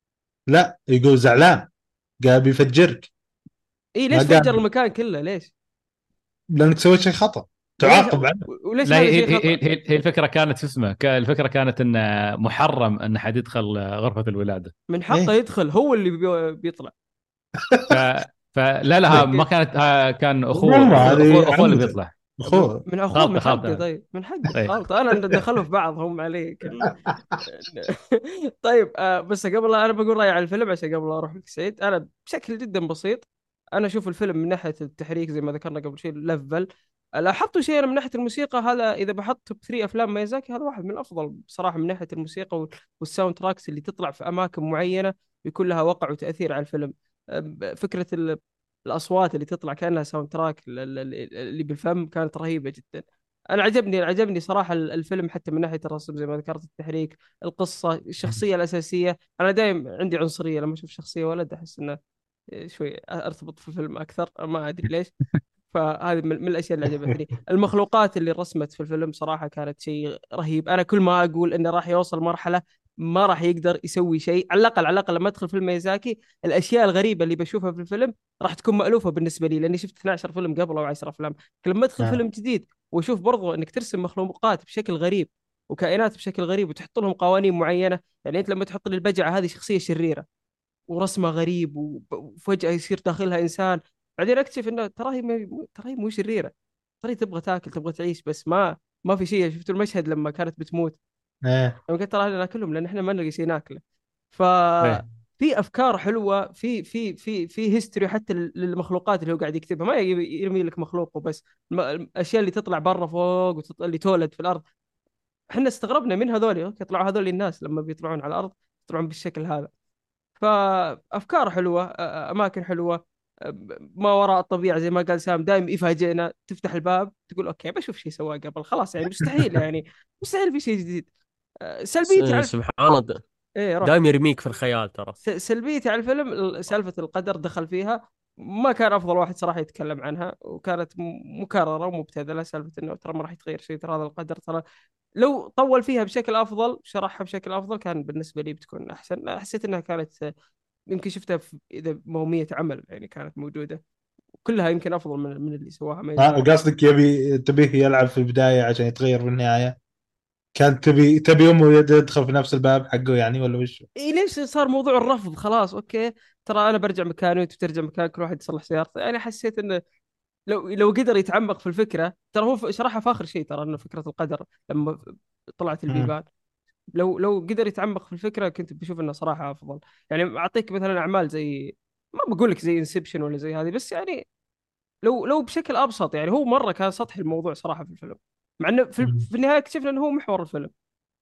لا يقول زعلان، قال بيفجرك. اي ما ليش فجر قال المكان كله ليش؟ لأنك سويت شيء خطأ وليش تعاقب عنه. وليش لا، هذا هي شيء هي خطأ؟ هي, هي الفكره كانت شو اسمه ك- الفكره كانت ان محرم ان حد يدخل غرفه الولاده. من حقه إيه. يدخل، هو اللي بي- بيطلع. ف فلا لها ما كانت ها كان والله اخوه ما اخوه هذه اخوه اللي عمته بيطلع. أخوه. من اخوه خالطه من حقه، خالطه. طيب من حقه اي. غلط، انا دخلوا في بعض هم علي كله. طيب آه بس قبل انا بقول رايي على الفيلم عشان قبل اروح لك سعيد. انا بشكل جدا بسيط انا اشوف الفيلم من ناحيه التحريك زي ما ذكرنا قبل شيء لفل. لاحظت شيء انا من ناحيه الموسيقى، هذا اذا بحط توب ثلاثة افلام ميازاكي هذا واحد من الافضل بصراحه من ناحيه الموسيقى وال- والساوند تراكس اللي تطلع في اماكن معينه بيكون لها وقع وتاثير على الفيلم. أم، فكره ال- الاصوات اللي تطلع كانها ساوند تراك ال- ال- ال- اللي بالفم كانت رهيبه جدا. انا عجبني عجبني صراحه ال- الفيلم حتى من ناحيه الرسم زي ما ذكرت، التحريك، القصه، الشخصيه الاساسيه. انا دائما عندي عنصريه لما اشوف شخصيه ولد، احس انه شوي ارتبط في الفيلم اكثر، ما ادري ليش. فهذه من من الاشياء اللي عجبتني. المخلوقات اللي رسمت في الفيلم صراحه كانت شيء رهيب. انا كل ما اقول انه راح يوصل مرحله ما راح يقدر يسوي شيء، على الاقل على الاقل لما ادخل فيلم ميازاكي الاشياء الغريبه اللي بشوفها في الفيلم راح تكون مألوفه بالنسبه لي، لاني شفت اثنا عشر فيلم قبل او عشرة افلام. لما ادخل آه. فيلم جديد واشوف برضو انك ترسم مخلوقات بشكل غريب وكائنات بشكل غريب وتحط لهم قوانين معينه. يعني انت لما تحط لي البجعه هذه شخصيه شريره ورسمه غريب وب- وفجأة يصير داخلها إنسان، بعدين أكتشف إنه ترى هي م- ترى هي مو شريرة، ترى هي تبغى تاكل تبغى تعيش، بس ما ما في شيء. شفت المشهد لما كانت بتموت، ايه. لما قلت ترى هذا ناكلهم لأن إحنا ما نلاقي شيء ناكله. إيه. ففي أفكار حلوة في في في في هيستوري حتى لل- للمخلوقات اللي هو قاعد يكتبها، ما ي- يرمي لك مخلوق وبس. الم- الأشياء اللي تطلع برا فوق واللي تولد في الأرض، احنا استغربنا من هذول، اوكي طلعوا هذول الناس لما بيطلعون على الأرض يطلعون بالشكل هذا. فافكار حلوه، اماكن حلوه، ما وراء الطبيعه زي ما قال سام دائما يفاجئنا. تفتح الباب تقول اوكي بشوف شيء سواه قبل، خلاص يعني مستحيل يعني مستحيل في شيء جديد. سلبيتي س- على الف... سبحان الله، ايه روح. دائما يرميك في الخيال ترى. س- سلبيتي على الفيلم سالفه القدر دخل فيها، ما كان افضل واحد صراحه يتكلم عنها، وكانت م- مكرره ومبتذله. سالفه انه ترى ما راح يتغير شيء، ترى هذا القدر، ترى لو طول فيها بشكل افضل شرحها بشكل افضل كان بالنسبه لي بتكون احسن. حسيت انها كانت يمكن شفتها في اذا مهميه عمل يعني كانت موجوده كلها يمكن افضل من من اللي سواها آه، ميزاكي. قصدك يبي تبيه يلعب في البداية عشان يتغير في النهاية؟ كانت تبي تبي امه يدخل في نفس الباب حقه يعني، ولا وش؟ إيه ليش صار موضوع الرفض؟ خلاص اوكي ترى انا برجع مكاني وانت بترجع مكانك، كل واحد يصلح سيارته. يعني حسيت انه لو لو قدر يتعمق في الفكره، ترى هو ف- شرحها في اخر شيء، ترى انه فكره القدر لما طلعت مم. البيبان. لو لو قدر يتعمق في الفكره كنت بشوف انه صراحه افضل. يعني اعطيك مثلا اعمال زي، ما بقول لك زي انسبشن ولا زي هذه، بس يعني لو لو بشكل ابسط. يعني هو مره كان سطحي الموضوع صراحه في الفيلم، مع انه في, مم. في النهايه اكتشفنا انه هو محور الفيلم.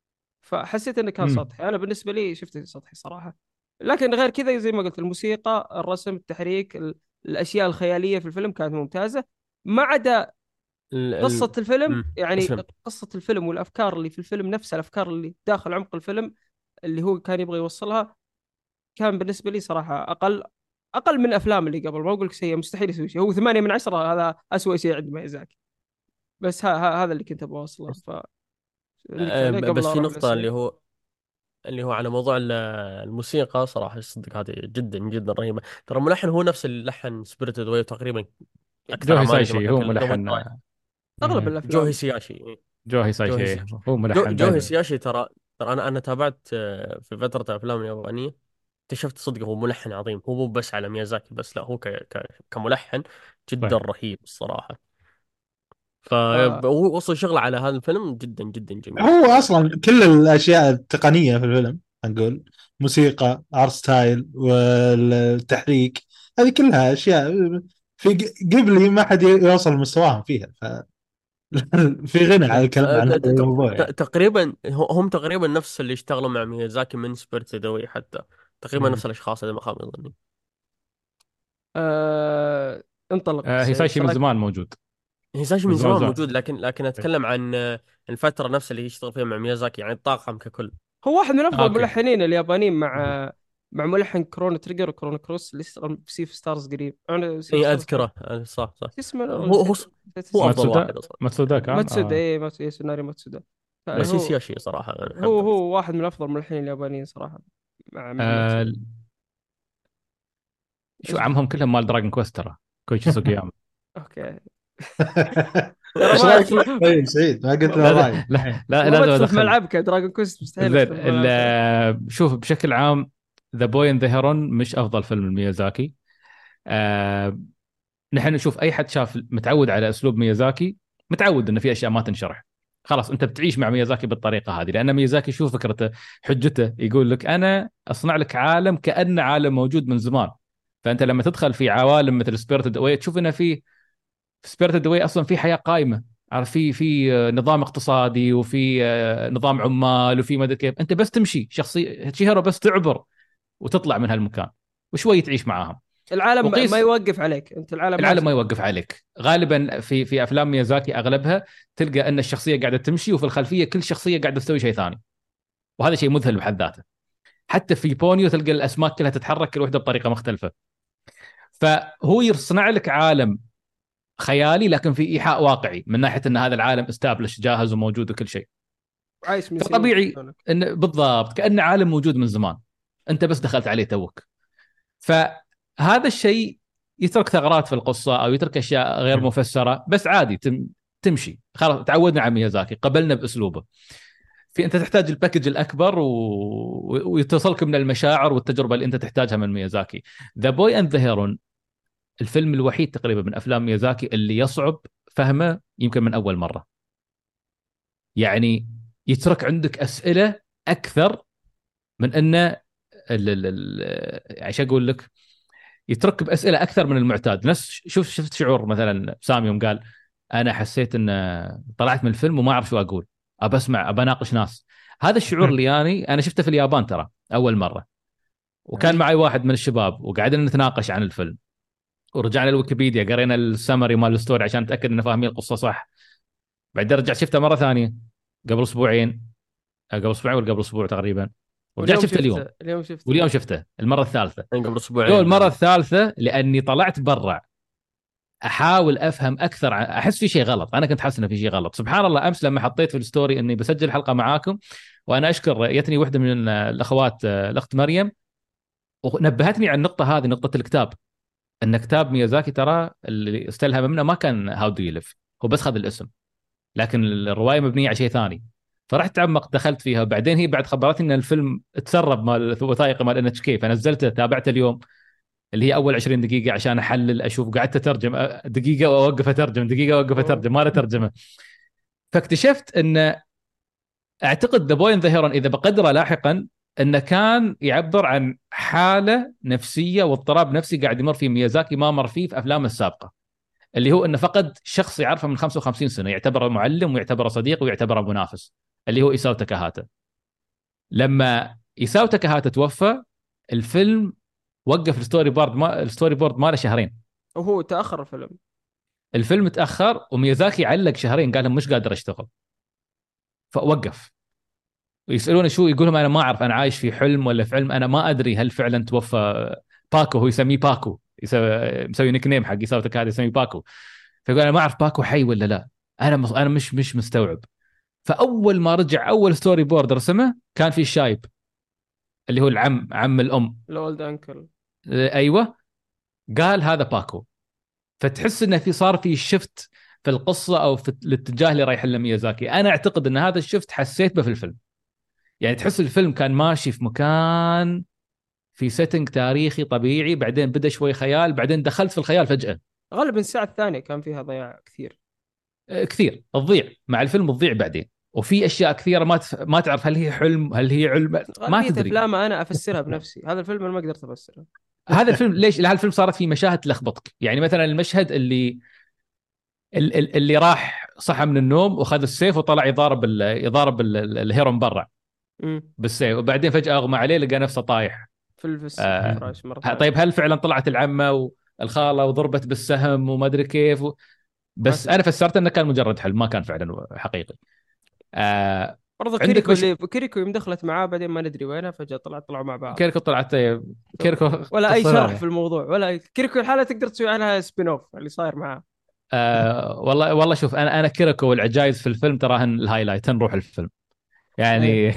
فحسيت انه كان امم سطحي، انا بالنسبه لي شفته سطحي صراحه. لكن غير كذا زي ما قلت الموسيقى، الرسم، التحريك، ال- الاشياء الخياليه في الفيلم كانت ممتازه، ما عدا ال ال قصه الفيلم. مم. يعني اسلم. قصه الفيلم والافكار اللي في الفيلم نفسها، الافكار اللي داخل عمق الفيلم اللي هو كان يبغى يوصلها، كان بالنسبه لي صراحه اقل اقل من افلام اللي قبل. ما اقول لك سيء، مستحيل يسوي شيء، هو ثمانية من عشرة، هذا أسوأ شيء عند ميازاكي. بس ها ها هذا اللي كنت ابغى اوصله. فعندك أه، تعليق ب- قبل لا بس في اروح نقطة للأسئلة؟ اللي هو اللي هو على موضوع ال- الموسيقى صراحة صدق هذه جدا جدا رهيبة. ترى الملحن هو نفس اللي لحن سبيريتد واي تقريبا، أكثر جو أعمال إذا ما هيسايشي كان هو كذا دبل ملحن. تراك. اغلب مم. جو الافلام. هيسياشي. جو جو هيسايشي هيسياشي هو جو ملحن جو دائما. هيسياشي ترى ترى أنا أنا تابعت آه، في فترة الأفلام اليابانية، اكتشفت صدق هو ملحن عظيم. هو مو بس على ميازاكي بس، لا هو ك... ك... كملحن جدا طيب. رهيب الصراحة. آه فهو وصل شغله على هذا الفيلم جدا جدا جميل هو الصراحة. اصلا كل الاشياء التقنيه في الفيلم، نقول موسيقى، ارت ستايل، والتحريك، هذه كلها اشياء في قبلي ما حد يوصل مستواهم فيها. ف في غنى على الكلام أه، عن ت- هذا ت- الموضوع ت- يعني. تقريبا ه- هم تقريبا نفس اللي اشتغلوا مع ميازاكي من سبيرت دوي حتى، تقريبا مم. نفس الاشخاص اذا ما خاب ظني. آه انطلق آه سعيد هيسايشي من تراك. زمان موجود. هيساشي من من زمان زمان زمان. موجود، لكن لكن اتكلم عن آه، الفترة نفسها اللي يشتغل فيها مع ميازاكي، يعني الطاقم ككل. هو واحد من آه افضل اوكي. الملحنين اليابانيين، مع مع ملحن كرونو تريجر وكرونو كروس اللي اشتغل في سيف ستارز قريب. انا سيف اي ستارز كان اذكره، آه، صح صح. شو اسمه، أنا هو هو نسيت نسيت هو اسمه. افضل ماتسودا. واحد اصلا. ماتسودا كان ماتسودا، آه. اي ماتسودا، سوناري ماتسودا. بس هو هيساشي صراحة انا هو احبه. هو واحد من افضل الملحنين اليابانيين صراحه، مع مع آه. ماتسودا. شو اصبر. عمهم كلهم مال دراجون كويست ترى. كويتشي سوغياما. اوكي. ترى ايش ما رايك ادخل. فيه؟ طيب سعيد، ما قلت له ما, لا لا رايك لا, الحين. لا ما لازم بدخل في ادخل. ملعبك دراجون كويست، مستحيل زين ادخل في ال- ملعبك. آه، شوف بشكل عام، ذا بوي اند ذا هيرون مش افضل فيلم لميازاكي. آه. نحن نشوف اي حد شاف متعود على اسلوب ميازاكي، متعود انه في اشياء ما تنشرح. خلاص انت بتعيش مع ميازاكي بالطريقه هذه، لان ميازاكي شوف فكرته، حجته يقول لك انا اصنع لك عالم كانه عالم موجود من زمان. فانت لما تدخل في عوالم مثل سبيرتد اواي تشوف انه في في سبيرتد اواي اصلا في حياه قائمه، عارف، في في آه، نظام اقتصادي، وفي آه، نظام عمال، وفي ما ادري كيف. انت بس تمشي شخصيه شيهرو بس تعبر وتطلع من هالمكان وشوي تعيش معاهم. العالم وقيس ما يوقف عليك، انت العالم العالم ما ماشي. يوقف عليك. غالبا في في افلام ميازاكي اغلبها تلقى ان الشخصيه قاعده تمشي وفي الخلفيه كل شخصيه قاعده تسوي شيء ثاني، وهذا شيء مذهل بحد ذاته. حتى في بونيو تلقى الاسماك كلها تتحرك كل واحده بطريقه مختلفه. فهو يصنع لك عالم خيالي لكن في ايحاء واقعي من ناحيه ان هذا العالم استابلش جاهز وموجود وكل شيء. عايش من سنين فطبيعي يقولون لك. ان بالضبط كأن عالم موجود من زمان، انت بس دخلت عليه توك. فهذا الشيء يترك ثغرات في القصه او يترك اشياء غير مفسره، بس عادي تم تمشي. خلاص تعودنا على ميازاكي، قبلنا باسلوبه. في انت تحتاج الباكج الاكبر و... ويتصلك من المشاعر والتجربه اللي انت تحتاجها من ميازاكي. ذا بوي اند ذا هيرون الفيلم الوحيد تقريبا من افلام ميازاكي اللي يصعب فهمه يمكن من اول مره. يعني يترك عندك اسئله اكثر من انه ال... ال... ال... ايش اقول لك، يترك باسئله اكثر من المعتاد. نفس شوف شفت شعور مثلا سامي يوم قال انا حسيت ان طلعت من الفيلم وما اعرف شو اقول، ابى اسمع ابى اناقش ناس. هذا الشعور اللي يعني انا شفته في اليابان ترى اول مره، وكان معي واحد من الشباب وقعدنا نتناقش عن الفيلم، ورجعنا الويكيبيديا قرينا السمري مال الستوري عشان نتاكد ان فاهمين القصه صح. بعدين رجعت شفته مره ثانيه قبل اسبوعين، قبل اسبوعين ولا قبل اسبوع تقريبا، ورجعت شفته اليوم. اليوم شفته واليوم شفته المره الثالثه. قبل اسبوعين. لو المره الثالثه لاني طلعت برا احاول افهم اكثر عن... احس في شيء غلط. انا كنت حاسس انه في شيء غلط. سبحان الله امس لما حطيت في الستوري اني بسجل حلقه معاكم، وانا اشكر يتني واحده من الاخوات الاخت مريم ونبهتني عن النقطه هذه، نقطه الكتاب. ان كتاب ميازاكي ترى اللي استلهم منه ما كان هاو دو يلف، هو بس خذ الاسم، لكن الروايه مبنيه على شيء ثاني. فرحت تعمق دخلت فيها، وبعدين هي بعد خبرتني ان الفيلم تسرب مال الوثائقي مال ان اتش كي، فنزلته تابعته اليوم اللي هي اول عشرين دقيقه عشان احلل اشوف. قعدت اترجم دقيقه واوقف اترجم دقيقه واوقف اترجم ما له ترجمه. فاكتشفت ان اعتقد ذا بوي اند ذا هيرون اذا بقدره لاحقا انه كان يعبر عن حاله نفسيه واضطراب نفسي قاعد يمر فيه ميازاكي ما مر فيه في افلامه السابقه، اللي هو انه فقد شخص يعرفه من خمسة وخمسين سنه، يعتبره معلم ويعتبره صديق ويعتبره منافس، اللي هو إيساو تاكاهاتا. لما إيساو تاكاهاتا توفى الفيلم وقف الستوري بورد ما الستوري بورد ماله شهرين، وهو تاخر الفيلم. الفيلم تاخر وميازاكي علق شهرين قال لهم مش قادر اشتغل فوقف. ويسالونه شو، يقول لهم انا ما اعرف، انا عايش في حلم ولا في علم، انا ما ادري هل فعلا توفى باكو. هو يسميه باكو، يسوي مسوي نيك نيم حق يساوي تاكاهاتا يسميه باكو. فيقول انا ما اعرف باكو حي ولا لا، انا مص... انا مش مش مستوعب. فاول ما رجع اول ستوري بورد رسمه كان في الشايب اللي هو العم عم الام، الاولد انكل. ايوه، قال هذا باكو. فتحس انه في صار في شفت في القصه او في الاتجاه اللي رايح له ميازاكي. انا اعتقد ان هذا الشفت حسيت به في الفيلم. يعني تحس الفيلم كان ماشي في مكان في سيتنج تاريخي طبيعي، بعدين بدا شوي خيال، بعدين دخلت في الخيال فجاه. غالبا الساعه الثانيه كان فيها ضياع كثير. كثير تضيع مع الفيلم، تضيع بعدين، وفي اشياء كثيره ما تف... ما تعرف هل هي حلم هل هي علم، ما غالبيه تدري. افلام انا افسرها بنفسي، هذا الفيلم انا ما قدرت افسره. هذا الفيلم ليش هذا الفيلم صارت فيه مشاهد تلخبطك. يعني مثلا المشهد اللي اللي راح صحى من النوم وخذ السيف وطلع يضارب ال... يضارب ال... الهيرون برا امم بالسيف، وبعدين فجاه اغمى عليه لقى نفسه طايح. في الفس آه. الفراش مره ه- ثانيه. طيب هل فعلا طلعت العمه والخاله وضربت بالسهم وما ادري كيف و... بس تدري. انا فسرت انه كان مجرد حلم، ما كان فعلا حقيقي. آه. برضو عندك كيريكو مش... اللي كيريكو يوم دخلت معاه بعدين ما ندري وينها فجاه طلعت طلعوا مع بعض. كيركو طلعت كيركو ولا اي قصة شرح ثانية. في الموضوع ولا أي... كيريكو الحالة تقدر تسوي عنها سبين اوف اللي صاير معاه. آه والله والله شوف انا انا كيركو والعجايز في الفيلم تراهن الهايلايت، نروح الفيلم يعني.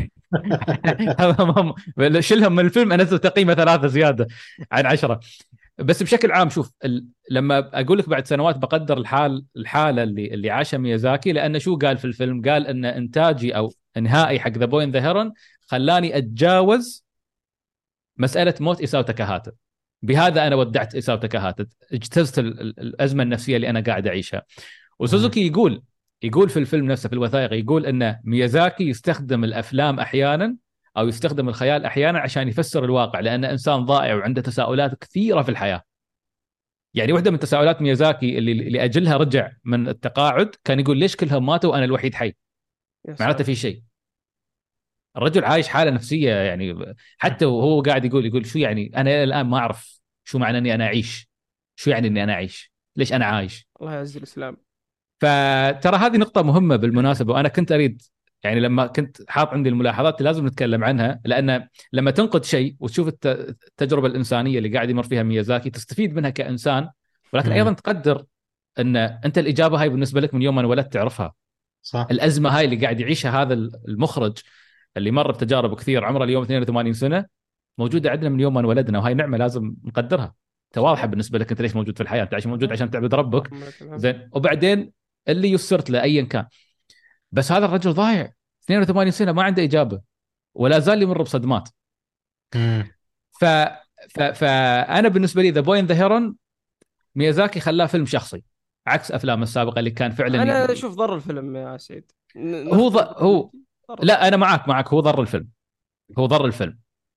شلهم من الفيلم انزل تقييمه ثلاثة زياده عن عشرة. بس بشكل عام شوف ال... لما اقول لك بعد سنوات بقدر الحال الحاله اللي اللي عاشها ميازاكي، لانه شو قال في الفيلم؟ قال ان انتاجي او انهائي حق ذا بوي اند ذا هيرون خلاني اتجاوز مساله موت إيساو تاكاهاتا. بهذا انا ودعت إيساو تاكاهاتا، اجتزت ال... ال- الازمه النفسيه اللي انا قاعد اعيشها. وسوزوكي يقول يقول في الفيلم نفسه في الوثائقي، يقول ان ميازاكي يستخدم الافلام احيانا او يستخدم الخيال احيانا عشان يفسر الواقع، لانه انسان ضائع وعنده تساؤلات كثيره في الحياه. يعني واحده من تساؤلات ميازاكي اللي لاجلها رجع من التقاعد كان يقول ليش كلهم ماتوا وانا الوحيد حي؟ يا معناته ساتر. في شيء. الرجل عايش حاله نفسيه يعني. حتى وهو قاعد يقول يقول شو يعني انا إلى الان ما اعرف شو معنى اني انا اعيش. شو يعني اني انا اعيش؟ ليش انا عايش؟ الله يعز الاسلام. فترى هذه نقطة مهمة بالمناسبة، وأنا كنت أريد يعني لما كنت حاط عندي الملاحظات لازم نتكلم عنها، لأن لما تنقد شيء وتشوف الت- التجربة الإنسانية اللي قاعد يمر فيها ميازاكي تستفيد منها كإنسان، ولكن مم. أيضا تقدر أن أنت الإجابة هاي بالنسبة لك من يوم ما انولدت تعرفها. صح. الأزمة هاي اللي قاعد يعيشها هذا المخرج اللي مر بتجارب كثير عمره اليوم اثنين وثمانين سنة موجودة عندنا من يوم ما انولدنا، وهاي نعمة لازم نقدرها. انت واضحه صحيح. بالنسبه لك انت ليش موجود في الحياه، انت عايش موجود عشان تعبد ربك. اللهم لك الحمد. زين، وبعدين اللي يسرت له ايا كان. بس هذا الرجل ضايع اثنين وثمانين سنه ما عنده اجابه، ولا زال يمر بصدمات. مم. ف... ف... فانا بالنسبه لي ذا بوي ذا هيرون ميازاكي خلاه فيلم شخصي عكس افلامه السابقه اللي كان فعلا انا ي... اشوف ضر الفيلم يا سعيد. ن- هو ض... نختلف هو ضر الفيلم. لا انا معك معك هو ضر الفيلم. هو ضر الفيلم.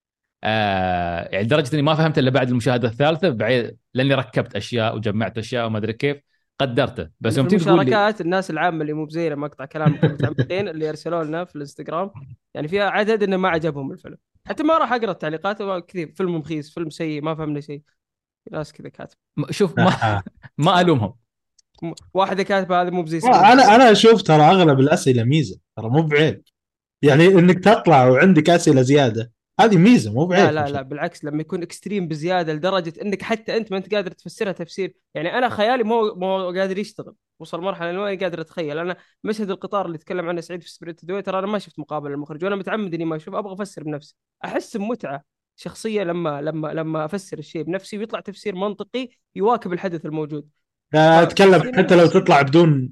آه يعني لدرجه اني ما فهمت الا بعد المشاهده الثالثه بعيد، لاني ركبت اشياء وجمعت اشياء وما ادري كيف قدرته. بس يعني في يوم تيجي تقول لي المشاركات الناس العامه اللي مو بزينا مقطع كلامكم متعمدين اللي ارسلوا لنا في الانستغرام، يعني فيها عدد انه ما عجبهم الفيلم. حتى ما راح اقرا التعليقات كثير، فيلم مخيس، فيلم سيء، ما فهمنا شيء. في ناس كذا كاتب. م- شوف ما آه. ما الومهم. م- واحده كاتبه هذا مو بزي انا سكريم. انا اشوف ترى اغلب الاسئله ميزه، ترى مو بعيب. يعني انك تطلع وعندك اسئله زياده هذه ميزه، مو لا بعيب لا عشان. لا بالعكس، لما يكون اكستريم بزياده لدرجه انك حتى انت ما انت قادر تفسرها تفسير، يعني انا خيالي مو مو قادر يشتغل. وصل مرحله انه ماني قادر اتخيل. انا مشهد القطار اللي تكلم عنه سعيد في سبريت دوي، ترى انا ما شفت مقابله للمخرج وانا متعمد اني ما اشوف، ابغى افسر بنفسي. احس بمتعه شخصيه لما لما لما افسر الشيء بنفسي ويطلع تفسير منطقي يواكب الحدث الموجود. لا، اتكلم فهنا حتى لو تطلع بدون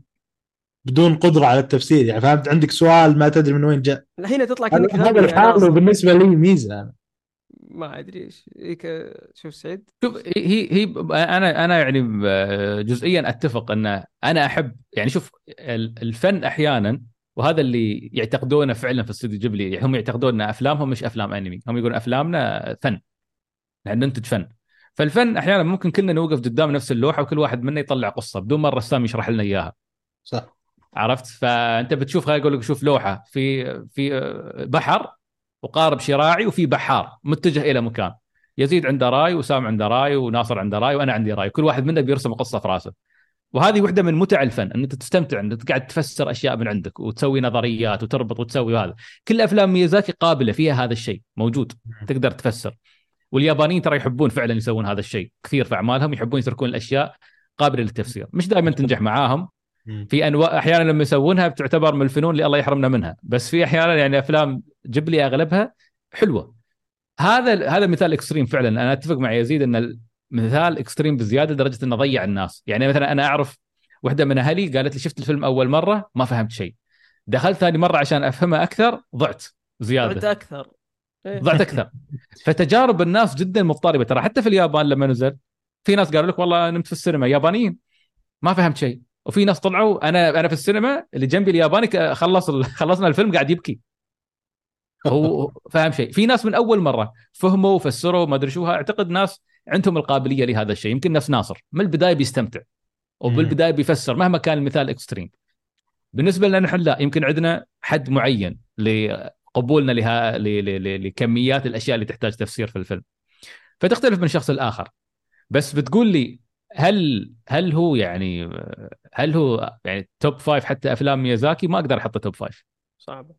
بدون قدره على التفسير، يعني فهمت، عندك سؤال ما تدري من وين جاء. هنا تطلع هذا كأنك هذا غبي يا الحاله ناصر. بالنسبه لي ميزه انا. ما ادري ايش هيك. شوف سعيد. شوف هي هي انا انا يعني جزئيا اتفق ان انا احب يعني شوف ال- الفن احيانا، وهذا اللي يعتقدونه فعلا في استوديو جيبلي. يعني هم يعتقدون ان افلامهم مش افلام انمي، هم يقولون افلامنا فن، نحن ننتج فن. فالفن احيانا ممكن كلنا نوقف قدام نفس اللوحه وكل واحد منا يطلع قصه بدون ما الرسام يشرح لنا اياها. صح. عرفت؟ فانت بتشوف خليني اقول لك شوف لوحه في في بحر وقارب شراعي وفي بحار متجه الى مكان. يزيد عنده راي وسام عنده راي وناصر عنده راي وانا عندي راي، كل واحد منا بيرسم قصه في راسه. وهذه واحده من متع الفن، ان انت تستمتع ان انت قاعد تفسر اشياء من عندك وتسوي نظريات وتربط وتسوي هذا. كل افلام ميازاكي قابله فيها هذا الشيء موجود، تقدر تفسر. واليابانيين ترى يحبون فعلا يسوون هذا الشيء كثير في اعمالهم، يحبون يتركون الاشياء قابله للتفسير. مش دائما تنجح معاهم، مم. في انواع احيانا لما يسوونها بتعتبر من الفنون اللي الله يحرمنا منها، بس في احيانا يعني افلام جيبلي اغلبها حلوه. هذا هذا مثال اكستريم فعلا. انا اتفق مع يزيد ان المثال اكستريم بزياده لدرجه انه ضيع الناس. يعني مثلا انا اعرف واحده من اهلي قالت لي شفت الفيلم اول مره ما فهمت شيء، دخلت ثاني مره عشان افهمها اكثر ضعت بعد زياده، اكثر. إيه. ضعت اكثر. فتجارب الناس جدا مضطربه ترى. حتى في اليابان لما نزل في ناس قالوا لك والله نمت في السينما يابانيين ما فهمت شيء، وفي ناس طلعوا انا انا في السينما اللي جنبي الياباني ك- خلص ال- خلصنا الفيلم قاعد يبكي، هو فاهم شيء. في ناس من اول مره فهموا وفسروا ما ادري شو. اعتقد ناس عندهم القابليه لهذا الشيء، يمكن نفس ناصر من البدايه بيستمتع مم. وبالبدايه بيفسر مهما كان المثال اكستريم. بالنسبه لنا نحن لا، يمكن عندنا حد معين لقبولنا لها ل- ل- ل- لكميات الاشياء اللي تحتاج تفسير في الفيلم، فتختلف من شخص لاخر. بس بتقول لي هل هل هو يعني هل هو يعني توب فايف حتى افلام ميازاكي؟ ما اقدر احطه توب فايف. صعبه.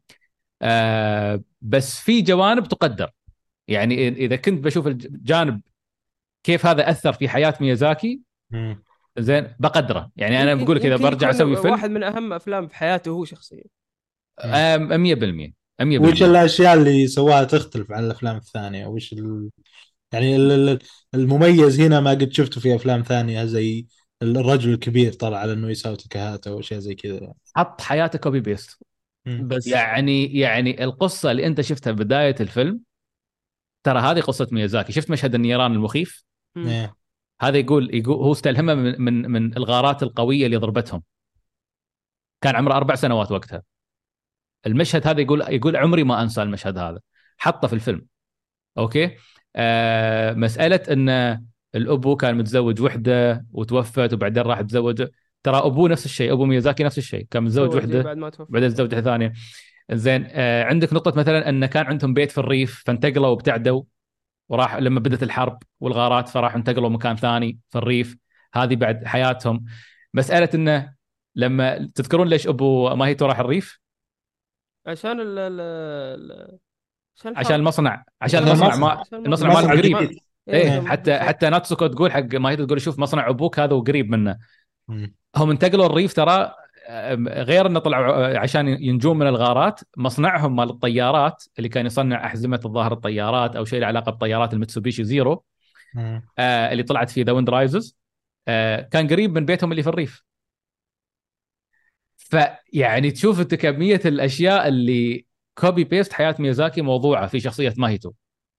آه بس في جوانب تقدر. يعني اذا كنت بشوف الجانب كيف هذا اثر في حياه ميازاكي مم. زين بقدره. يعني انا يمكن بقول لك اذا يمكن برجع يكون اسوي فيلم واحد من اهم افلام في حياته هو شخصيا. مم. آه مية بالمية وش مية بالمية. الاشياء اللي سواها تختلف عن الافلام الثانيه؟ وش ال... يعني ال- ال- المميز هنا ما قد شفته في افلام ثانيه، زي الرجل الكبير طلع على انه يساوي تكهات او اشياء زي كذا يعني. حط حياته كوبي بيست. مم. بس يعني يعني القصه اللي انت شفتها بدايه الفيلم ترى هذه قصه ميازاكي. شفت مشهد النيران المخيف؟ مم. إيه. هذا يقول يقول هو استلهمه من من من الغارات القويه اللي ضربتهم. كان عمره اربع سنوات وقتها. المشهد هذا يقول يقول عمري ما انسى المشهد هذا، حطه في الفيلم. اوكي. آه مساله ان الابو كان متزوج وحده وتوفت وبعدين راح تزوج. ترى ابوه نفس الشيء، ابو ميازاكي نفس الشيء، كان متزوج تزوج إيه وحده بعد ما توفى. بعدين تزوج واحده ثانيه. زين آه عندك نقطه مثلا ان كان عندهم بيت في الريف فانتقلوا وابتعدوا، وراح لما بدت الحرب والغارات فراحوا انتقلوا مكان ثاني في الريف. هذه بعد حياتهم. مساله انه لما تذكرون ليش ابو ماهيتو راح الريف؟ عشان ال ال ال- عشان عشان الحرب. المصنع، عشان عشان المصنع المصنع ما عشان المصنع المصنع المصنع مالهم قريب. ما الجديد. ايه ايه، إيه. حتى بالضبط. حتى ناتسوكو تقول حق ماهيتو، تقول شوف مصنع ابوك هذا وقريب منه. مم. هم انتقلوا الريف ترى. آم، غير انه طلعوا آه، عشان ينجون من الغارات، مصنعهم مال الطيارات اللي كان يصنع احزمه الظاهر الطيارات او شيء له علاقه بطيارات المتسوبيشي زيرو، مم. آه، اللي طلعت في ذا ويند رايزز، كان قريب من بيتهم اللي في الريف. فيعني تشوف انت كميه الاشياء اللي كوبي بيست حياه ميازاكي موضوعه في شخصيه ماهيتو،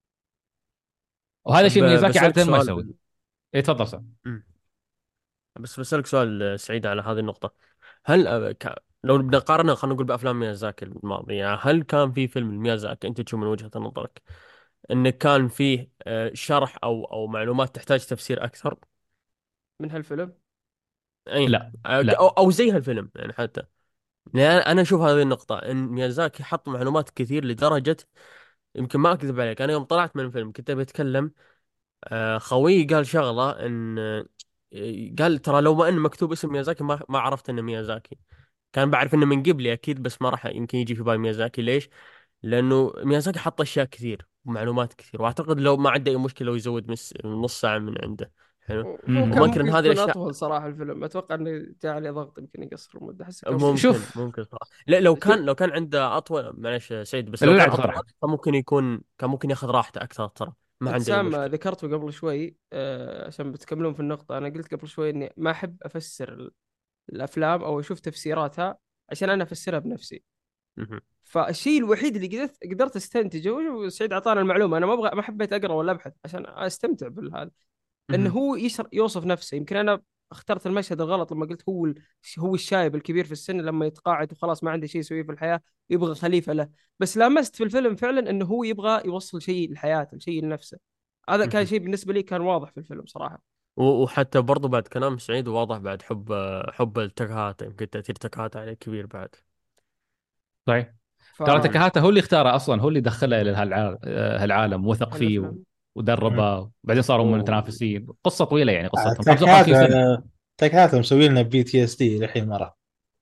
وهذا شيء ب- ميازاكي بسألك عاده ما سؤال يسوي. بال... ايه تفضل سام. مم. بس بسألك سؤال آه، سعيد على هذه النقطة. هل آه، ك... لو بدنا نقارنها خلينا نقول بأفلام ميازاكي الماضية، يعني هل كان في فيلم ميازاكي أنت تشوف من وجهة نظرك إنه كان فيه آه، شرح أو أو معلومات تحتاج تفسير أكثر؟ من هالفيلم. أي لا آه، ك- أو, لا. أو زي هالفيلم يعني حتى. يعني أنا أنا أشوف هذه النقطة إن ميازاكي حط معلومات كثير لدرجة، يمكن ما أكذب عليك، أنا يوم طلعت من الفيلم كنت بتكلم، آه، خويي قال شغلة إن آه، قال ترى لو ما إن مكتوب اسم ميازاكي ما ما عرفت إنه ميازاكي. كان بعرف إنه من قبلي أكيد بس ما راح يمكن يجي في بالي ميازاكي. ليش؟ لأنه ميازاكي حط أشياء كثير ومعلومات كثير، وأعتقد لو ما عنده أي مشكلة لو يزود مس... نص ساعة من عنده. حلو. هو كان مهم. وما أنكر إن ممكن هذه يكون الأشياء اطول صراحه الفيلم، اتوقع انه جاء عليه ضغط يمكن يقصر المده، احسه كان ممكن. ممكن شوف، ممكن صراحة. لا لو شوف. كان لو كان عنده أطول، معلش سعيد، بس لا لو لا كان بصراحه. أطول كان ممكن يكون كان ممكن ياخذ راحته أكثر ترى، ما انت عنده أي سام مشكلة. ذكرته قبل شوي، آه، عشان بتكملون في النقطه. انا قلت قبل شوي اني ما احب افسر ال- الافلام او اشوف تفسيراتها عشان انا افسرها بنفسي. مهم. فالشيء الوحيد اللي قدرت قدرت استنتجه، وسعيد اعطانا المعلومه، انا ما ابغى ما حبيت اقرا ولا ابحث عشان استمتع بالهذا، انه مهم. هو يشر يوصف نفسه. يمكن انا اخترت المشهد الغلط لما قلت هو ال... هو الشايب الكبير في السن لما يتقاعد وخلاص ما عنده شيء يسويه في الحياه يبغى خليفه له. بس لامست في الفيلم فعلا انه هو يبغى يوصل شيء لحياته، شيء لنفسه. هذا كان مهم. شيء بالنسبه لي كان واضح في الفيلم صراحه. و- وحتى برضو بعد كلام سعيد واضح بعد حب حب التكهات، يمكن تأثير تكهات عليه كبير بعد. صحيح. ترى فالافلام. تكهاتا هو اللي اختاره اصلا، هو اللي دخله الى هالعالم، هالعالم وثق فيه و- مم. ودربه، وبعدين صاروا و... متنافسين. قصه طويله يعني، قصتهم تك خمسة وخمسين سنه. هذا تك هذا مسوي لنا بي تي اس دي الحين مره.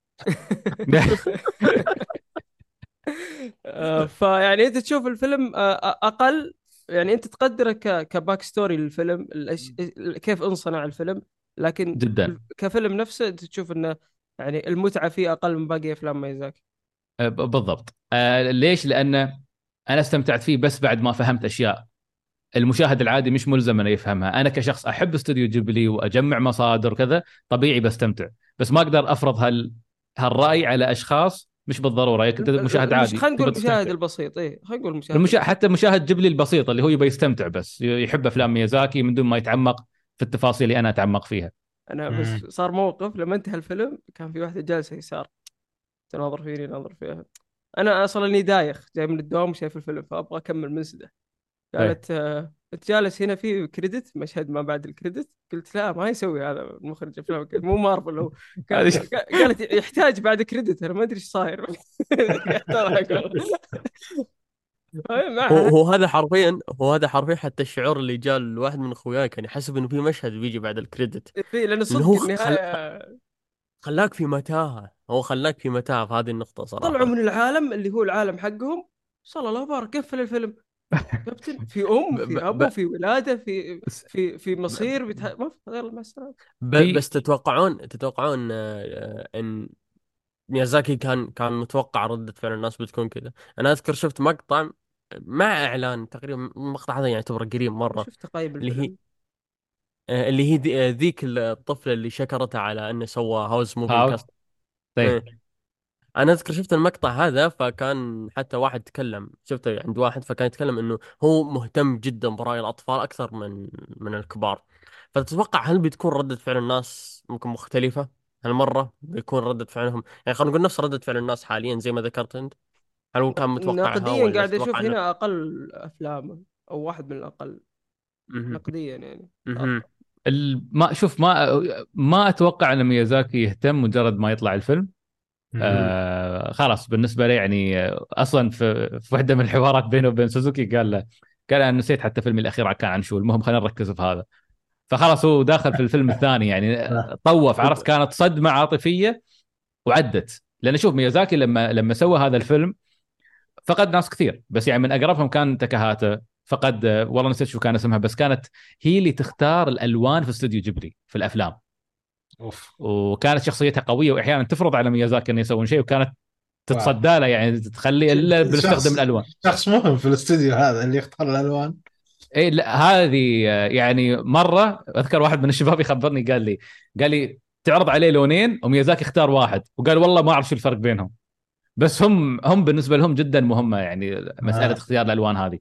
آه، فيعني انت تشوف الفيلم آه، اقل، يعني انت تقدره ك كباك ستوري للفيلم، الأش... كيف انصنع الفيلم. لكن جدا. كفيلم نفسه انت تشوف انه يعني المتعه فيه اقل من باقي افلام مايزاكي. آه، ب- بالضبط. آه، ليش؟ لان انا استمتعت فيه بس بعد ما فهمت اشياء المشاهد العادي مش ملزم انه يفهمها. انا كشخص احب استوديو جيبلي واجمع مصادر وكذا، طبيعي بستمتع، بس ما اقدر افرض هال هالراي على اشخاص مش بالضروره. يعني كنت مشاهد المش... عادي خلينا نقول تبغى المشاهد تستمتع. البسيط، ايه خلينا نقول المشاهد المشا... البسيط. حتى مشاهد جيبلي البسيط اللي هو يبغى يستمتع بس يحب افلام ميازاكي من دون ما يتعمق في التفاصيل اللي انا اتعمق فيها. انا بس مم. صار موقف لما انتهى الفيلم، كان في واحده جالسه يسار تناظر فيني ناظر فيها. انا اصلا اني دايخ جاي من الدوام وشايف الفيلم فابغى اكمل منسدح. طيب. قالت آه، انت جالس هنا في كريدت، مشهد ما بعد الكريدت. قلت لا ما يسوي هذا المخرج افلام، قلت مو مارفل هو. هذه قال- قالت يحتاج بعد كريدت، انا ما ادري ايش صاير. قاعد اضحك والله. أي هو معها. هو هذا حرفيا هو هذا حرفيا حتى الشعور اللي جاء الواحد من اخوياي كان يحسب انه في مشهد بيجي بعد الكريدت. في لان لانه صدق هو خل... النهايه خلاك في متاهه، هو خلاك في متاهه في هذه النقطه طلعوا صراحه. من العالم اللي هو العالم حقهم. صلى الله بارك قفل الفيلم. كابتن في ام ب... في ب... ابو في ولاده في بس في في ب... مصير بتح... ما في، يلا مع السلامه. ب... في بس تتوقعون تتوقعون آه، آه، ان ميازاكي كان كان متوقع ردة فعل الناس بتكون كذا؟ انا اذكر شفت مقطع مع اعلان تقريبا، المقطع هذا يعتبر قريب مره، وشفت تقييم اللي هي الفيلم. آه، اللي هي ذي- آه، ذيك الطفله اللي شكرته على انه سوى هاوس موفي هاوس. كاست. طيب. انا اذكر شفت المقطع هذا، فكان حتى واحد تكلم، شفته عند واحد فكان يتكلم انه هو مهتم جدا برأي الاطفال اكثر من من الكبار. فتتوقع هل بتكون ردة فعل الناس ممكن مختلفة هالمرة؟ بيكون ردة فعلهم يعني خلينا نقول نفس ردة فعل الناس حاليا زي ما ذكرت انت؟ هل هو كان متوقعها نقديا ولا قاعد تتوقع اشوف انه؟ هنا اقل افلام او واحد من الاقل مهم. نقديا يعني. مهم. ال... ما شوف، ما ما اتوقع ان ميازاكي يهتم مجرد ما يطلع الفيلم. مم. آه خلاص بالنسبه لي يعني آه، اصلا في في واحده من الحوارات بينه وبين سوزوكي قال له، قال انا نسيت حتى فيلمي الاخير كان عن شو، المهم خلينا نركز في هذا. فخلاص هو داخل في الفيلم الثاني يعني آه. آه، طوف، عرفت، كانت صدمه عاطفيه وعدت. لان شوف ميازاكي لما لما سوى هذا الفيلم فقد ناس كثير، بس يعني من اقربهم كان تاكاهاتا. فقد آه، والله نسيت شو كان اسمها، بس كانت هي اللي تختار الالوان في استوديو جيبلي في الافلام. اوف. وكانت شخصيتها قويه، واحيانا تفرض على ميازاكي انه يسوون شيء، وكانت واو. تتصدى له يعني تخلي الا بنستخدم شخص الالوان. شخص مهم في الاستوديو هذا اللي يختار الالوان. اي لا هذه آه، يعني مره اذكر واحد من الشباب يخبرني، قال لي قال لي تعرض عليه لونين وميازاكي اختار واحد، وقال والله ما اعرف شو الفرق بينهم. بس هم هم بالنسبه لهم جدا مهمه يعني مساله آه. اختيار الالوان هذه.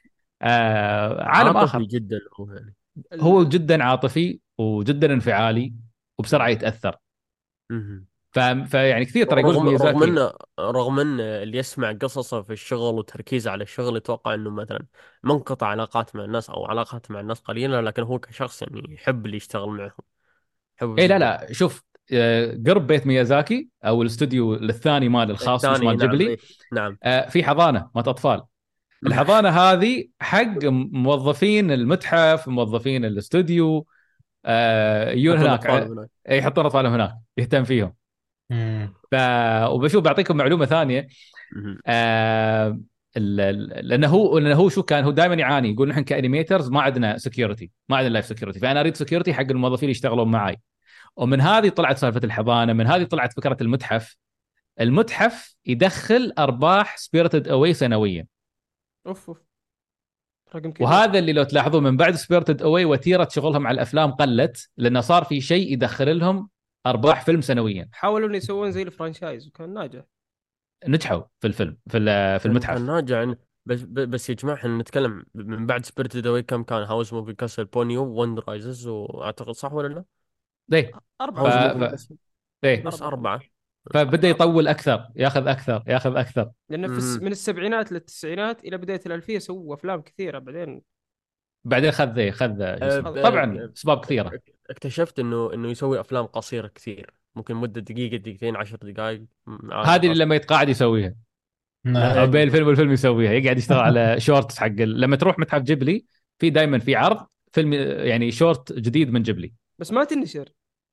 آه عالم عاطفي اخر. جدا هو يعني. هو ال- جدا عاطفي وجدا انفعالي وبسرعه يتاثر. مهم. ف... فيعني كثير ترى يقول لك رغم رغم ميازاكي. انه رغم ان اللي يسمع قصصه في الشغل وتركيزه على الشغل يتوقع انه مثلا منقطع علاقات مع الناس او علاقات مع الناس قليلة، لكن هو كشخص يعني يحب اللي يشتغل معهم، يحبه اي لا جدا. لا شوف، آه، قرب بيت ميازاكي او الاستوديو الثاني مال الخاص مش الثاني مال نعم جيبلي، إيه. نعم. آه، في حضانه مات اطفال. الحضانه هذه حق موظفين المتحف، موظفين الاستوديو، آه، يجون يحطون هناك اطفالهم آه، هناك. يحطون اطفالهم هناك يهتم فيهم. مم. ف... وبشوف بعطيكم معلومه ثانيه. مهم. آه، ال- ال- لانه هو لانه هو شو كان، هو دائما يعاني يقول نحن كانيميترز ما عندنا سكيورتي، ما عندنا لايف سكيورتي، فانا اريد سكيورتي حق الموظفين اللي يشتغلون معي. ومن هذه طلعت سالفه الحضانه، من هذه طلعت فكره المتحف. المتحف يدخل ارباح سبيرتد اواي سنويا. اوف اوف، رقم كبير. وهذا اللي لو تلاحظوا من بعد سبيرتد اواي وتيره شغلهم على الافلام قلت، لانه صار في شيء يدخل لهم ارباح فيلم سنويا. حاولوا ان يسوون زي الفرانشايز وكان ناجح. نجحوا في الفيلم في ال- في كان كان المتحف. ناجع يعني. بس بس يا جماعة احنا نتكلم من بعد سبيريتد اواي كم كان؟ هاوس موفي كاسل بونيو وون رايزز، واعتقد صح ولا لا؟ ليه؟ ف... أربعة هاوس أفلام موفي ف... كاسل ليه؟ بس أربعة أفلام أربعة. فبدا يطول اكثر، ياخذ اكثر ياخذ اكثر. لأنه في الس... مهم. من السبعينات للتسعينات إلى بداية الألفية سووا أفلام كثيرة بعدين. بعدين خذ ذي خذ شو أه، اسمه، ب- هذا طبعا ب- اسباب كثيره. اك- اكتشفت انه انه يسوي افلام قصيرة كثير، ممكن مدة دقيقة دقيقتين عشر دقائق عادي هذه خلاص. اللي لما يتقاعد يسويها، او نعم. بين ايه. الفيلم والفيلم يسويها، يقعد يشتغل على شورتس حق ال... لما تروح متحف جيبلي في دائما في عرض فيلم يعني شورت جديد من جيبلي. بس ما تنشر.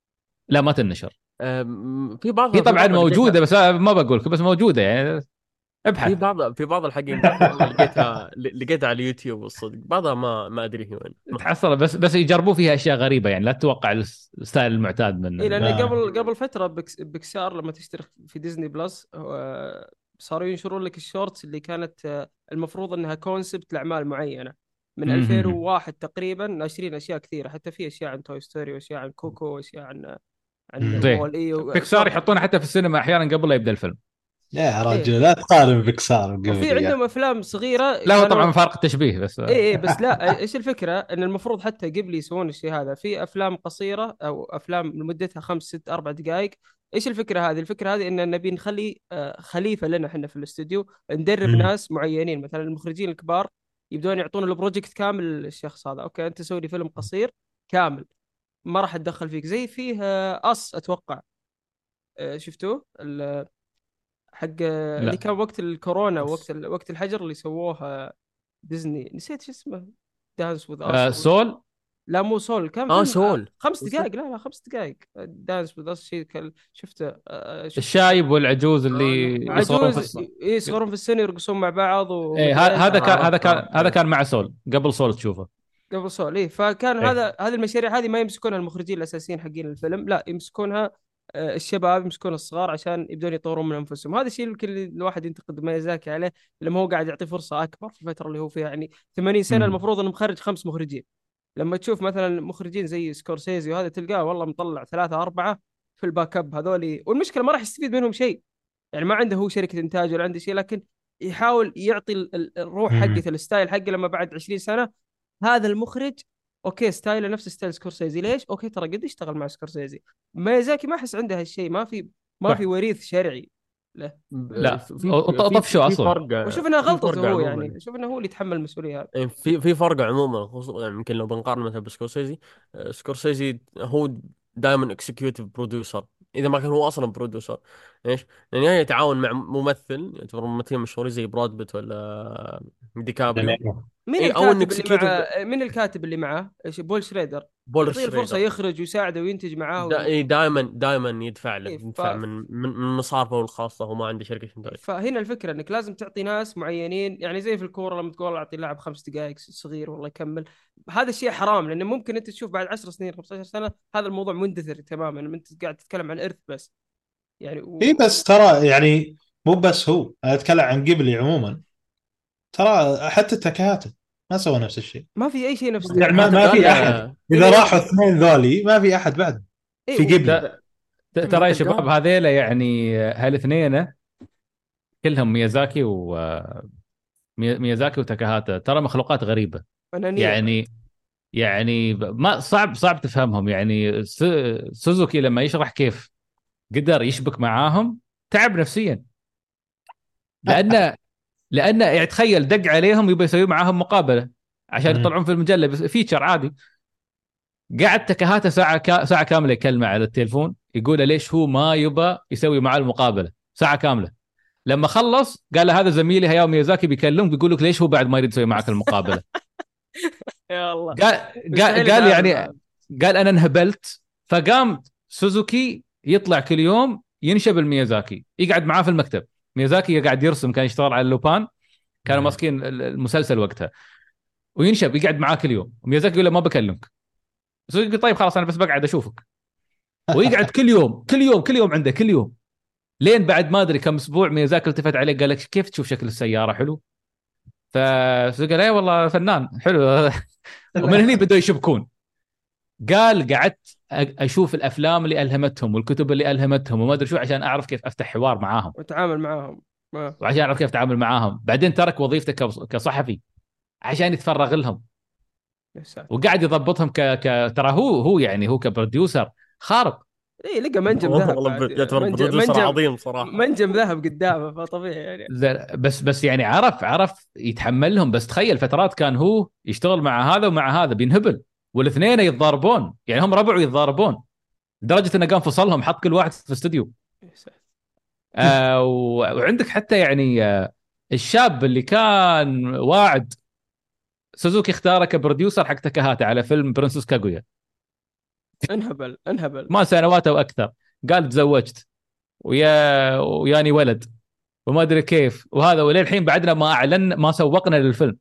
لا ما تنشر. أم، في هي بعضها في طبعا بعضها موجوده لقيتها. بس أنا ما بقول لك، بس موجوده يعني في ابحث. بعض في بعض الحقيقة في بعضها لقيتها لقيتها على اليوتيوب، الصدق بعضها ما ما ادري هي وين. تحصل بس بس يجربوا فيها اشياء غريبه يعني، لا تتوقع الستايل المعتاد من إيه، لأن ال... آه. قبل قبل فترة بكس... بيكسار لما تشترك في ديزني بلس آه، صاروا ينشرون لك الشورتس اللي كانت آه، المفروض أنها كونسبت لأعمال معينة. من مم. ألفين وواحد تقريبا ناشرين أشياء كثيرة، حتى في أشياء عن توي ستوري وأشياء عن كوكو وأشياء عن عن مم. زين. وول إي بيكسار شورت. يحطونها حتى في السينما احيانا قبل لا يبدا الفيلم. يا إيه، رجل لا تقارن بيكسار وفي قبل يا. عندهم افلام صغيره لا هو كانوا. طبعا فارق التشبيه بس. اي اي بس لا، ايش الفكره؟ ان المفروض حتى قبل يسوون الشيء هذا في افلام قصيره او افلام مدتها خمس ست اربع دقائق. ايش الفكره هذه؟ الفكره هذه ان نبي نخلي آه، خليفه لنا احنا في الاستوديو، ندرب مم. ناس معينين مثلا المخرجين الكبار يبدون يعطون البروجكت كامل للشخص هذا. اوكي انت سوي لي فيلم قصير كامل، ما راح اتدخل فيك. زي فيه آه، اس اتوقع، آه، شفتوه ال- حق آه، اللي لا كان وقت الكورونا، وقت بس ال- وقت الحجر اللي سووه ديزني، نسيت شو اسمه. دانس وذ اس آه او سول. لا مو سول، كان اه فيلم آه سول. خمس وش ذا؟ دقائق. لا لا خمس دقائق. دانس وذ اس شيء كان- شفته آه شفته كان الشايب والعجوز آه اللي لا ما يصغرون في عجوز الص... يصغرون في السن يرقصون مع بعض ايه ومدري ه- ايش. هذا كان هذا عرفت كان عرفت هذا عرفت. كان مع سول قبل سول تشوفه. قبل سول ايه. فكان ايه هذا هذه المشاريع هذه ما يمسكونها المخرجين الاساسيين حقين الفيلم، لا يمسكونها آه، الشباب، يمسكون الصغار عشان يبدون يطورون من انفسهم. هذا الشيء يمكن اللي الواحد ينتقد ميازاكي عليه، لما هو قاعد يعطي فرصه اكبر في الفتره اللي هو فيها. يعني ثمانين سنه مم. المفروض انه مخرج خمس مخرجين. لما تشوف مثلا مخرجين زي سكورسيزي وهذا تلقاه والله مطلع ثلاثة أربعة في الباك اب هذولي، والمشكلة ما راح يستفيد منهم شيء. يعني ما عنده هو شركة إنتاج ولا عنده شيء، لكن يحاول يعطي ال- ال- الروح مم. حقته، الستايل حقه. لما بعد عشرين سنة هذا المخرج اوكي ستايله نفس ستايل سكورسيزي، ليش؟ اوكي ترى قد اشتغل مع سكورسيزي. ميازاكي ما احس عنده هالشيء، ما في ما في صح. وريث شرعي له. ب- لا في وط- في طفشوا في اصلا. فرق. وشوف انها في غلطته فرق هو، عموما. يعني شوف انه هو اللي يتحمل المسؤولية هذه. يعني في في فرق عموما، خصوصا يعني يمكن لو بنقارن مثلا بسكورسيزي. آه، سكورسيزي هو دائما اكسكيوتيف بروديوسر، اذا ما كان هو اصلا برودوسر. ايش؟ لان يعني يتعاون مع ممثل يعتبر ممثلين مشهورين زي براد بيت ولا ديكابريو. يعني مين اي او الكاتب انك اللي سكيورتي. مع مين الكاتب اللي معاه؟ ايش بول شريدر؟ بول يعطيه الفرصة شريدر يخرج ويساعده وينتج معاه دا وي... اي دائما دائما يدفع له، إيه ف... يدفع من من من مصارفه الخاصه، هو ما عنده شركه انتاج. فهنا الفكرة انك لازم تعطي ناس معينين، يعني زي في الكورة لما تقول اعطي لاعب خمس دقائق صغير والله يكمل. هذا الشيء حرام، لانه ممكن انت تشوف بعد عشر سنين خمسة عشر سنة هذا الموضوع مندثر تماما، انت قاعد تتكلم عن ارث بس يعني اي و... بس ترى يعني مو بس هو، انا اتكلم عن قبلي عموما. ترى حتى تكاتك ما سوى نفس الشيء. ما في اي شيء نفس يعني ما, حتى تكهات. ما قال في احد. له اذا الى راحوا يومنا اثنين ذولي ما في احد بعد اي في و... قبلي. ت- ت- ترى يا حتى شباب قال هذيلا يعني هالاثنين كلهم ميازاكي و مي- ميازاكي وتاكاهاتا ترى مخلوقات غريبة. انانية. يعني يعني ما صعب صعب تفهمهم. يعني س- سوزوكي لما يشرح كيف قدر يشبك معاهم تعب نفسيا. لأنه لأنه يعني تخيل دق عليهم يبي يسوي معاهم مقابلة عشان مم. يطلعون في المجلة بس فيتشر عادي. قعد تاكاهاتا ساعة كا... ساعة كاملة يكلمه على التليفون يقول له ليش هو ما يبى يسوي معاه المقابلة ساعة كاملة. لما خلص قال له هذا زميلي هياو ميازاكي بيكلمك بيقول لك ليش هو بعد ما يريد يسوي معك المقابلة. يا الله. قال قال مستحيل قال اتعامل يعني معه. قال انا انهبلت. فقام سوزوكي يطلع كل يوم ينشب الميازاكي يقعد معاه في المكتب. ميازاكي قاعد يرسم كان يشتغل على اللوبان كانوا مم. ماسكين المسلسل وقتها وينشب يقعد معاه كل يوم. ميازاكي يقول له ما بكلمك. سوزوكي يقول طيب خلاص انا بس بقعد اشوفك. ويقعد كل يوم كل يوم كل يوم عنده كل يوم لين بعد ما ادري كم اسبوع ميازاكي التفت عليه قال لك كيف تشوف شكل السياره حلو. فسوزوكي قال ايه والله فنان حلو. ومن هني بدوا يشبكون. قال قعدت أ- اشوف الافلام اللي الهمتهم والكتب اللي الهمتهم وما ادري شو عشان اعرف كيف افتح حوار معاهم واتعامل معاهم. ما وعشان اعرف كيف اتعامل معاهم. بعدين ترك وظيفته كص- كصحفي عشان يتفرغ لهم. يا ساتر. وقاعد يضبطهم ك... ك... ترى هو هو يعني هو كبروديوسر خارق. اي لقى منجم ذهب والله بعد، يعتبر منجم بروديوسر منجم عظيم صراحه. منجم ذهب قدامه فطبيعي يعني. ز- بس بس يعني عرف عرف يتحملهم. بس تخيل فترات كان هو يشتغل مع هذا ومع هذا بينهبل والاثنين يتضاربون. يعني هم ربع ويتضاربون لدرجه انه قام فصلهم حط كل واحد في استوديو. يا ساتر. آه و- وعندك حتى يعني آه الشاب اللي كان واعد سوزوكي اختاره كبروديوسر حق تاكاهاتا على فيلم برنسس كاغويا انهبل انهبل. ما سنوات او اكثر. قال تزوجت ويا وياني ولد وما ادري كيف وهذا وللحين بعدنا ما اعلن ما سوقنا للفيلم.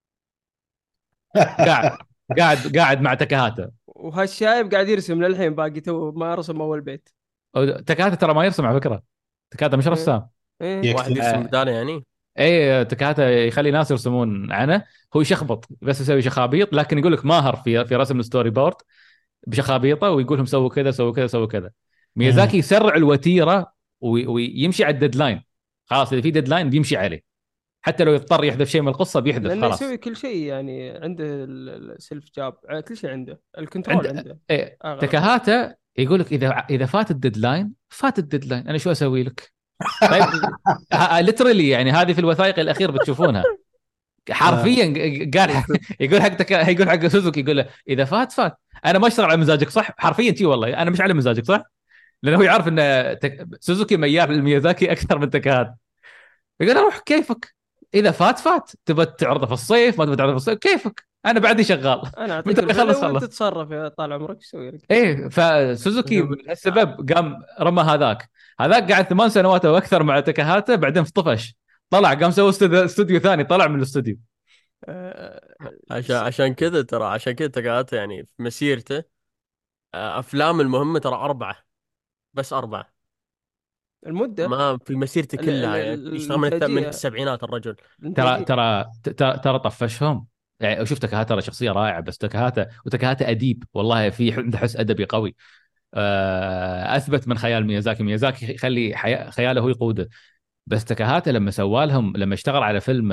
قاعد قاعد قاعد مع تاكاهاتا. وهالشايب قاعد يرسم للحين باقي تو ما رسم اول بيت. أو- تاكاهاتا ترى ما يرسم على فكره. تاكاهاتا مش ايه. رسام. ايه. واحد يكتب. يرسم آه بداله يعني. اي تاكاهاتا يخلي ناس يرسمون عنه. هو يشخبط بس يسوي شخابيط لكن يقول لك ماهر في في رسم الستوري بورد بشخابيطه ويقول لهم سووا كذا سووا كذا سووا كذا. مم. ميازاكي يسرع الوتيره وي- ويمشي على الديدلاين. خلاص اذا في ديدلاين بيمشي عليه حتى لو يضطر يحذف شيء من القصه بيحذف لانه خلاص. يسوي كل شيء يعني عنده السيلف جاب كل شيء عنده الكنترول عند عنده إيه، اغلب. تاكاهاتا يقول لك اذا اذا فات الديدلاين فات الديدلاين انا شو اسوي لك. طيب ليترلي يعني هذه في الوثائق الاخير بتشوفونها آه. حرفيا قال. يقول حق تك... يقول حق سوزوكي يقول له اذا فات فات انا ما اشتغل على مزاجك صح. حرفيا تي والله انا مش على مزاجك صح. لانه هو يعرف ان تك... سوزوكي ميال للميازاكي اكثر من تكهات. يقول له روح كيفك اذا فات فات تبى تعرضه في الصيف ما تبى تعرضه في الصيف كيفك انا بعدي شغال. انا اعطيك متى الفيلم يخلص وانت خلص. تتصرف يا طال عمرك ايش اسوي لك. ايه فسوزوكي من هالسبب قام رمى هذاك. هذاك قعد ثمان سنوات او اكثر مع تكهاتا بعدين طفش طلع قام سوى استوديو استوديو ثاني طلع من الاستوديو. آه، عشان عشان كذا ترى، عشان كذا تقاعدت يعني في مسيرته. آه، افلام المهمه ترى اربعه، بس اربعه. المده ما في مسيرته ال- ال- كلها يعني ال- يشتغل من الث- من الانتاجيه السبعينات الرجل. ترى الانتاجيه. ترى ترى ترى طفشهم. يعني شوف تكهاتا ترى شخصيه رائعه بس تكهاتا وتكهاتا اديب والله في عنده حس ادبي قوي. آه، اثبت من خيال ميازاكي. ميازاكي يخلي حي... خياله هو يقوده. بس تكهاتا لما سوى لهم لما اشتغل على فيلم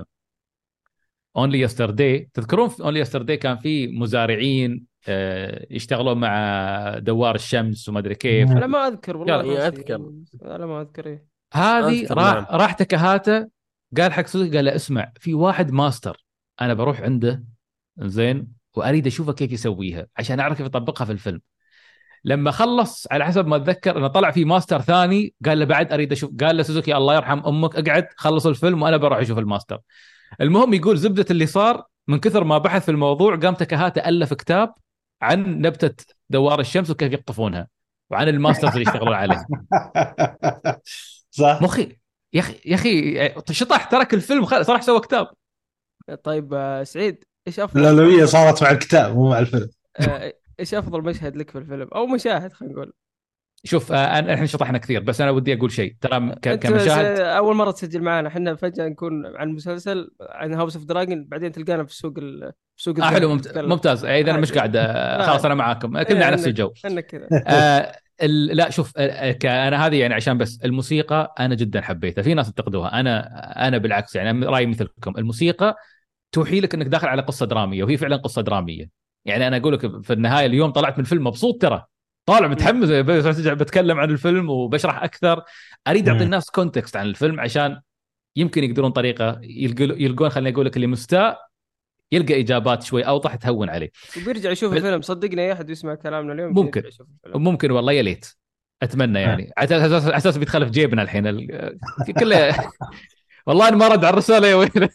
اونلي يسترداي تذكرون في اونلي يسترداي كان في مزارعين آه، يشتغلون مع دوار الشمس وما ادري كيف. انا ما اذكر والله قال اي ناسي. اذكر. انا ما اذكر ايه. هذه اذكر نعم. راح راح تكهاتا قال حق سوزوكي قال له اسمع في واحد ماستر انا بروح عنده زين واريد اشوفه كيف يسويها عشان اعرف كيف اطبقها في الفيلم. لما خلص على حسب ما اتذكر انه طلع في ماستر ثاني، قال له بعد اريد اشوف، قال له سوزوكي الله يرحم امك اقعد خلص الفيلم وانا بروح اشوف الماستر. المهم يقول زبده اللي صار من كثر ما بحث في الموضوع قام تاكاهاتا الف كتاب عن نبته دوار الشمس وكيف يقطفونها، وعن الماسترز اللي يشتغلون عليه. صح. مخي يا اخي يا اخي شطح ترك الفيلم خلاص راح سوى كتاب. طيب آه، سعيد، ايش افضل الأولوية صارت مع الكتاب مو مع الفيلم. آه، ايش افضل مشهد لك في الفيلم او مشاهد خلينا نقول؟ شوف آه، أنا- احنا شطحنا كثير بس انا ودي اقول شيء ترى ك- انت س- كمشاهد. اول مره تسجل معنا، احنا فجاه نكون عن مسلسل عن هاوس اوف دراجون، بعدين تلقانا في سوق ال... في سوق اه حلو الذهب ممت- نتكلم. ممتاز، اذا انا مش عادي. قاعد آه، لا خلاص عادي. انا معاكم إيه، كنا نفس عنك الجو. عنك كذا. آه ال- لا شوف آه، ك- انا هذه يعني عشان بس الموسيقى انا جدا حبيتها، في ناس انتقدوها، انا انا بالعكس يعني أنا رايي مثلكم. الموسيقى توحي لك انك داخل على قصه دراميه، وهي فعلا قصه دراميه. يعني انا اقول لك في النهايه اليوم طلعت من الفيلم مبسوط، ترى طالع مم. متحمس بس بتكلم عن الفيلم وبشرح اكثر، اريد اعطي مم. الناس كونتكست عن الفيلم عشان يمكن يقدرون طريقه يلقون يلقون خليني اقول لك اللي مستاء يلقى اجابات شوي اوضح تهون عليه. وبيرجع يشوف بل- الفيلم، صدقني اي احد يسمع كلامنا اليوم يمكن ممكن يرجع يشوف الفيلم. ممكن والله يا ليت، اتمنى يعني على اساس على اساس بيدخل في جيبنا الحين ال- كله. والله إن ما رد على الرساله يا ويلي.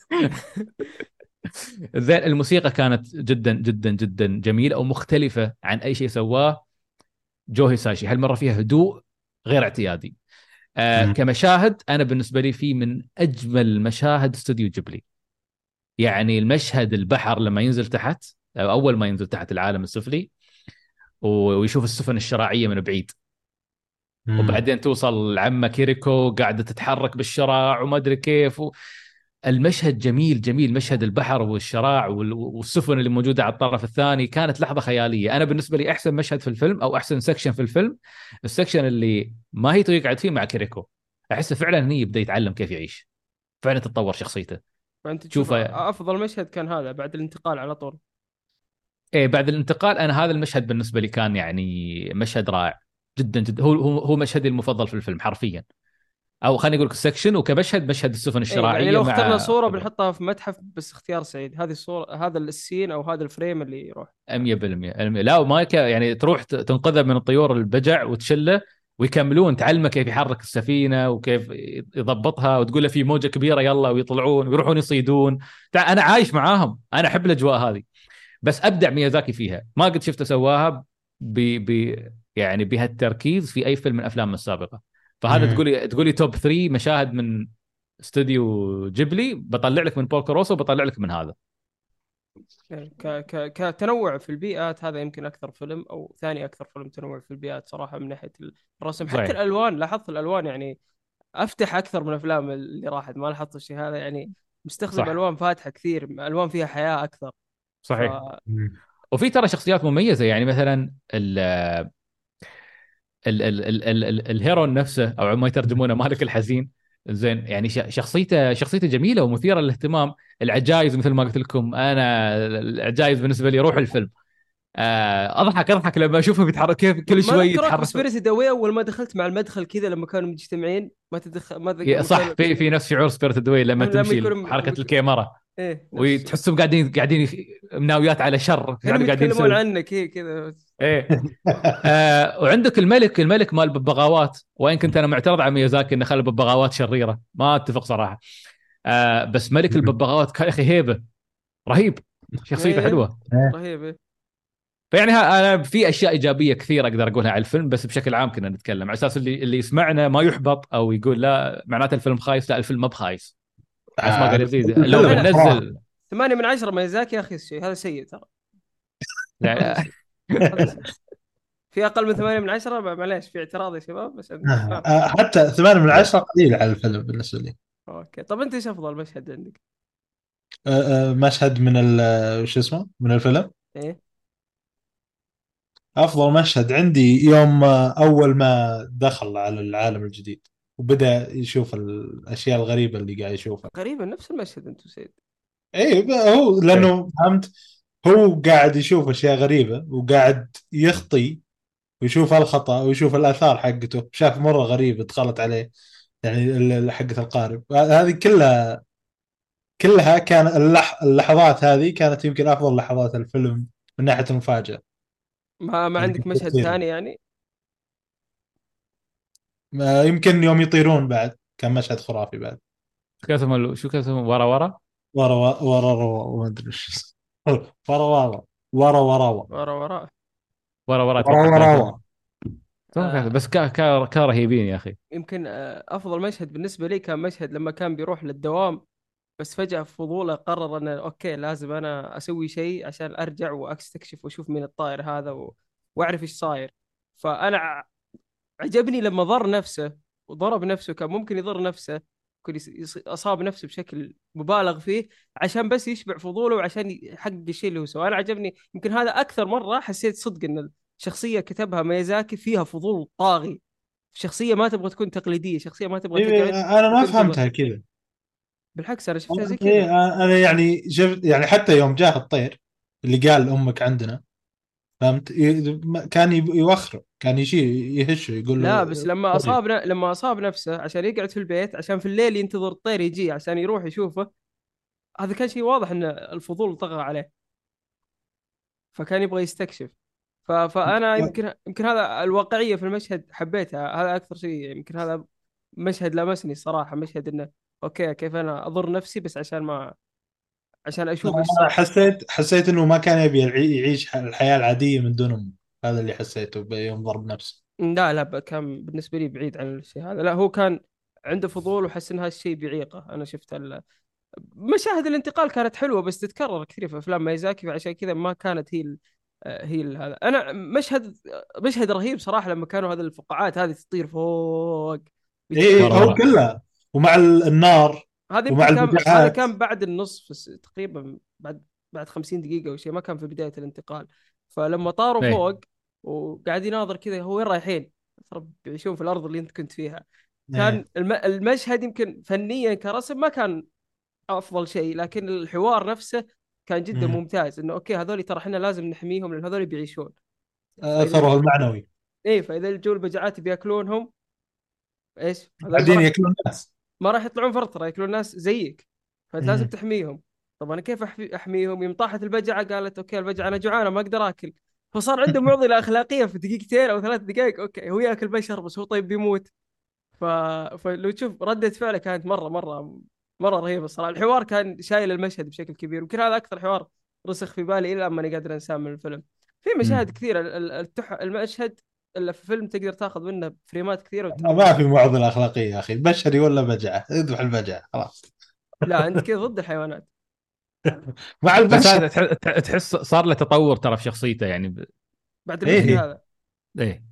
زين الموسيقى كانت جدا جدا جدا جميله ومختلفه عن اي شيء سواه جو هيساشي، هالمره فيها هدوء غير اعتيادي. آه مم. كمشاهد انا بالنسبه لي في من اجمل مشاهد استوديو جيبلي. يعني المشهد البحر لما ينزل تحت، أو اول ما ينزل تحت العالم السفلي ويشوف السفن الشراعيه من بعيد، مم. وبعدين توصل عمه كيريكو قاعده تتحرك بالشراع وما ادري كيف و... المشهد جميل جميل، مشهد البحر والشراع وال- والسفن اللي موجوده على الطرف الثاني كانت لحظه خياليه. انا بالنسبه لي احسن مشهد في الفيلم او احسن سكشن في الفيلم السكشن اللي ما هي يقعد فيه مع كيريكو، احسه فعلا هني يبدا يتعلم كيف يعيش، فعلا تتطور شخصيته. فانت تشوف تشوفه افضل مشهد كان هذا بعد الانتقال على طول. ايه بعد الانتقال، انا هذا المشهد بالنسبه لي كان يعني مشهد رائع جدا جدا، هو هو هو مشهدي المفضل في الفيلم حرفيا، او خليني اقول لك السكشن وكمشهد مشهد السفن ايه يعني الشراعيه لو اخترنا مع صورة كبرى. بنحطها في متحف، بس اختيار سعيد هذه الصورة، هذا السين او هذا الفريم اللي يروح. مية بالمية لا وما ك... يعني تروح ت- تنقذه من الطيور البجع وتشله ويكملون تعلمه كيف يحرك السفينه وكيف يضبطها، وتقول له في موجه كبيره يلا ويطلعون ويروحون يصيدون. تع- انا عايش معاهم، انا احب الاجواء هذه. بس ابدع ميازاكي فيها، ما قد شفته سواها ب... ب... يعني بهالتركيز في اي فيلم من افلامه السابقه. فهذا مم. تقولي تقولي توب ثلاثة مشاهد من استوديو جيبلي، بطلع لك من بول روسو وبطلع لك من هذا. يعني ك ك كتنوع في البيئات هذا يمكن اكثر فيلم او ثاني اكثر فيلم تنوع في البيئات صراحة، من ناحية الرسم حتى صحيح الالوان. لاحظت الالوان يعني افتح اكثر من الافلام اللي راحت، ما لاحظت الشيء هذا يعني. مستخدم صح الوان فاتحة كثير، الوان فيها حياة اكثر. ف صحيح. وفي ترى شخصيات مميزه، يعني مثلا ال ال ال ال ال ال الهيرون نفسه او ما يترجمونه مالك الحزين. زين يعني ش- شخصيته شخصيته جميله ومثيره للاهتمام. العجائز مثل ما قلت لكم انا، العجائز بالنسبه لي روح الفيلم. آه، اضحك اضحك لما اشوفهم يتحرك كيف كل ما شوي ذكرك يتحرك. بسبيريتد اواي اول ما دخلت مع المدخل كذا لما كانوا مجتمعين، ما تدخل ما ذكر يا- لما صح كانوا في في نفس شعور سبيرت واي لما لما تمشي يكونوا حركه مك... الكاميرا ايه نفس الشيء، وتحسهم قاعدين قاعدين يخ- مناويات على شر مش عارف كانوا قاعدين يتكلمون يسوي عنك هي كذا. ايه. آه وعندك الملك الملك مال الببغاوات، وين كنت انا معترض على ميازاكي انه خلى الببغاوات شريره، ما اتفق صراحه. آه بس ملك الببغاوات كان يا اخي هيبه رهيب، شخصيته ايه حلوه. رهيب إيه. فيعني ها- انا في اشياء ايجابيه كثير اقدر اقولها على الفيلم، بس بشكل عام كنا نتكلم على اساس اللي اللي يسمعنا ما يحبط او يقول لا معناته الفيلم خايس، لا الفيلم ما بخايس. نفس ما قال يزيد لو الفيلم إفراح. بننزل. ثمانية من عشرة ميزاكي يا اخي، الشيء هذا سيء ترى. هذا لا سيء. هذا سيء. في اقل من ثمانية من عشرة معليش في اعتراض يا شباب، بس عندي فاهم. آه، حتى ثمانية من عشرة قليل على الفيلم بالنسبة لي. اوكي طب انت ايش افضل مشهد عندك؟ آه، آه، مشهد من ال شو اسمه من الفيلم. ايه أفضل مشهد عندي يوم آه، أول ما دخل على العالم الجديد وبدأ يشوف الأشياء الغريبة اللي قاعد يشوفها. تقريبا نفس المشهد انت وسيد. اي ب- هو لانه فهمت، هو قاعد يشوف اشياء غريبه وقاعد يخطي ويشوف الخطا ويشوف الاثار حقته، شاف مره غريبه دخلت عليه يعني ال- ال- حقه القارب. هذه كلها كلها كان اللح اللحظات هذه كانت يمكن افضل لحظات الفيلم من ناحيه المفاجاه. ما ما يعني عندك مشهد كثير. ثاني يعني؟ ما يمكن يوم يطيرون بعد كان مشهد خرافي بعد. شو كان شو كان ورا ورا ورا ورا ورا ورا ما ادري ايش اسمه. ورا ورا ورا ورا ورا ورا ورا. ورا ورا ورا اتوقع ورا كان ورا. اتوقع كان- آه بس كان كان كان رهيبين يا اخي. يمكن آه افضل مشهد بالنسبه لي كان مشهد لما كان بيروح للدوام، بس فجاه في فضوله قرر ان اوكي لازم انا اسوي شيء عشان ارجع واستكشف واشوف مين الطائر هذا و... واعرف ايش صاير. فانا ع- عجبني لما ضر نفسه وضرب نفسه، كان ممكن يضر نفسه، ممكن يص- يص- اصاب نفسه بشكل مبالغ فيه عشان بس يشبع فضوله وعشان يحقق الشيء اللي هو سواه. انا عجبني، يمكن هذا اكثر مره حسيت صدق ان الشخصيه كتبها ميازاكي فيها فضول طاغي، شخصيه ما تبغى تكون تقليديه، شخصيه ما تبغى إيه، تقعد انا ما وتنتظر. فهمتها كذا. بالعكس انا شفتها زي إيه، كذا. انا يعني شفت يعني حتى يوم جاء الطير اللي قال امك عندنا، فهمت؟ ي- ما- كان يب- يوخره، كان يشيل يهشه يقول لا بس له لما طيب. اصاب لما اصاب نفسه عشان يقعد في البيت عشان في الليل ينتظر الطير يجي عشان يروح يشوفه، هذا كان شيء واضح ان الفضول طغى عليه، فكان يبغى يستكشف. ف... فانا يمكن يمكن هذا الواقعيه في المشهد حبيتها، هذا اكثر شيء يمكن هذا مشهد لمسني الصراحه، مشهد انه اوكي كيف انا اضر نفسي بس عشان ما عشان اشوف ايش انا صار. حسيت حسيت انه ما كان يبي يعي- يعيش الحياه العاديه من دون امه. هذا اللي حسيته بيوم ضرب نفسه. لا لا ب- كان بالنسبه لي بعيد عن الشيء هذا، لا هو كان عنده فضول وحس ان هذا الشيء بيعيقه. انا شفت ال... مشاهد الانتقال كانت حلوه بس تتكرر كثير في افلام مايزاكي، فعشان كذا ما كانت هي ال... آه، هي ال... هذا انا مشهد مشهد رهيب صراحه لما كانوا هذه الفقاعات هذه تطير فوق ايه ورا ويتكلم. هو ورا. كله، ومع ال- النار، هذا ومع يمكن كان هذا البجاعات. كان بعد النصف الس- تقريبا بعد بعد خمسين دقيقة أو شيء، ما كان في بداية الانتقال. فلما طاروا ايه. فوق وقاعد يناظر كذا هو وين رايحين، ترى بيعيشون في الأرض اللي أنت كنت فيها. كان ايه. الم... المشهد يمكن فنيا كرسم ما كان أفضل شيء، لكن الحوار نفسه كان جدا مم. ممتاز، إنه أوكي هذول ترى احنا لازم نحميهم لأن هذول بيعيشون. فإذا اثره المعنوي. إيه فإذا الجو البجعات بياكلونهم، إيش هذول ما بعدين راح ياكلون الناس. ما راح يطلعون فرط، راح ياكلون ناس زيك، فانت لازم مم. تحميهم. طب انا كيف أحفي- احميهم؟ يوم طاحت البجعه قالت اوكي البجعه انا جوعانه ما اقدر اكل، فصار عنده معضله اخلاقيه في دقيقتين او ثلاث دقائق، اوكي هو ياكل بشر بس هو طيب بيموت. ف... فلو تشوف رده فعله كانت مره مره مره رهيبه الصراحه، الحوار كان شايل المشهد بشكل كبير، يمكن هذا اكثر حوار رسخ في بالي الى ما اني قادر انساه من الفيلم. في مشاهد مم. كثيره، ال- ال- التح... المشهد اللي في الفيلم تقدر تاخذ منه فريمات كثيره ما وتحطها. في معضله اخلاقيه يا اخي، بشري ولا بجعه اذبح البجعه خلاص. لا انت كذا ضد الحيوانات. مع بس البشر. هذا تح- تح- تحس صار له تطور ترى في شخصيته يعني ب... بعد ايه المشهد ايه. هذا. ايه.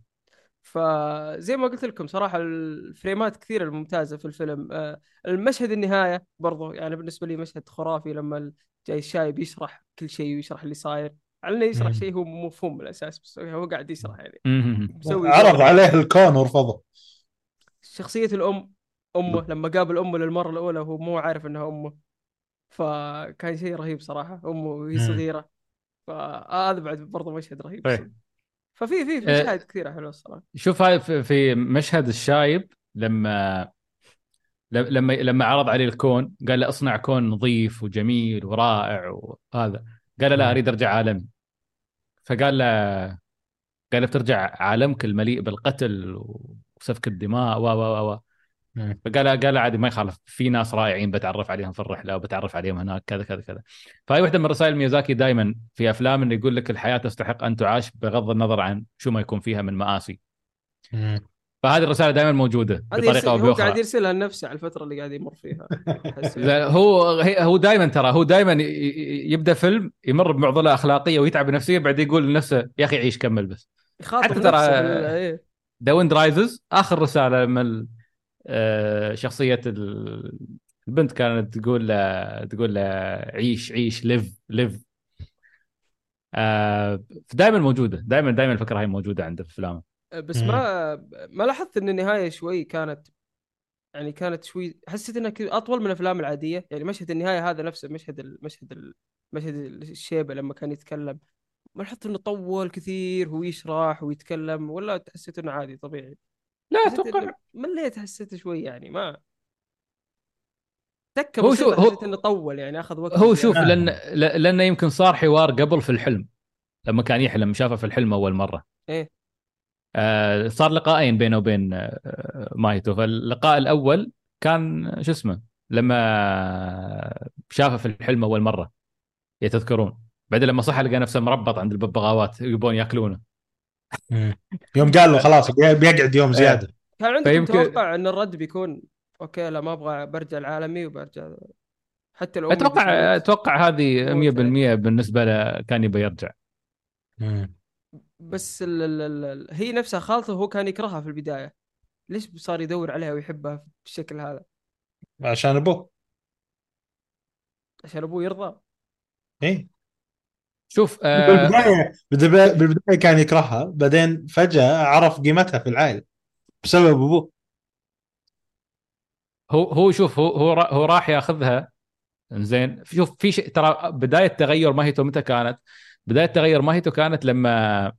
فزي ما قلت لكم صراحة الفريمات كثيرة الممتازة في الفيلم. آه، المشهد النهاية برضو يعني بالنسبة لي مشهد خرافي، لما ال- جاي الشايب يشرح كل شيء ويشرح اللي صاير، على انه يشرح مم. شيء هو مو مفهوم من الاساس، بس هو قاعد يشرح يعني مم. مسوي عرض جو. عليه الكون ورفضه. شخصية الام، امه لما قابل امه للمرة الاولى وهو مو عارف انها امه، فكان شيء رهيب صراحة، امه وهي مم. صغيرة. فهذا بعد برضو مشهد رهيب الصدق. طيب. ففي في في آه، مشاهد كثيرة حلوة الصراحة. شوف هاي في في مشهد الشايب لما لما لما عرض عليه الكون قال له اصنع كون نظيف وجميل ورائع وهذا، قال له لا مم. اريد ارجع عالمي. فقال له قال له بترجع عالمك المليء بالقتل وسفك الدماء و و و مم. فقال قال عادي ما يخالف، في ناس رائعين بتعرف عليهم في الرحله وبتعرف عليهم هناك كذا كذا كذا. فهي واحده من رسائل ميازاكي دائما في افلام، انه يقول لك الحياه تستحق ان تعاش بغض النظر عن شو ما يكون فيها من مآسي. مم. فهذه الرساله دائما موجوده هذا بطريقه او يرسل، هو قاعد باخرى. يرسلها لنفسه على الفترة اللي قاعد يمر فيها، احس لا، يعني. هو هي- هو دائما ترى هو دائما ي- ي- يبدا فيلم يمر بمعضله اخلاقيه ويتعب نفسيا، بعدين يقول لنفسه يا اخي عيش كمل بس. يخاطب حتى ترى نفسه في ال- ايه. ذا ويند رايزز اخر رساله لما آه، شخصيه ال- البنت كانت تقول له تقول له عيش عيش ليف ليف. دائما موجوده، دائما دائما الفكره هاي موجوده عنده في افلامه. بس مم. ما ما لاحظت ان النهايه شوي كانت، يعني كانت شوي حسيت انها كذا اطول من الافلام العاديه، يعني مشهد النهايه هذا نفسه مشهد المشهد ال- مشهد الشيبه لما كان يتكلم، ما لاحظت انه طول كثير هو يشرح ويتكلم، ولا حسيت انه عادي طبيعي؟ لا حسيت اتوقع. انه مليت، حسيت شوي يعني ما تكه هو شو بسيطه، حسيت انه هو طول يعني اخذ وقت هو شوف زياده. لان آه. لانه يمكن صار حوار قبل في الحلم لما كان يحلم شافه في الحلم اول مره. ايه. آه صار لقاءين بينه وبين آه مايتو. فاللقاء الاول كان شو اسمه لما شافه في الحلم اول مره، يتذكرون. بعدين لما صحى لقى نفسه مربط عند الببغاوات يبون ياكلونه. مم. يوم قال له خلاص بي- بيقعد يوم ايه. زياده. كان عندكم فيمكن توقع ان الرد بيكون اوكي لا ما ابغى برجع العالمي وبرجع، حتى لو امي اتوقع بتموت اتوقع هذه بموت عادي. مية بالمية بالنسبه له كان يبي يرجع. مم. بس ال ال ال ال هي نفسها خالته هو كان يكرهها في البداية، ليش صار يدور عليها ويحبها بالشكل هذا؟ عشان ابوه. عشان ابوه يرضى. ايه. شوف آه بالبدايه بالبدايه بالبداية كان يكرهها، بعدين فجاه عرف قيمتها في العائله بسبب ابوه. هو هو شوف هو هو را- هو راح ياخذها. زين شوف في شيء ترى بدايه تغير ماهيتو متى كانت؟ بدايه تغير ماهيتو كانت لما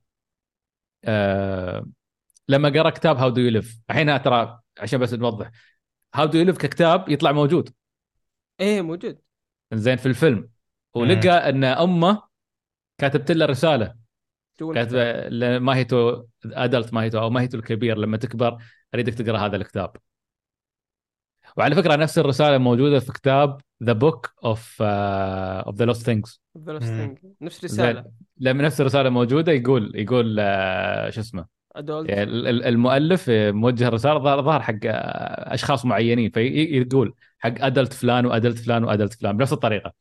آه لما قرا كتاب هاو دو يو ليف. الحين ترى عشان بس نوضح، هاو دو يو ليف ككتاب يطلع موجود ايه موجود. زين في الفيلم. مم. ولقى ان امه كاتبت له رساله، جوا الكتاب. كاتبه لماهيتو ادلت ماهيتو او ماهيتو الكبير لما تكبر اريدك تقرا هذا الكتاب. وعلى فكره نفس الرساله موجوده في كتاب ذا بوك اوف اوف ذا لوست ثينجز. ذا لاست مم. ثينج نفس زين رسالة. لما نفس الرساله موجوده يقول يقول آه، شو اسمه يعني ادولت. ال- ال- المؤلف آه، موجه الرساله ظهر ظهر حق آه، اشخاص معينين فيقول حق ادلت فلان وادلت فلان وادلت فلان بنفس الطريقه.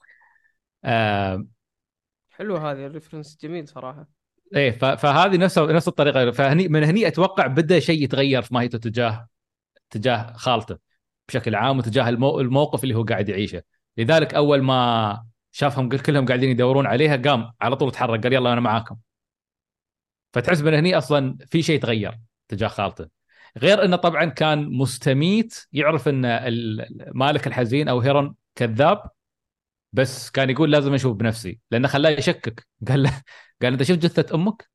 آه، حلوة هذه الريفرنس، جميل صراحة. ايه ف- فهذه نفس نفس الطريقه. فهني من هني اتوقع بدا شيء يتغير في ماهيتو تجاه تجاه خالته بشكل عام وتجاه المو... الموقف اللي هو قاعد يعيشه. لذلك اول ما شافهم كلهم قاعدين يدورون عليها قام على طول تحرك قال يلا انا معاكم. فتحس من هني اصلا في شيء تغير تجاه خالته. غير انه طبعا كان مستميت يعرف ان ال- مالك الحزين او هيرون كذاب، بس كان يقول لازم اشوف بنفسي لانه خلاه يشكك. قال له قال انت شفت جثه امك؟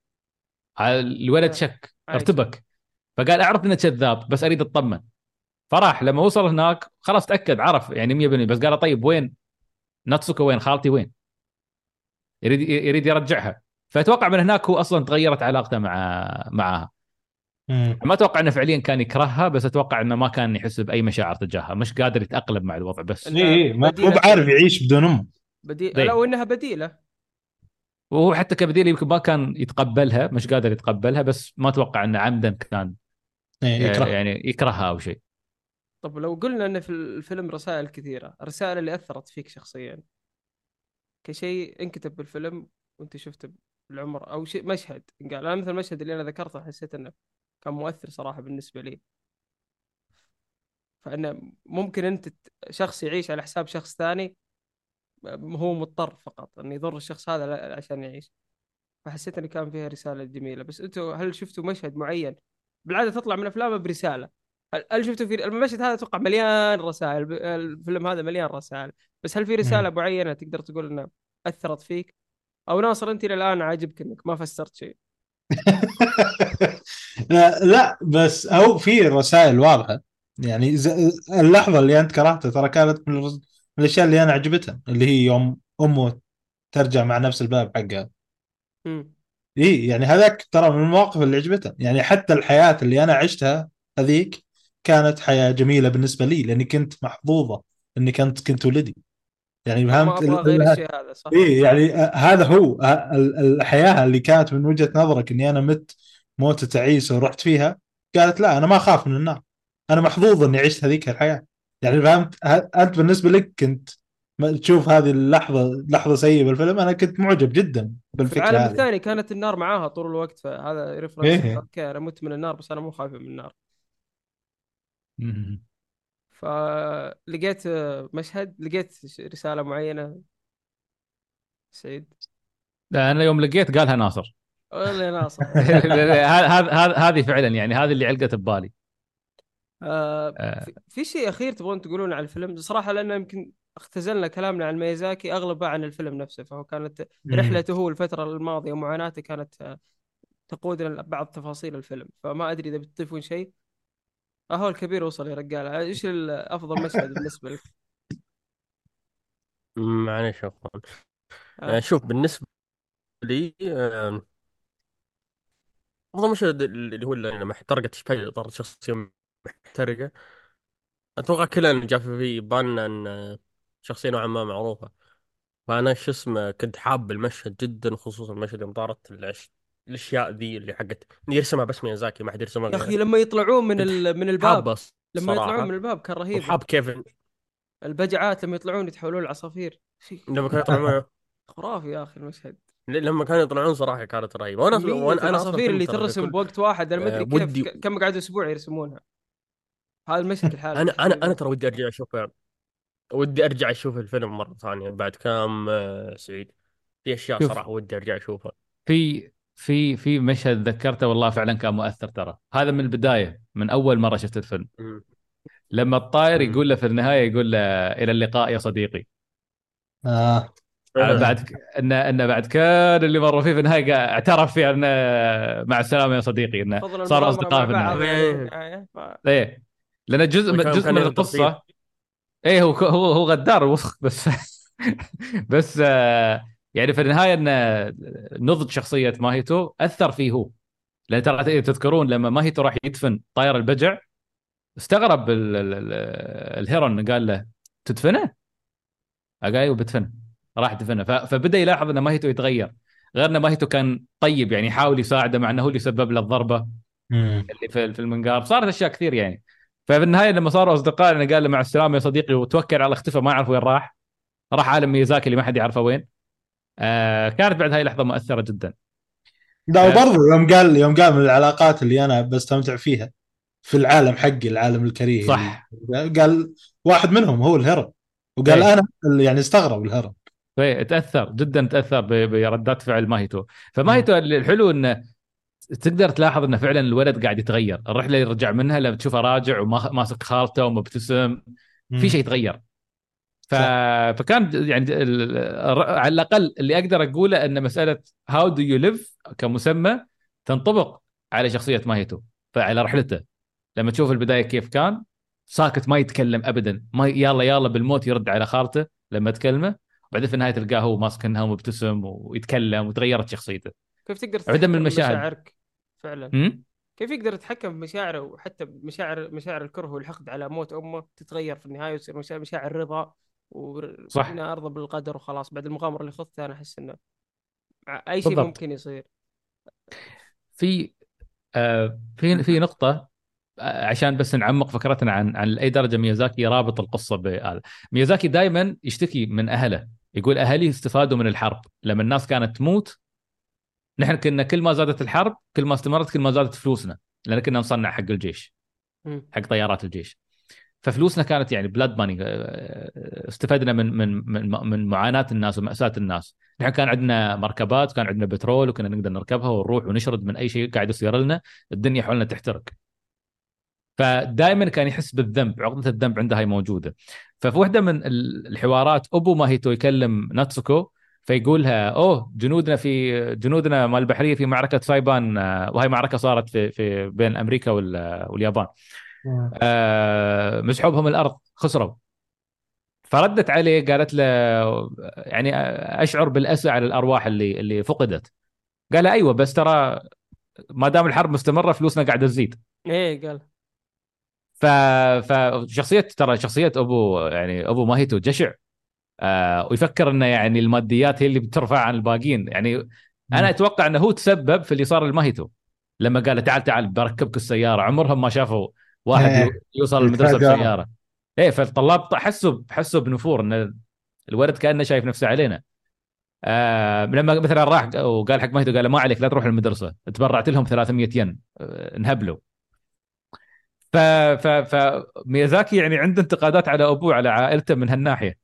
الولد آه، شك عايشة. ارتبك. فقال اعرف انه كذاب بس اريد اطمن. فراح لما وصل هناك خلاص تاكد عرف يعني مية بالمية. بس قال طيب وين ناتسوكو؟ وين خالتي؟ وين؟ يريد يريد يرجعها. فاتوقع من هناك هو اصلا تغيرت علاقته مع معها. مم. ما اتوقع انه فعليا كان يكرهها، بس اتوقع انه ما كان يحس باي مشاعر تجاهها، مش قادر يتاقلم مع الوضع بس. ايه انها ايه ما- مو بديلة بعارف ال... يعيش بدون امه. بديل لا، ليه؟ وانها بديلة. وهو حتى كبديل يمكن ما كان يتقبلها، مش قادر يتقبلها، بس ما اتوقع انه عمدا كان ايه يكره. يعني يكرهها او شيء. طب لو قلنا ان في الفيلم رسائل كثيرة، الرسائل اللي اثرت فيك شخصيا كشيء انكتب بالفيلم وانت شفته بالعمر، او شيء مشهد قال، انا مثل المشهد اللي انا ذكرته حسيت انه كان مؤثر صراحة بالنسبة لي. فانه ممكن انت ت- شخص يعيش على حساب شخص ثاني، هو مضطر فقط انه يضر الشخص هذا لا- عشان يعيش. فحسيت ان كان فيها رسالة جميلة. بس انتوا هل شفتوا مشهد معين؟ بالعادة تطلع من افلام برسالة. هل هل شفتوا في المشهد هذا؟ اتوقع مليان رسائل، الفيلم هذا مليان رسائل. بس هل في مم. رسالة معينة تقدر تقول انها اثرت فيك؟ او ناصر انت الى الان عاجبك انك ما فسرت شيء؟ لا لا، بس هو في رسائل واضحه. يعني ز- اللحظه اللي انت كرهتها ترى كانت من الرس- من الاشياء اللي انا عجبتها، اللي هي يوم امه ترجع مع نفس الباب حقها. امم. ايه يعني هذاك ترى من المواقف اللي عجبتها. يعني حتى الحياه اللي انا عشتها هذيك كانت حياه جميله بالنسبه لي، لاني كنت محظوظه اني كنت كنت ولدي. يعني فما فهمت ابغى ال- غير ال- الشيء هذا، صح؟ ايه يعني آه، هذا هو آه، ال- الحياه اللي كانت من وجهه نظرك اني انا مت موتة تعيسه ورحت فيها. قالت لا انا ما اخاف من النار، انا محظوظ اني عشت هذيك الحياه. يعني فهمت ه- انت بالنسبه لك كنت ما تشوف هذه اللحظه لحظه سيئه بالفيلم، انا كنت معجب جدا في بالفكره العالم هذه. الثاني كانت النار معاها طول الوقت، فهذا ريفرنس إنه ايه. اوكي انا مت من النار بس انا مو خايف من النار. مم. فلقيت مشهد، لقيت رسالة معينة سعيد. لا، انا يوم لقيت قالها ناصر. والله يا ناصر. هذا هذا هذه فعلا يعني هذه اللي علقت ببالي. آه، آه، في في شيء أخير تبغون تقولون عن الفيلم صراحة؟ لأنه يمكن اختزلنا كلامنا عن ميازاكي أغلبها عن الفيلم نفسه، فهو كانت مم. رحلته هو الفترة الماضية ومعاناته كانت آه، تقودنا لبعض تفاصيل الفيلم. فما أدري إذا بتضيفون شيء. أهو الكبير وصل يا رجال، إيش أفضل مشهد بالنسبة لك؟ معليش عفوا. آه. آه، شوف بالنسبة لي آه، افضل مشهد اللي هو اللي لما احترقت شبي صارت شخصيه محترقه. اتوقع كلنا جاء في بالنا ان شخصيه نوعا ما معروفه. فانا شو اسمه كنت حاب المشهد جدا، خصوصا المشهد يوم طارت الأش... الاشياء ذي اللي حقت اللي يرسمها بس ميازاكي، ما حد يرسمها يا غيره. اخي لما يطلعون من كنت ال... من الباب، حابه لما يطلعون من الصراحه. الباب كان رهيبه. وحاب كيف البجعات لما يطلعون يتحولون لعصافير شيء لما كانوا يطلعون خرافي يا اخي المشهد. لما كانوا يطلعون صراحه كانت رهيبه. وانا كمية وانا انا اصلا العصافير فيلم اللي ترى ترسم كل بوقت واحد انا ما آه، ادري كيف ودي. ك- كم قعدوا اسبوع يرسمونها. هذا المشهد لحاله انا انا انا تخيل. ترى ودي ارجع اشوفه. ودي ارجع اشوف الفيلم مره ثانيه بعد كام آه، سعيد. في اشياء شوف، صراحه ودي ارجع اشوفها. في في في مشهد ذكرته والله فعلا كان مؤثر، ترى هذا من البدايه، من اول مره شفت الفيلم. مم. لما الطاير مم. يقول له في النهايه، يقول له الى اللقاء يا صديقي. آه. على بعد ك- ان ان بعد كان اللي مروا فيه في النهايه قا- اعترف فيه انه مع السلامه يا صديقي، انه فضل صاروا المغامرة مع اصدقاء في بعض النهايه. يعني في إيه. النهاية ف... ايه، لان جزء من كان جزء كان من يغدر فيه. القصه. ايه، هو هو هو غدار وسخ بس. بس آه، يعني في النهايه ان نضج شخصيه ماهيتو اثر فيه هو. لان ترى تذكرون لما ماهيتو راح يدفن طاير البجع، استغرب ال- ال- ال- الهيرون، قال له تدفنه؟ قال ايوه بدفنه. راح دفنه، ف- فبدا يلاحظ ان ماهيتو يتغير. غير ان ماهيتو كان طيب، يعني يحاول يساعده مع انه هو اللي سبب له الضربه مم. اللي في في المنقار. صارت اشياء كثير يعني. ففي النهايه لما صاروا اصدقاء، انا قال له مع السلامه يا صديقي وتوكل على اختفى، ما يعرف وين راح. راح عالم ميازاكي اللي ما حد يعرفه وين. آه كانت بعد هاي لحظه مؤثره جدا. لا، آه وبرضه يوم قال يوم قال من العلاقات اللي انا بستمتع فيها في العالم حقي، العالم الكريه اللي صح. قال واحد منهم هو الهرم، وقال ايه، انا اللي يعني استغرب الهرم. ايه تاثر جدا، تاثر ب- بردات فعل ماهيتو. فماهيتو الحلو انه تقدر تلاحظ انه فعلا الولد قاعد يتغير. الرحله اللي رجع منها لما تشوفه راجع وماسك خالته ومبتسم، في مم. شيء يتغير. ف... صح. فكان يعني ال... الر- على الاقل اللي اقدر اقوله ان مساله هاو دو يو ليف كمسمى تنطبق على شخصيه ماهيتو. فعلى رحلته، لما تشوف البدايه كيف كان ساكت ما يتكلم ابدا، ما ي- يلا يلا بالموت يرد على خالته لما تكلمه. بعدين في النهايه تلقاه هو ماسكنها ومبتسم ويتكلم وتغيرت شخصيته. كيف تقدر عدة من تتحكم المشاهد. بمشاعرك فعلا؟ امم كيف يقدر يتحكم بمشاعره، وحتى بمشاعر مشاعر الكره والحقد على موت امه تتغير في النهايه ويصير مشاعر, مشاعر رضا، صح، وانه ارضى بالقدر وخلاص. بعد المغامره اللي خضتها انا احس انه اي شيء بالضبط. ممكن يصير. في آه في في نقطه، آه، عشان بس نعمق فكرتنا عن عن اي درجه ميازاكي رابط القصه بهذا. ميازاكي دائما يشتكي من اهله، يقول اهلي استفادوا من الحرب. لما الناس كانت تموت، نحن كنا كل ما زادت الحرب، كل ما استمرت، كل ما زادت فلوسنا، لان كنا نصنع حق الجيش، مم. حق طيارات الجيش. ففلوسنا كانت يعني بلاد ماني. استفدنا من من من من معاناه الناس وماساه الناس. نحن كان عندنا مركبات، كان عندنا بترول، وكنا نقدر نركبها ونروح ونشرد من اي شيء قاعد يصير لنا. الدنيا حولنا تحترق. فدائما كان يحس بالذنب، عقدة الذنب عنده هاي موجودة. ففي واحدة من ال- الحوارات أبو ماهيتو يكلم ناتسوكو، فيقولها اوه جنودنا في جنودنا مال البحرية في معركة سايبان، آه، وهي معركة صارت في في بين أمريكا وال- واليابان. مم. آه، مسحوبهم الأرض، خسروا. فردت عليه قالت له يعني أشعر بالأسى على الأرواح اللي اللي فقدت. قال أيوة بس ترى ما دام الحرب مستمرة فلوسنا قاعدة تزيد. ايه قال. ف فشخصيه ترى شخصيه ابو يعني ابو ماهيتو جشع. آه ويفكر انه يعني الماديات هي اللي بترفع عن الباقيين يعني. انا مم. اتوقع انه هو تسبب في اللي صار لماهيتو. لما قال تعال تعال بركبك السياره، عمرهم ما شافوا واحد يو- ايه، يوصل المدرسه يتفاجأ. بسياره. ايه، فالطلاب حسوا حسوا بنفور ان الولد كانه شايف نفسه علينا. آه لما مثلا راح وقال حق ماهيتو، قال ما عليك لا تروح المدرسه، تبرعت لهم ثلاثمية ين، آه نهبلوا. ف ف ف ميازاكي يعني عنده انتقادات على ابوه، على عائلته من هالناحيه.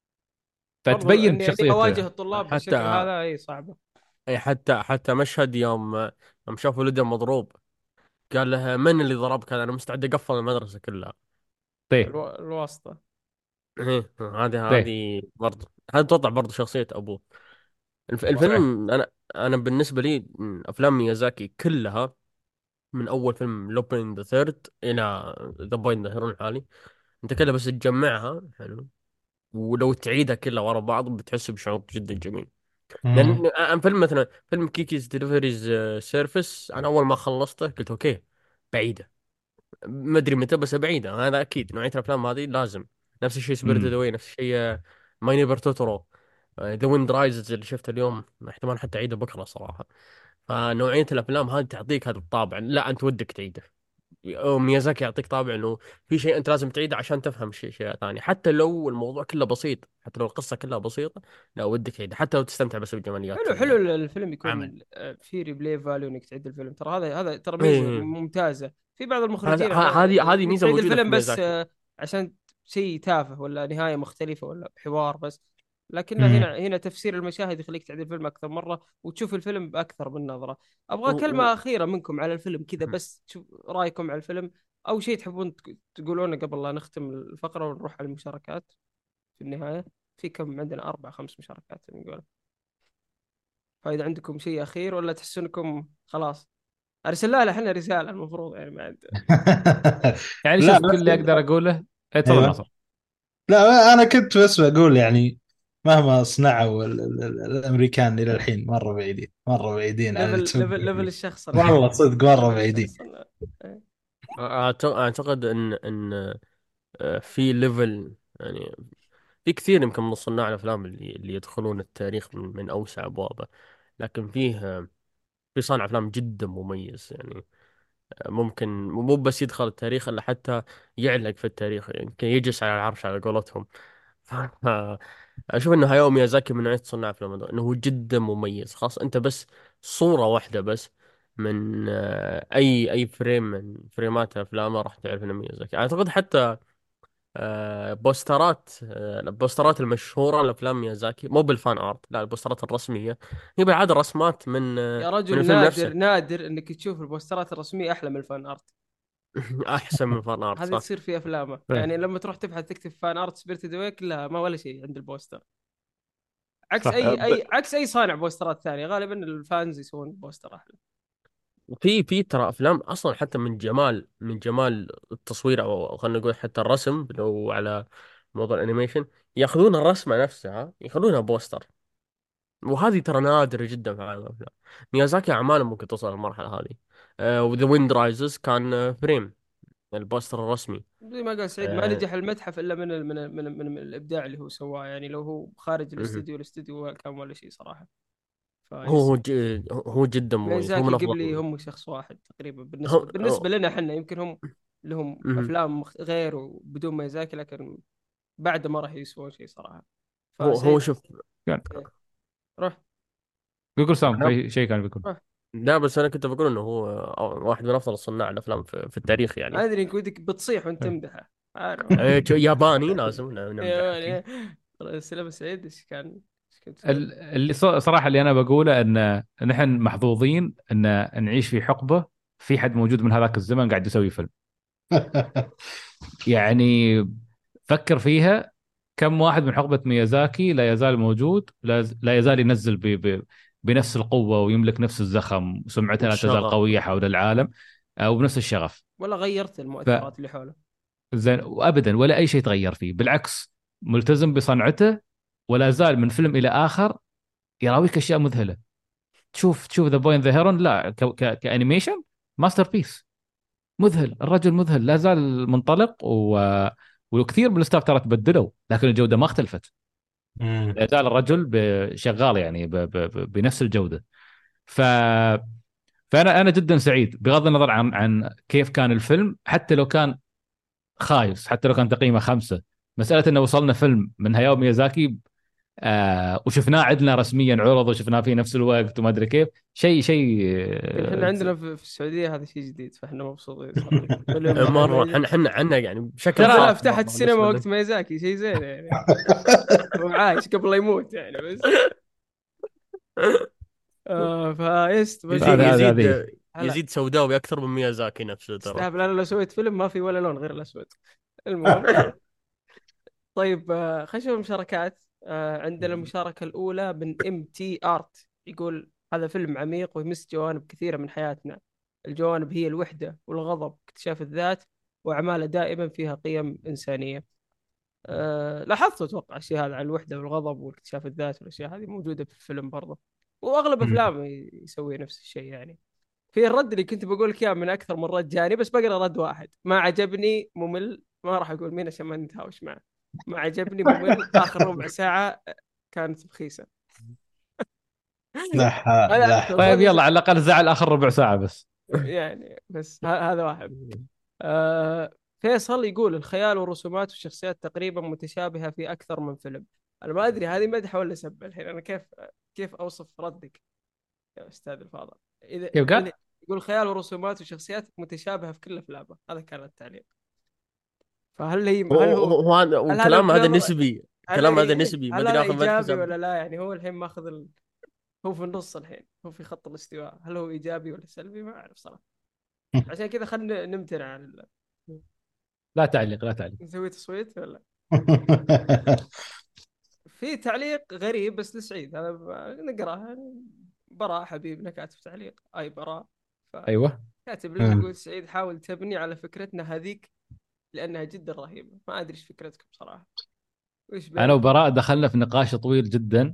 برضو فتبين اني اني اواجه بشخصيته. الطلاب بالشكل حتى هذا اي صعبه. أي حتى حتى مشهد يوم يوم شاف ولده مضروب، قال له من اللي ضربك؟ انا مستعد اقفل المدرسه كلها. طيب، الو... الواسطه. ايه هذه طيب، هذه برضه هذا توضح برضه شخصيه ابوه. الف- صحيح. الفيلم انا انا بالنسبه لي من افلام ميازاكي كلها، من اول فيلم لوبين ذا ثيرد الى ذا بويند ذا هيرون الحالي، انت كده بس تجمعها حلو، ولو تعيدها كلها ورا بعض بتحس بشعور جدا جميل. مم. لان انا فيلم مثلا فيلم كيكيز ديليفريز سيرفيس، انا اول ما خلصته قلت اوكي بعيده، ما ادري متى بس بعيده، هذا اكيد نوعيه الافلام هذه لازم. نفس الشيء سبيريتد امم اواي، نفس الشيء ماي نيبر توتورو، ذا ويند رايزز اللي شفته اليوم احتمال حتى اعيده بكره صراحه. فنوعيه الافلام هذه تعطيك هذا الطابع، لا انت ودك تعيده. ميازاكي يعطيك طابع انه في شيء انت لازم تعيده عشان تفهم شيء شيء ثاني، حتى لو الموضوع كله بسيط، حتى لو القصه كلها بسيطه، لا ودك تعيده حتى لو تستمتع بس بجماليات حلو حلو الفيلم العمل. يكون آه، في ريبلاي فاليو انك تعيد الفيلم، ترى هذا هذا ترى ميزه ايه، ممتازه في بعض هذا المخرجين. ه- أنا هذه هذه انك ميزه تعيد موجوده الفيلم في بس ميازاكي. آه، عشان شيء تافه ولا نهايه مختلفه ولا حوار بس، لكن مم. هنا هنا تفسير المشاهد يخليك تعيد الفيلم اكثر مره وتشوف الفيلم باكثر من نظره. ابغى و- و- كلمه اخيره منكم على الفيلم كذا، بس تشوف رايكم على الفيلم او شيء تحبون تق- تقولونه قبل لا نختم الفقره ونروح على المشاركات في النهايه. في كم عندنا اربع خمس مشاركات نقول. فإذا عندكم شيء أخير ولا تحسون إنكم خلاص أرسل لها احنا رسالة المفروض يعني ما عند. يعني لا شوف، كل بس. اللي اقدر اقوله إيه، تفضل ايوه. ناصر. لا انا كنت بس بقول يعني مهما صنعوا ال- ال- ال- الامريكان الى الحين مره بعيدين، مره بعيدين عن ليفل التوب. ليفل ليفل الشخص والله أرسل. صدق مره ليفل بعيدين. الشخص أنا. إيه. أعت- اعتقد ان ان آه، في ليفل يعني، في كثير يمكن من صناع الافلام اللي اللي يدخلون التاريخ من من اوسع ابوابه، لكن فيه آه، في صانع افلام جدا مميز يعني. آه، ممكن مو بس يدخل التاريخ الا حتى يعلق في التاريخ، يمكن يجلس على العرش على قولتهم. ف- اشوف انه هايو ميازاكي من نوعية صناع افلام هذول، انه هو جدا مميز. خاص انت بس صورة واحدة بس من آه، اي اي فريم من فريمات افلامه راح تعرف انه ميازاكي. اعتقد حتى آه، بوسترات آه، البوسترات المشهورة لافلام ميازاكي مو بالفان ارت، لا البوسترات الرسمية هي بالعادة رسمات من آه، يا من رجل الفيلم نادر نفسه. نادر إنك تشوف البوسترات الرسمية أحلى من الفان آرت. احسن من فان ارت هذه صح. تصير في أفلامه إيه، يعني لما تروح تبحث تكتب فان آرت سبيرتد أواي كلها ما ولا شيء عند البوستر. عكس صح. أه، أي ب- أي عكس أي صانع بوسترات ثانية غالبا الفانز يسوون بوستر أحلى. في في ترى افلام اصلا حتى من جمال من جمال التصوير، او أو خلينا نقول حتى الرسم لو على موضوع الانيميشن، ياخذون الرسمه نفسها يخلونها بوستر. وهذه ترى نادره جدا في عالم الافلام. ميازاكي اعماله ممكن توصل للمرحله هذه. وذا ويند رايزز كان آه، فريم البوستر الرسمي. زي ما قال سعيد ما آه، نجح المتحف الا من ال من ال من, ال من الابداع اللي هو سواه، يعني لو هو خارج مهم. الاستديو الاستديو كان ولا شيء صراحه. هو فيس هو ج- هو جدا مميز، هو ميازاكي من قبلي افضل. هم شخص واحد تقريبا بالنسبه هو بالنسبه هو لنا احنا، يمكن هم لهم مهم. افلام مخ- غير وبدون ميازاكي، لكن بعد ما راح يسوون شيء صراحه. هو هو فسعيد شوف. كان إيه، روح بيقول سام في شيء كان بيقول. روح. لا بس انا كنت بقول انه هو واحد من افضل صناع الافلام في, في التاريخ يعني. ادري انك ودك بتصيح وانت إيه. تمدحه. عارف. إيه، شو- ياباني لازم نمدح يا اكيد. ولي. سلام سعيد ايش كان ايش كنت تقول؟ ال- اللي ص- صراحه اللي انا بقوله ان نحن محظوظين ان نعيش في حقبه في حد موجود من هذاك الزمن قاعد يسوي فيلم. يعني فكر فيها، كم واحد من حقبة ميازاكي لا يزال موجود، لا لا يزال ينزل ب ب بنفس القوة ويملك نفس الزخم وسمعته لا تزال والشغف. قوية حول العالم، أو بنفس الشغف. ولا غيرت المؤثرات اللي حوله؟ فزين، وأبدا ولا أي شيء تغير فيه، بالعكس ملتزم بصنعته، ولا زال من فيلم إلى آخر يراويك أشياء مذهلة. تشوف تشوف ذا بوي ذا هيرون، لا ك ك كأنيميشن ماستر بيس، مذهل، الرجل مذهل، لا زال منطلق و... وكثير من الستاف ترى تبدلوا لكن الجودة ما اختلفت، مم. لا زال الرجل ب- شغال يعني ب... ب... ب... بنفس الجودة. ف فأنا أنا جدا سعيد بغض النظر عن عن كيف كان الفيلم، حتى لو كان خايس، حتى لو كان تقييمه خمسة، مسألة أنه وصلنا فيلم من هاياو ميازاكي آه وشفناه عندنا رسميا عرض وشفناه في نفس الوقت وما أدري كيف، شيء شيء يمكن احنا آه، عندنا في في السعوديه هذا شيء جديد فاحنا مبسوطين صراحه. مليون بالمية مرة ميزاكي. حنا حنا عنا يعني بشكل الحمد لله خاص فتحت مرة السينما بالنسبة وقت له. ميزاكي شيء زين يعني. هو عايش قبل لا يموت يعني بس. آه فايست يزيد بشوف. هذا هذا يزيد هذه. هلا يزيد سوداوي أكثر من ميازاكي نفسه ترى. استهبل انا لو سويت فيلم ما في ولا لون غير الاسود. المهم. طيب آه خلينا نشوف المشاركات. آه عندنا المشاركه الاولى من ام تي ارت، يقول هذا فيلم عميق ويمس جوانب كثيره من حياتنا. الجوانب هي الوحده والغضب، اكتشاف الذات، واعماله دائما فيها قيم انسانيه. أه لاحظت اتوقع الشيء هذا على الوحده والغضب واكتشاف الذات والاشياء هذه موجوده في الفيلم برضه، واغلب مم. افلامه يسوي نفس الشيء يعني. في الرد اللي كنت بقول لك اياه من اكثر من رد جاني، بس بقرا رد واحد ما عجبني ممل، ما راح اقول مين عشان ما نتهاوش معه. ما عجبني ممل اخر ربع ساعه كانت بخيسه. لا ح- هذا لا ح- توصلني طيب يلا س- على الاقل زعل اخر ربع ساعه بس. يعني بس ه- هذا واحد. آه فيصل يقول الخيال والرسومات والشخصيات تقريبا متشابهة في أكثر من فيلم. أنا ما أدري هذه مدح ولا سب الحين، أنا كيف كيف أوصف ردك يا أستاذ الفاضل؟ إذا كيف قال؟ إذا يقول خيال ورسومات وشخصيات متشابهة في كل أفلامه، هذا كان التعليق. فهل هي هو هل هو هو هذا هل هذا وكلام هذا بنظرة، نسبي. هل كلام هذا هي نسبي، ما هل ادري هذا اخذ بالك إيجابي حساب. ولا لا؟ يعني هو الحين ماخذ ال... هو في النص الحين، هو في خط الاستواء، هل هو إيجابي ولا سلبي؟ ما أعرف صراحة. عشان كذا خلينا نمتنع عن ال- لا تعليق لا تعليق. نسوي تصويت ولا. في تعليق غريب بس لسعيد، هذا ب- نقراه. براء حبيبنا كاتب تعليق، اي براء. ايوه. فكاتب لنا يقول سعيد حاول تبني على فكرتنا هذيك لانها جدا رهيبه. ما ادري ايش فكرتكم صراحه، وش انا بينكم؟ وبراء دخلنا في نقاش طويل جدا،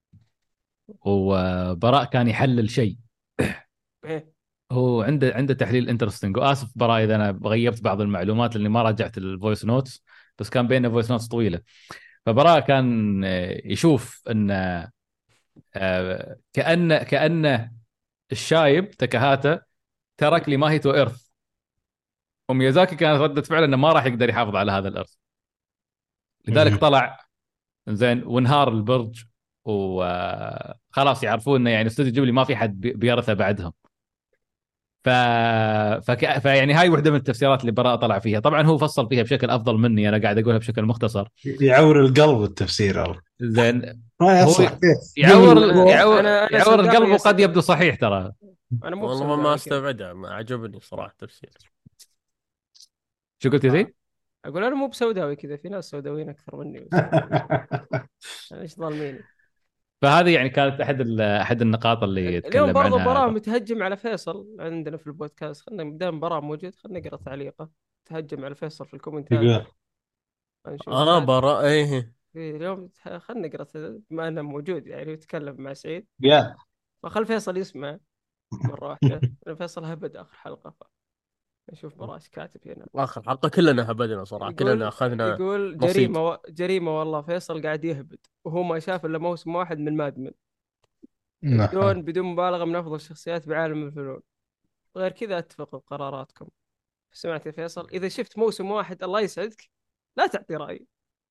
وبراء كان يحلل شيء. ايه. هو عنده عنده تحليل انترستنج، واسف براء اذا انا غيبت بعض المعلومات لاني ما راجعت الفويس نوتس، بس كان بيننا فويس نوتس طويله. فبراء كان آه، يشوف ان آه، كأن كأن الشايب تكهاتا ترك لماهيتو إرث، وميازاكي كانت ردة فعل انه ما راح يقدر يحافظ على هذا الإرث، لذلك طلع زين وانهار البرج، وخلاص يعرفون انه يعني استوديو جيبلي ما في حد بي- بيرثه بعدهم. ف... فك... فيعني هاي وحده من التفسيرات اللي براء طلع فيها. طبعا هو فصل فيها بشكل افضل مني، انا قاعد اقولها بشكل مختصر. يعور القلب التفسير أو. زين. ما هو يصلح كيف يعور ال- انا قبل. يعور انا انا يعور القلب سوداوي يا وقد يبدو سيد. صحيح ترى. انا مو والله ما ما بسوداوي كذا. استبعدها، ما عجبني صراحه التفسير. شو قلت يا آه. زيد؟ اقول انا مو بسوداوي كذا، في ناس سوداويين اكثر مني بس. أنا ايش ظالميني؟ فهذه يعني كانت احد ال... احد النقاط اللي اليوم يتكلم برضه عنها براء براء. متهجم على فيصل عندنا في البودكاست. خلينا دام براء موجود خلينا نقرا تعليقه. تهجم على فيصل في الكومنتات. يقول خلينا نشوف اه كاتب براء ايه. في اليوم. خلينا نقرا بما انه موجود يعني يتكلم مع سعيد، يا فخل فيصل يسمع مرة واحدة لأن فيصل هبد آخر حلقة. نشوف براء ايش كاتب هنا. اخر حلقه كلنا هبدنا صراحه، كلنا يقول اخذنا يقول نصيب. جريمة و... جريمة والله فيصل قاعد يهبد وهو ما شاف إلا موسم واحد من مادمن. نعم. جون بدون مبالغة من أفضل الشخصيات بعالم الفنون. غير كذا أتفق بقراراتكم. سمعت يا فيصل؟ إذا شفت موسم واحد الله يسعدك لا تعطي رأي.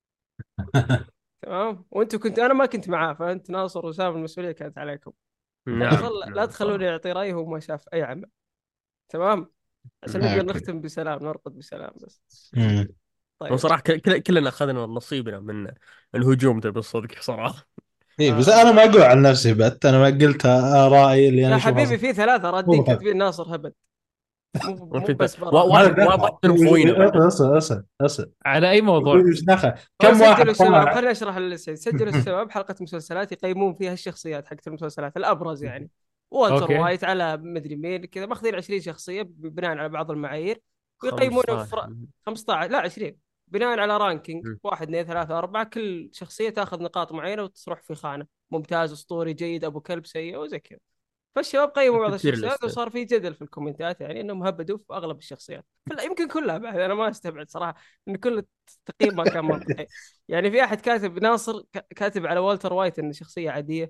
تمام. وأنتوا كنت أنا ما كنت معاه، فأنت ناصر وسام المسؤولية كانت عليكم. نعم فيصل لا نعم تخلوني صراحه. يعطي رأي وهو ما شاف أي عمل. تمام. عشان نعم. نقدر اوكي. نختم بسلام، نرقد بسلام بس. مم. طيب. وصراحه كل- كل- كلنا اخذنا نصيبنا من الهجوم تبي الصدق صراحه. اي بس انا آه ما اقول عن نفسي بت، انا ما قلت رايي اللي انا يا اشوفه حبيبي صح. في ثلاثة مو ردين بحب. كاتبين ناصر هبد، مو مو وفي بس ت- براء. واحد ما له واحد دخل. من اخوينا بعد. اصل اصل اصل على اي موضوع؟ ايش دخل؟ هو كم واحد سجلوا الشباب، طلع؟ خليني اشرح للسيد. سجلوا الشباب حلقة مسلسلات يقيمون فيها الشخصيات حقت المسلسلات الابرز يعني. والتر اوكي. وايت على مدري مين كذا، ماخذين عشرين شخصية بناء على بعض المعايير ويقيمونه في خمسة عشر. فر... خمسة عشر لا عشرين بناء على رانكينج واحد اثنين ثلاثة أربعة. كل شخصية تاخذ نقاط معينة وتروح في خانة: ممتاز، أسطوري، جيد، أبو كلب، سيء، وزي كذا. فالشباب قيموا بعض التير الشخصيات ليست. وصار في جدل في الكومنتات يعني انهم هبدوا في اغلب الشخصيات. لا يمكن كلها بعد، انا ما استبعد صراحه ان كل التقييم ما كان منطقي. يعني في احد كاتب ناصر ك- كاتب على والتر وايت انه شخصيه عاديه.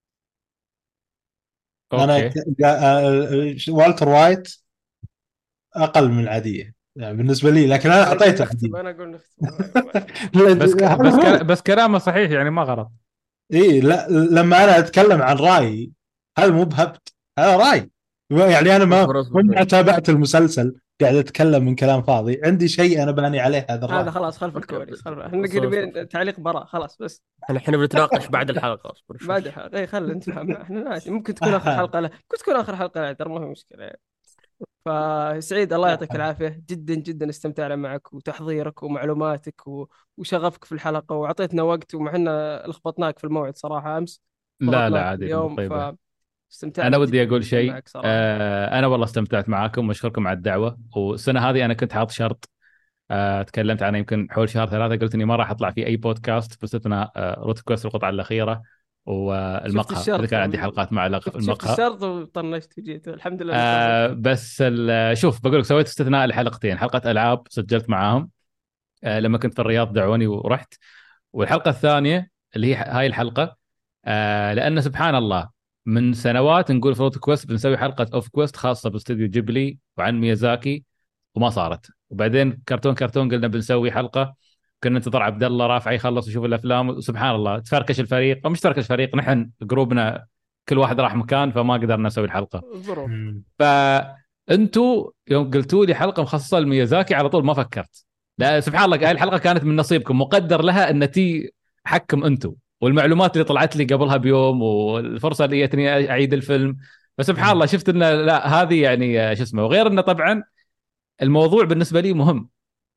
انا ك... اوكي. جا- آه، والتر وايت اقل من العاديه يعني بالنسبه لي، لكن انا انا اقول اعطيته نختم، عاديه. انا اقول نختم ما- بس ك... هذا بس ك... هو. بس كلامه صحيح يعني ما غلط. اي لا لما انا اتكلم عن رايي هذا مو بهبت، هذا راي. يعني انا ما اصبر اصبر ما شوي. تابعت المسلسل، قاعد اتكلم من كلام فاضي، عندي شيء انا باني عليه هذا هذا الراي. خلاص خلف اوكي الكواليس. خلف اصبر احنا اصبر قريبين اصبر. تعليق براء خلاص بس. احنا احنا بنتناقش بعد الحلقه، اصبر شوي. بعد الحلقه اي خل انت فاهم. احنا ناسي ممكن تكون اخر حلقه له، ممكن تكون اخر حلقه له ترى ما في مشكله يعني. فسعيد الله يعطيك العافية، جدا جدا استمتعنا معك وتحضيرك ومعلوماتك و... وشغفك في الحلقة، وعطيتنا وقت ومع إحنا لخبطناك في الموعد صراحة أمس. لا لا ضغطناك عادي الامور اليوم طيبه. فاستمتعنا انا ودي جدا اقول جدا شيء. معك صراحة. آه انا والله استمتعت معاكم واشكركم على الدعوه، والسنه هذه انا كنت حاط شرط آه، تكلمت عنه يمكن حول شهر ثلاثة، قلت اني ما راح اطلع في اي بودكاست باستثناء آه، روت كويست القطعة الأخيرة شفت والمقهى اذا الشرط كان عندي حلقات مع الأخ- شفت شفت المقهى. الشرط وطنشت وجيت الحمد لله انك آه، وافقت. بس ال- شوف بقول لك سويت استثناء لحلقتين، حلقة ألعاب سجلت معاهم آه، لما كنت في الرياض دعوني ورحت، والحلقة الثانية اللي هي هاي الحلقة آه، لأن سبحان الله من سنوات نقول في روت كويست بنسوي حلقة اوف كويست خاصة باستوديو جيبلي وعن ميازاكي، وما صارت. وبعدين كرتون كرتون قلنا بنسوي حلقة، كنا ننتظر عبد الله رافع يخلص يشوف الافلام، وسبحان الله تفركش الفريق، او مش تفركش الفريق، نحن جروبنا كل واحد راح مكان فما قدرنا نسوي الحلقة. الظروف. مم. فانتوا يوم قلتوا لي حلقة مخصصة لميازاكي على طول ما فكرت. لا سبحان الله هاي الحلقة كانت من نصيبكم، مقدر لها ان تي حكم انتم، والمعلومات اللي طلعت لي قبلها بيوم والفرصة اللي جتني اعيد الفيلم. فسبحان مم. الله شفت انه لا هذه يعني آه، شو اسمه، وغير انه طبعا الموضوع بالنسبة لي مهم.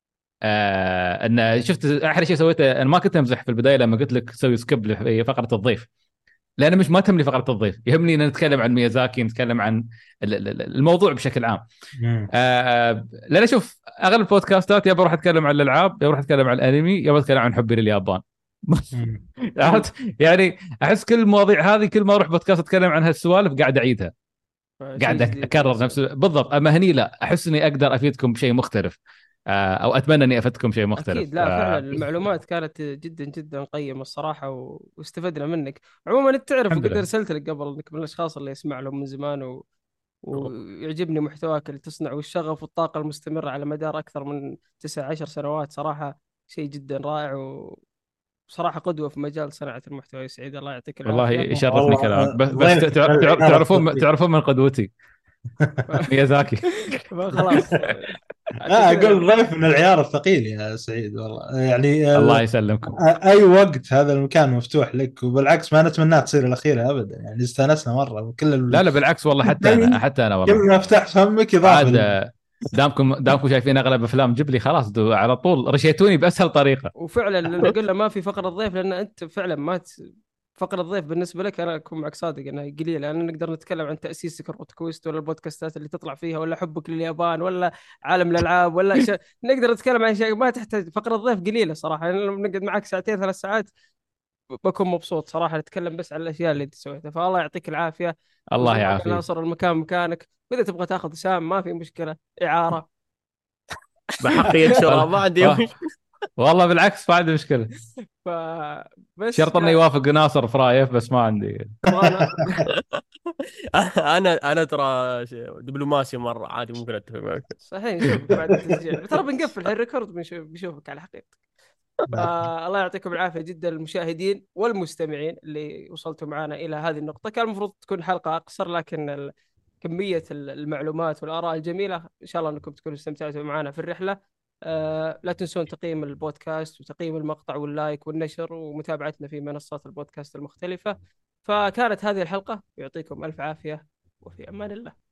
آه ان شفت احلى شيء سويته، انا ما كنت امزح في البدايه لما قلت لك سوي سكيب لفقره الضيف، لان مش ما تهمني فقره الضيف، يهمني ان نتكلم عن ميازاكي، نتكلم عن ال- ال- الموضوع بشكل عام. مم. آه لان اشوف اغلب البودكاستات يا بروح اتكلم عن الالعاب، يا بروح اتكلم عن الانمي، يا بروح اتكلم عن حبي لليابان. مم. عرفت يعني، احس كل المواضيع هذه كل ما اروح بودكاست اتكلم عن هالسوالف قاعد اعيدها، شيء قاعد جديد اكرر بالنسبة نفس لي. بالضبط. اما هني لا، احس اني اقدر افيدكم بشيء مختلف، آه او اتمنى اني افدكم شيء اكيد، مختلف. لا فعلا آه المعلومات كانت جدا جدا قيمه الصراحه و... واستفدنا منك. عموما انت تعرف الحمد وقد لله. ارسلت لك قبل انك من الاشخاص اللي يسمع لهم من زمان و... ويعجبني محتواك اللي تصنع والشغف والطاقه المستمره على مدار اكثر من تسع عشر سنوات صراحه. شيء جدا رائع وصراحه قدوه في مجال صناعه المحتوى. يا سعيد الله يعطيك والله العافيه. يشرفني والله كلامك، آه، بس بس ضيف تع- من تع- العيار تعرفون الثقيل. تعرفون من قدوتي ميازاكي. خلاص عشان لا كذا. اقول ضيف من العيار الثقيل يا سعيد والله يعني الله آه، يسلمكم. اي وقت هذا المكان مفتوح لك، وبالعكس ما نتمنى تصير الاخيره ابدا، يعني استانسنا مره وكل ال... لا لا بالعكس والله، حتى انا يعني حتى انا كل والله ما فتحت فمك اضافه عاد لل... آه، دامكم دامكم شايفين اغلب افلام جبلي خلاص دو على طول رشيتوني باسهل طريقه. وفعلا لان قلنا ما في فقره ضيف لان انت فعلا ما ت... فقره ضيف بالنسبه لك انا اكون معك صادق انها قليله، لان نقدر نتكلم عن تاسيسك الروت كويست ولا البودكاستات اللي تطلع فيها ولا حبك لليابان ولا عالم الالعاب ولا ش... نقدر نتكلم عن شيء ما تحتاج فقره ضيف قليله صراحه. يعني لو نقعد معك ساعتين ثلاث ساعات بكون مبسوط صراحه نتكلم بس عن الاشياء اللي انت سويتها. فالله يعطيك العافيه. الله وزبون يا يعافيك. ناصر المكان مكانك، واذا تبغى تاخذ سام ما في مشكله اعاره. بحقية شراء ما والله عندي مشكلة. والله بالعكس ما عندي مشكله، فبس شرط انه يا يوافق ناصر في رايه، بس ما عندي. تبغانا. انا انا ترى ش- دبلوماسي مرة، عادي ممكن اتفق معك. صحيح نشوفك بعد التسجيل ترى بنقفل الحين ريكورد بنشوف بنشوفك على حقيقتك. فالله يعطيكم العافيه جدا المشاهدين والمستمعين اللي وصلتوا معنا الى هذه النقطه. كان المفروض تكون حلقه اقصر لكن ال- كميه ال- المعلومات والاراء الجميله ان شاء الله انكم تكونوا استمتعتوا معنا في الرحله. آه لا تنسون تقييم البودكاست وتقييم المقطع واللايك والنشر ومتابعتنا في منصات البودكاست المختلفه. فكانت هذه الحلقه، يعطيكم الف عافيه وفي امان الله.